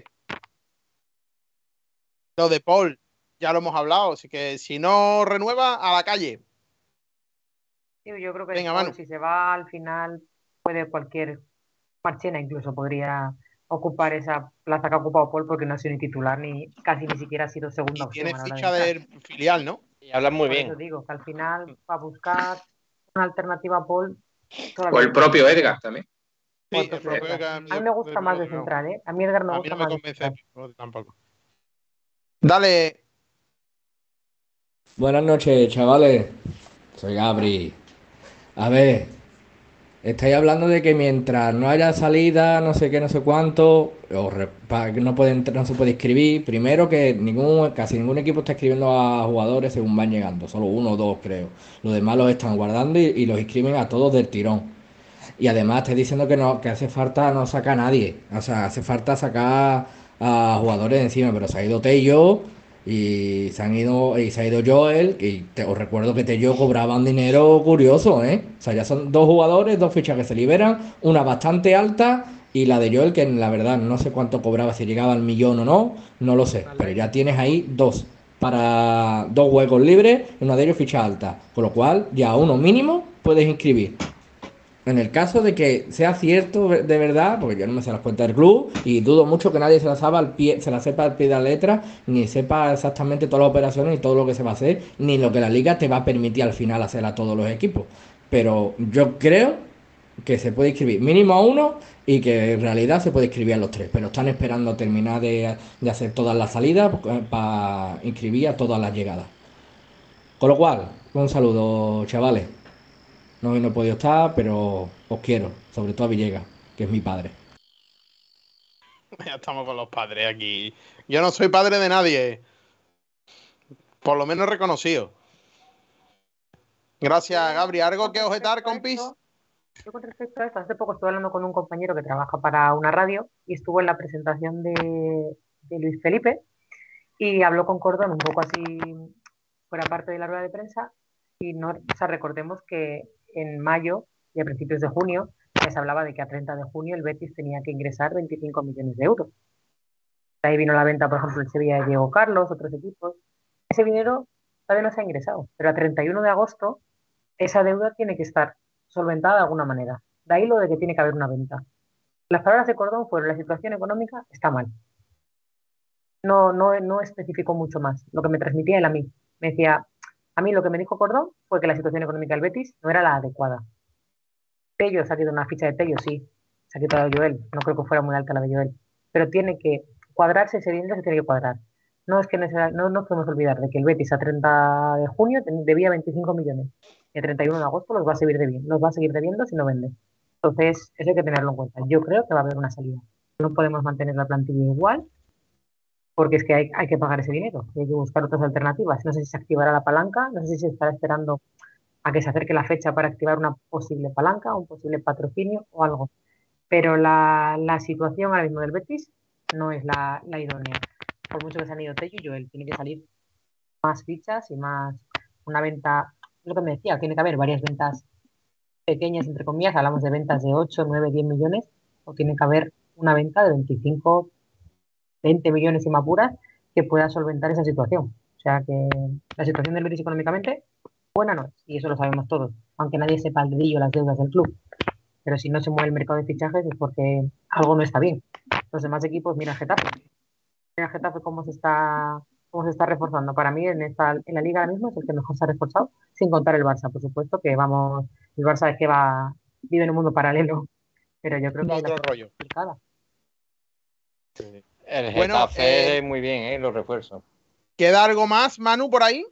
Lo de Paul, ya lo hemos hablado. Así que si no renueva, a la calle. Sí, yo creo que Venga, Paul, Manu. si se va al final, puede cualquier Marchena incluso podría ocupar esa plaza que ha ocupado Paul porque no ha sido ni titular ni casi ni siquiera ha sido segunda Y opción tiene a la hora de ficha entrar. del filial, ¿no? Y hablan muy Por bien. eso digo que al final, para buscar una alternativa a Paul, O todavía el no propio hay. Edgar también. O el Sí, el propio propio Edgar. Edgar, A mí me gusta de- más de- de no. central, ¿eh? A mí Edgar me A mí gusta no me más de convence central. tampoco. Dale. Buenas noches, chavales. Soy Gabri. A ver, estáis hablando de que mientras no haya salida, no sé qué, no sé cuánto, o re- pa- que no, puede entrar- no se puede escribir. Primero que ningún, casi ningún equipo está escribiendo a jugadores según van llegando, solo uno o dos creo. Los demás los están guardando y, y los inscriben a todos del tirón. Y además estoy diciendo que no, que hace falta no sacar a nadie. O sea, hace falta sacar a jugadores de encima, pero se ha ido Tello y se han ido, y se ha ido Joel, y te, os recuerdo que Tello cobraba un dinero curioso, ¿eh? O sea, ya son dos jugadores, dos fichas que se liberan, una bastante alta y la de Joel, que la verdad no sé cuánto cobraba, si llegaba al millón o no, no lo sé. Pero ya tienes ahí dos para dos huecos libres, una de ellos ficha alta. Con lo cual, ya uno mínimo puedes inscribir. En el caso de que sea cierto de verdad, porque yo no me sé las cuentas del club y dudo mucho que nadie se la sepa al pie, se la sepa al pie de la letra, ni sepa exactamente todas las operaciones y todo lo que se va a hacer, ni lo que la liga te va a permitir al final hacer a todos los equipos. Pero yo creo que se puede inscribir mínimo a uno y que en realidad se puede inscribir a los tres, pero están esperando terminar de, de hacer todas las salidas para inscribir a todas las llegadas. Con lo cual, un saludo, chavales. No, hoy no he podido estar, pero os quiero, sobre todo a Villegas, que es mi padre. Ya estamos con los padres aquí. Yo no soy padre de nadie. Por lo menos reconocido. Gracias, Gabri. ¿Algo que objetar, compis? Yo con respecto a esto, hace poco estuve hablando con un compañero que trabaja para una radio y estuvo en la presentación de, de Luis Felipe y habló con Cordón un poco así fuera parte de la rueda de prensa y no, o sea, recordemos que en mayo y a principios de junio ya se hablaba de que a treinta de junio el Betis tenía que ingresar veinticinco millones de euros. De ahí vino la venta, por ejemplo, el Sevilla de Diego Carlos, otros equipos. Ese dinero todavía no se ha ingresado, pero a treinta y uno de agosto esa deuda tiene que estar solventada de alguna manera. De ahí lo de que tiene que haber una venta. Las palabras de Cordón fueron: la situación económica está mal. No, no, no especificó mucho más. Lo que me transmitía él a mí. Me decía, a mí lo que me dijo Cordón fue que la situación económica del Betis no era la adecuada. Tello se ha quitado una ficha de Tello, sí. Se ha quitado Joel. No creo que fuera muy alta la de Joel. Pero tiene que cuadrarse, ese dinero se tiene que cuadrar. No es que no nos podemos olvidar de que el Betis a treinta de junio debía veinticinco millones. Y a treinta y uno de agosto los va a seguir debiendo, los va a seguir debiendo si no vende. Entonces, eso hay que tenerlo en cuenta. Yo creo que va a haber una salida. No podemos mantener la plantilla igual, porque es que hay, hay que pagar ese dinero. Y hay que buscar otras alternativas. No sé si se activará la palanca, no sé si se estará esperando a que se acerque la fecha para activar una posible palanca, un posible patrocinio o algo. Pero la, la situación ahora mismo del Betis no es la, la idónea. Por mucho que se han ido Tello y Joel, tiene que salir más fichas y más una venta, lo que me decía, tiene que haber varias ventas pequeñas, entre comillas, hablamos de ventas de ocho, nueve, diez millones, o tiene que haber una venta de veinticinco, veinte millones y más puras que pueda solventar esa situación. O sea que la situación del Betis económicamente buena no es, y eso lo sabemos todos, aunque nadie sepa el dedillo las deudas del club. Pero si no se mueve el mercado de fichajes es porque algo no está bien. Los demás equipos, mira Getafe. Mira Getafe cómo se está, cómo se está reforzando. Para mí en esta, en la liga ahora mismo es el que mejor se ha reforzado, sin contar el Barça, por supuesto, que vamos, el Barça es que va, vive en un mundo paralelo, pero yo creo que otro rollo. El Bueno, Getafe eh, muy bien, ¿eh? Los refuerzos. ¿Queda algo más, Manu, por ahí?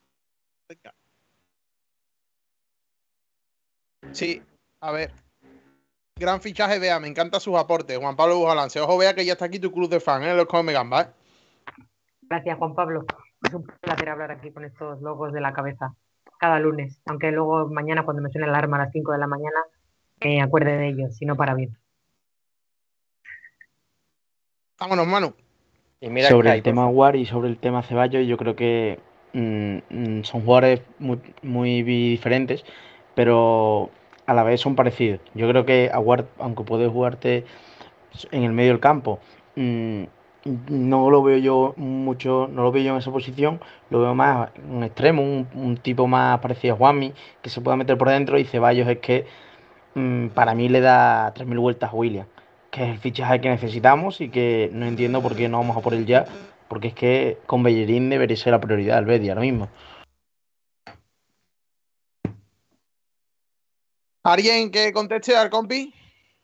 Sí, a ver. Gran fichaje, Bea, me encantan sus aportes. Juan Pablo Bujalance. Ojo, Bea, que ya está aquí tu club de fan, ¿eh? Los Come Gamba, ¿eh? Gracias, Juan Pablo. Es un placer hablar aquí con estos locos de la cabeza cada lunes. Aunque luego mañana, cuando me suene la alarma a las cinco de la mañana, me acuerde de ellos, si no para bien. Vámonos, Manu. Y mira sobre Sky, el tema War y sobre el tema Ceballos, yo creo que mmm, mmm, son jugadores muy, muy diferentes, pero a la vez son parecidos. Yo creo que Aguar, aunque puede jugarte en el medio del campo, mmm, no lo veo yo mucho, no lo veo yo en esa posición, lo veo más un extremo, un, un tipo más parecido a Juanmi, que se pueda meter por dentro, y Ceballos es que mmm, para mí le da tres mil vueltas a William, que es el fichaje que necesitamos y que no entiendo por qué no vamos a por él ya, porque es que con Bellerín debería ser la prioridad del Betis ahora mismo. ¿Alguien que conteste al compi?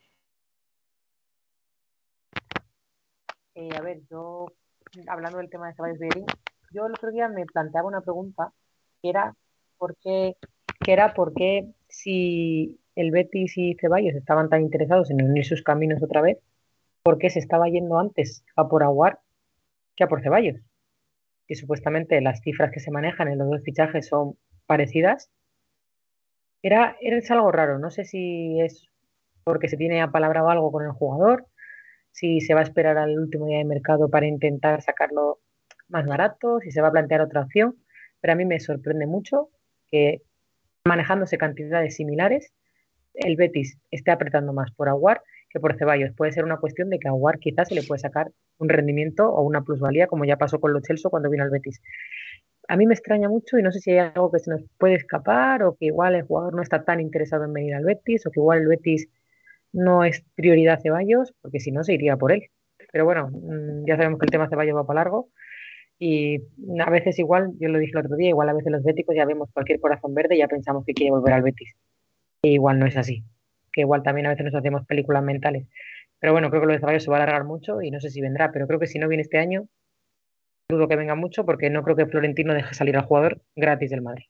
Eh, a ver, yo, hablando del tema de Ceballos Bellerín, yo el otro día me planteaba una pregunta que era por qué, que era por qué si el Betis y Ceballos estaban tan interesados en unir sus caminos otra vez, ¿por qué se estaba yendo antes a por Aguar que a por Ceballos? Que supuestamente las cifras que se manejan en los dos fichajes son parecidas. Era, era es algo raro, no sé si es porque se tiene apalabrado algo con el jugador, si se va a esperar al último día de mercado para intentar sacarlo más barato, si se va a plantear otra opción, pero a mí me sorprende mucho que manejándose cantidades similares, el Betis esté apretando más por Aguar que por Ceballos. Puede ser una cuestión de que a Aguar quizás se le puede sacar un rendimiento o una plusvalía, como ya pasó con Lo Celso cuando vino al Betis. A mí me extraña mucho y no sé si hay algo que se nos puede escapar o que igual el jugador no está tan interesado en venir al Betis o que igual el Betis no es prioridad Ceballos, porque si no se iría por él. Pero bueno, ya sabemos que el tema Ceballos va para largo y a veces igual, yo lo dije el otro día, igual a veces los béticos ya vemos cualquier corazón verde y ya pensamos que quiere volver al Betis. E igual no es así, que igual también a veces nos hacemos películas mentales. Pero bueno, creo que lo de Ceballos se va a alargar mucho y no sé si vendrá, pero creo que si no viene este año, dudo que venga mucho porque no creo que Florentino deje salir al jugador gratis del Madrid.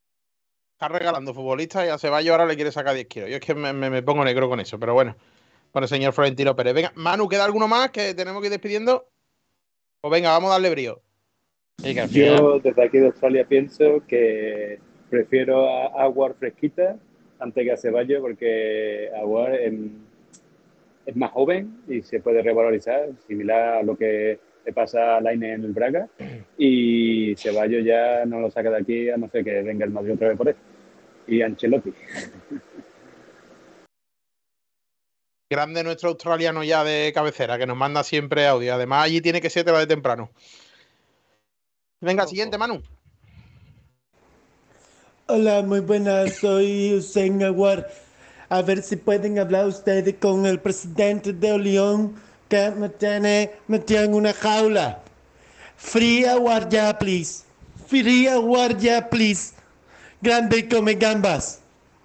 Está regalando futbolistas y a Ceballos ahora le quiere sacar diez kilos. Yo es que me, me, me pongo negro con eso, pero bueno. por el señor Florentino Pérez. Venga, Manu, ¿queda alguno más que tenemos que ir despidiendo? Pues venga, vamos a darle brío. Yo desde aquí de Australia pienso que prefiero a Aguar fresquita antes que a Ceballos porque Aguar es, es más joven y se puede revalorizar, similar a lo que le pasa a Lainez en el Braga, y Ceballos ya no lo saca de aquí a no ser que venga el Madrid otra vez por él. Y Ancelotti. Grande nuestro australiano ya de cabecera, que nos manda siempre audio. Además, allí tiene que ser de temprano. Venga, siguiente, Manu. Hola, muy buenas, soy Hussein Aguar. A ver si pueden hablar ustedes con el presidente de León, que me tiene metido en una jaula. Free Aguar ya, please. Free Aguar ya, please. Grande come gambas.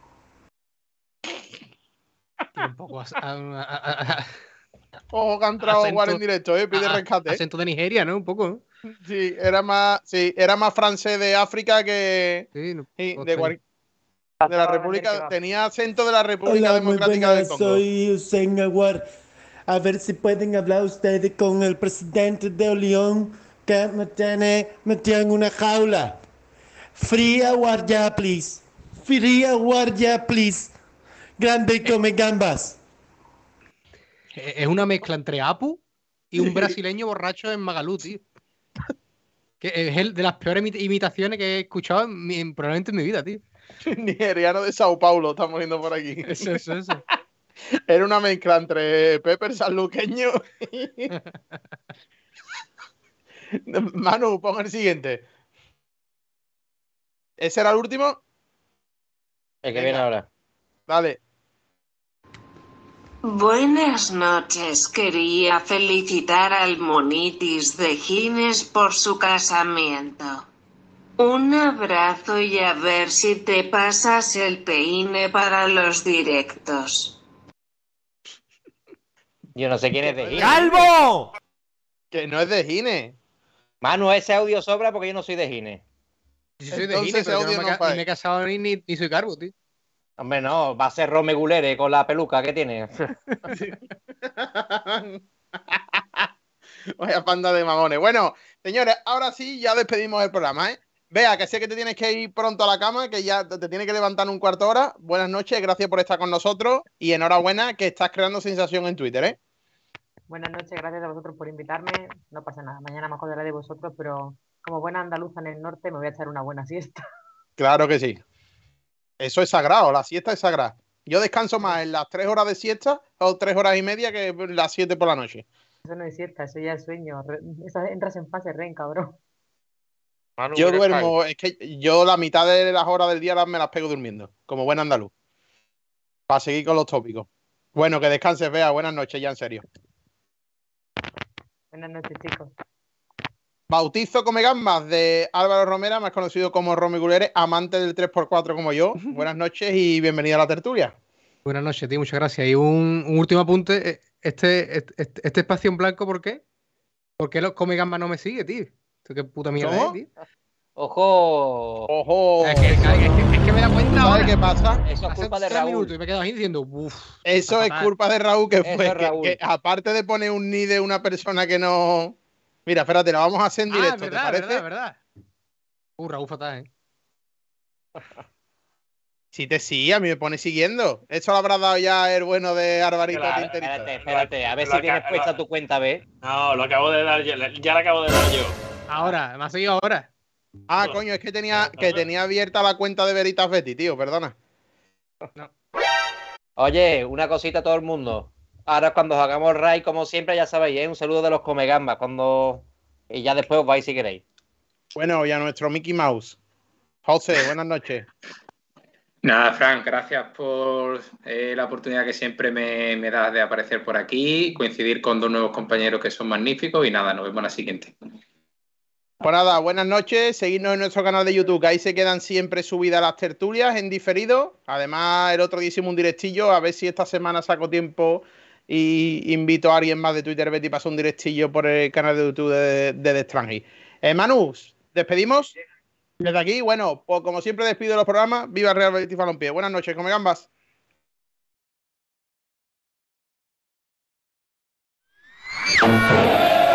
Un poco a, a, a, a, Ojo que ha entrado Aguar en directo, ¿eh? Pide a, rescate. Acento de Nigeria, ¿no? Un poco, ¿no? Sí, era más, sí, era más francés de África que sí, no, sí, de, cual, de la República. Tenía acento de la República Hola, Democrática muy del buenas, Congo. soy Hussein Aguar. A ver si pueden hablar ustedes con el presidente de León, que me tiene metido en una jaula. Free Aguar ya, please. Free Aguar ya, please. Grande come gambas. Es una mezcla entre Apu y un brasileño borracho en Magalú, tío. Que es el de las peores imitaciones que he escuchado en mi, probablemente en mi vida, tío. Nigeriano de Sao Paulo, estamos viendo por aquí. Eso, eso, eso. Era una mezcla entre Pepper sanluqueño y... Manu, pon el siguiente. ¿Ese era el último? El que viene ahora. Dale. Buenas noches, quería felicitar al Monitis de Gines por su casamiento. Un abrazo y a ver si te pasas el peine para los directos. Yo no sé quién es de Gines. ¡Calvo! Que no es de Gines. Manu, ese audio sobra porque yo no soy de Gines. Yo soy de Gines, pero yo no me, no me he casado ni, ni, ni soy cargo, tío. Hombre, no, va a ser Rome Gulere con la peluca que tiene. Vaya panda de mamones. Bueno, señores, ahora sí, ya despedimos el programa, ¿eh? Vea, que sé que te tienes que ir pronto a la cama, que ya te tienes que levantar en un cuarto de hora. Buenas noches, gracias por estar con nosotros y enhorabuena que estás creando sensación en Twitter, ¿eh? Buenas noches, gracias a vosotros por invitarme. No pasa nada, mañana me acordaré de vosotros, pero como buena andaluza en el norte me voy a echar una buena siesta. Claro que sí. Eso es sagrado, la siesta es sagrada. Yo descanso más en las tres horas de siesta o tres horas y media que en las siete por la noche. Eso no es siesta, eso ya es sueño. Eso entras en fase R E M, cabrón. Manu, yo duermo, es que yo la mitad de las horas del día me las pego durmiendo, como buen andaluz. Para seguir con los tópicos. Bueno, que descanses, Bea. Buenas noches, ya en serio. Buenas noches, chicos. Bautizo come gambas de Álvaro Romera, más conocido como Romy Gulere, amante del tres por cuatro como yo. Buenas noches y bienvenida a la tertulia. Buenas noches, tío, muchas gracias. Y un, un último apunte. Este, este, este espacio en blanco, ¿por qué? ¿Por qué los come gambas no me sigue, tío? ¿Esto qué puta mierda es, tío? ¡Ojo! ¡Ojo! Es que, es que, es que me da cuenta ahora. ¿Sabes qué pasa? Eso es culpa de Raúl. Y me quedo ahí diciendo, uff. Eso es culpa de Raúl, que fue Raúl. Que, que aparte de poner un ni de una persona que no... Mira, espérate, lo vamos a hacer en directo, ah, verdad, ¿te parece? verdad, verdad. Uh, Raúl fatal, ¿eh? Sí, te sí, a mí me pone siguiendo. Eso lo habrá dado ya el bueno de Arbarito. Claro, espérate, espérate, a ver si tienes puesta tu cuenta, ¿ves? No, lo acabo de dar yo, ya lo acabo de dar yo. Ahora, me ha seguido ahora. Ah, coño, es que tenía, que tenía abierta la cuenta de Veritas Betty, tío, perdona. No. Oye, una cosita a todo el mundo. Ahora cuando os hagamos raid, como siempre, ya sabéis, ¿eh? Un saludo de los comegambas, cuando... Y ya después os vais si queréis. Bueno, y a nuestro Mickey Mouse. José, buenas noches. Nada, Frank, gracias por eh, la oportunidad que siempre me, me das de aparecer por aquí, coincidir con dos nuevos compañeros que son magníficos y nada, nos vemos en la siguiente. Pues nada, buenas noches, seguidnos en nuestro canal de YouTube, que ahí se quedan siempre subidas las tertulias en diferido. Además, el otro día hicimos un directillo, a ver si esta semana saco tiempo y invito a alguien más de Twitter Betty para hacer un directillo por el canal de YouTube de, de The Strange. Eh, Manu, ¿despedimos? Desde aquí, bueno, pues como siempre despido los programas. Viva Real Betis Balompié. Buenas noches, come gambas. ¡Olé!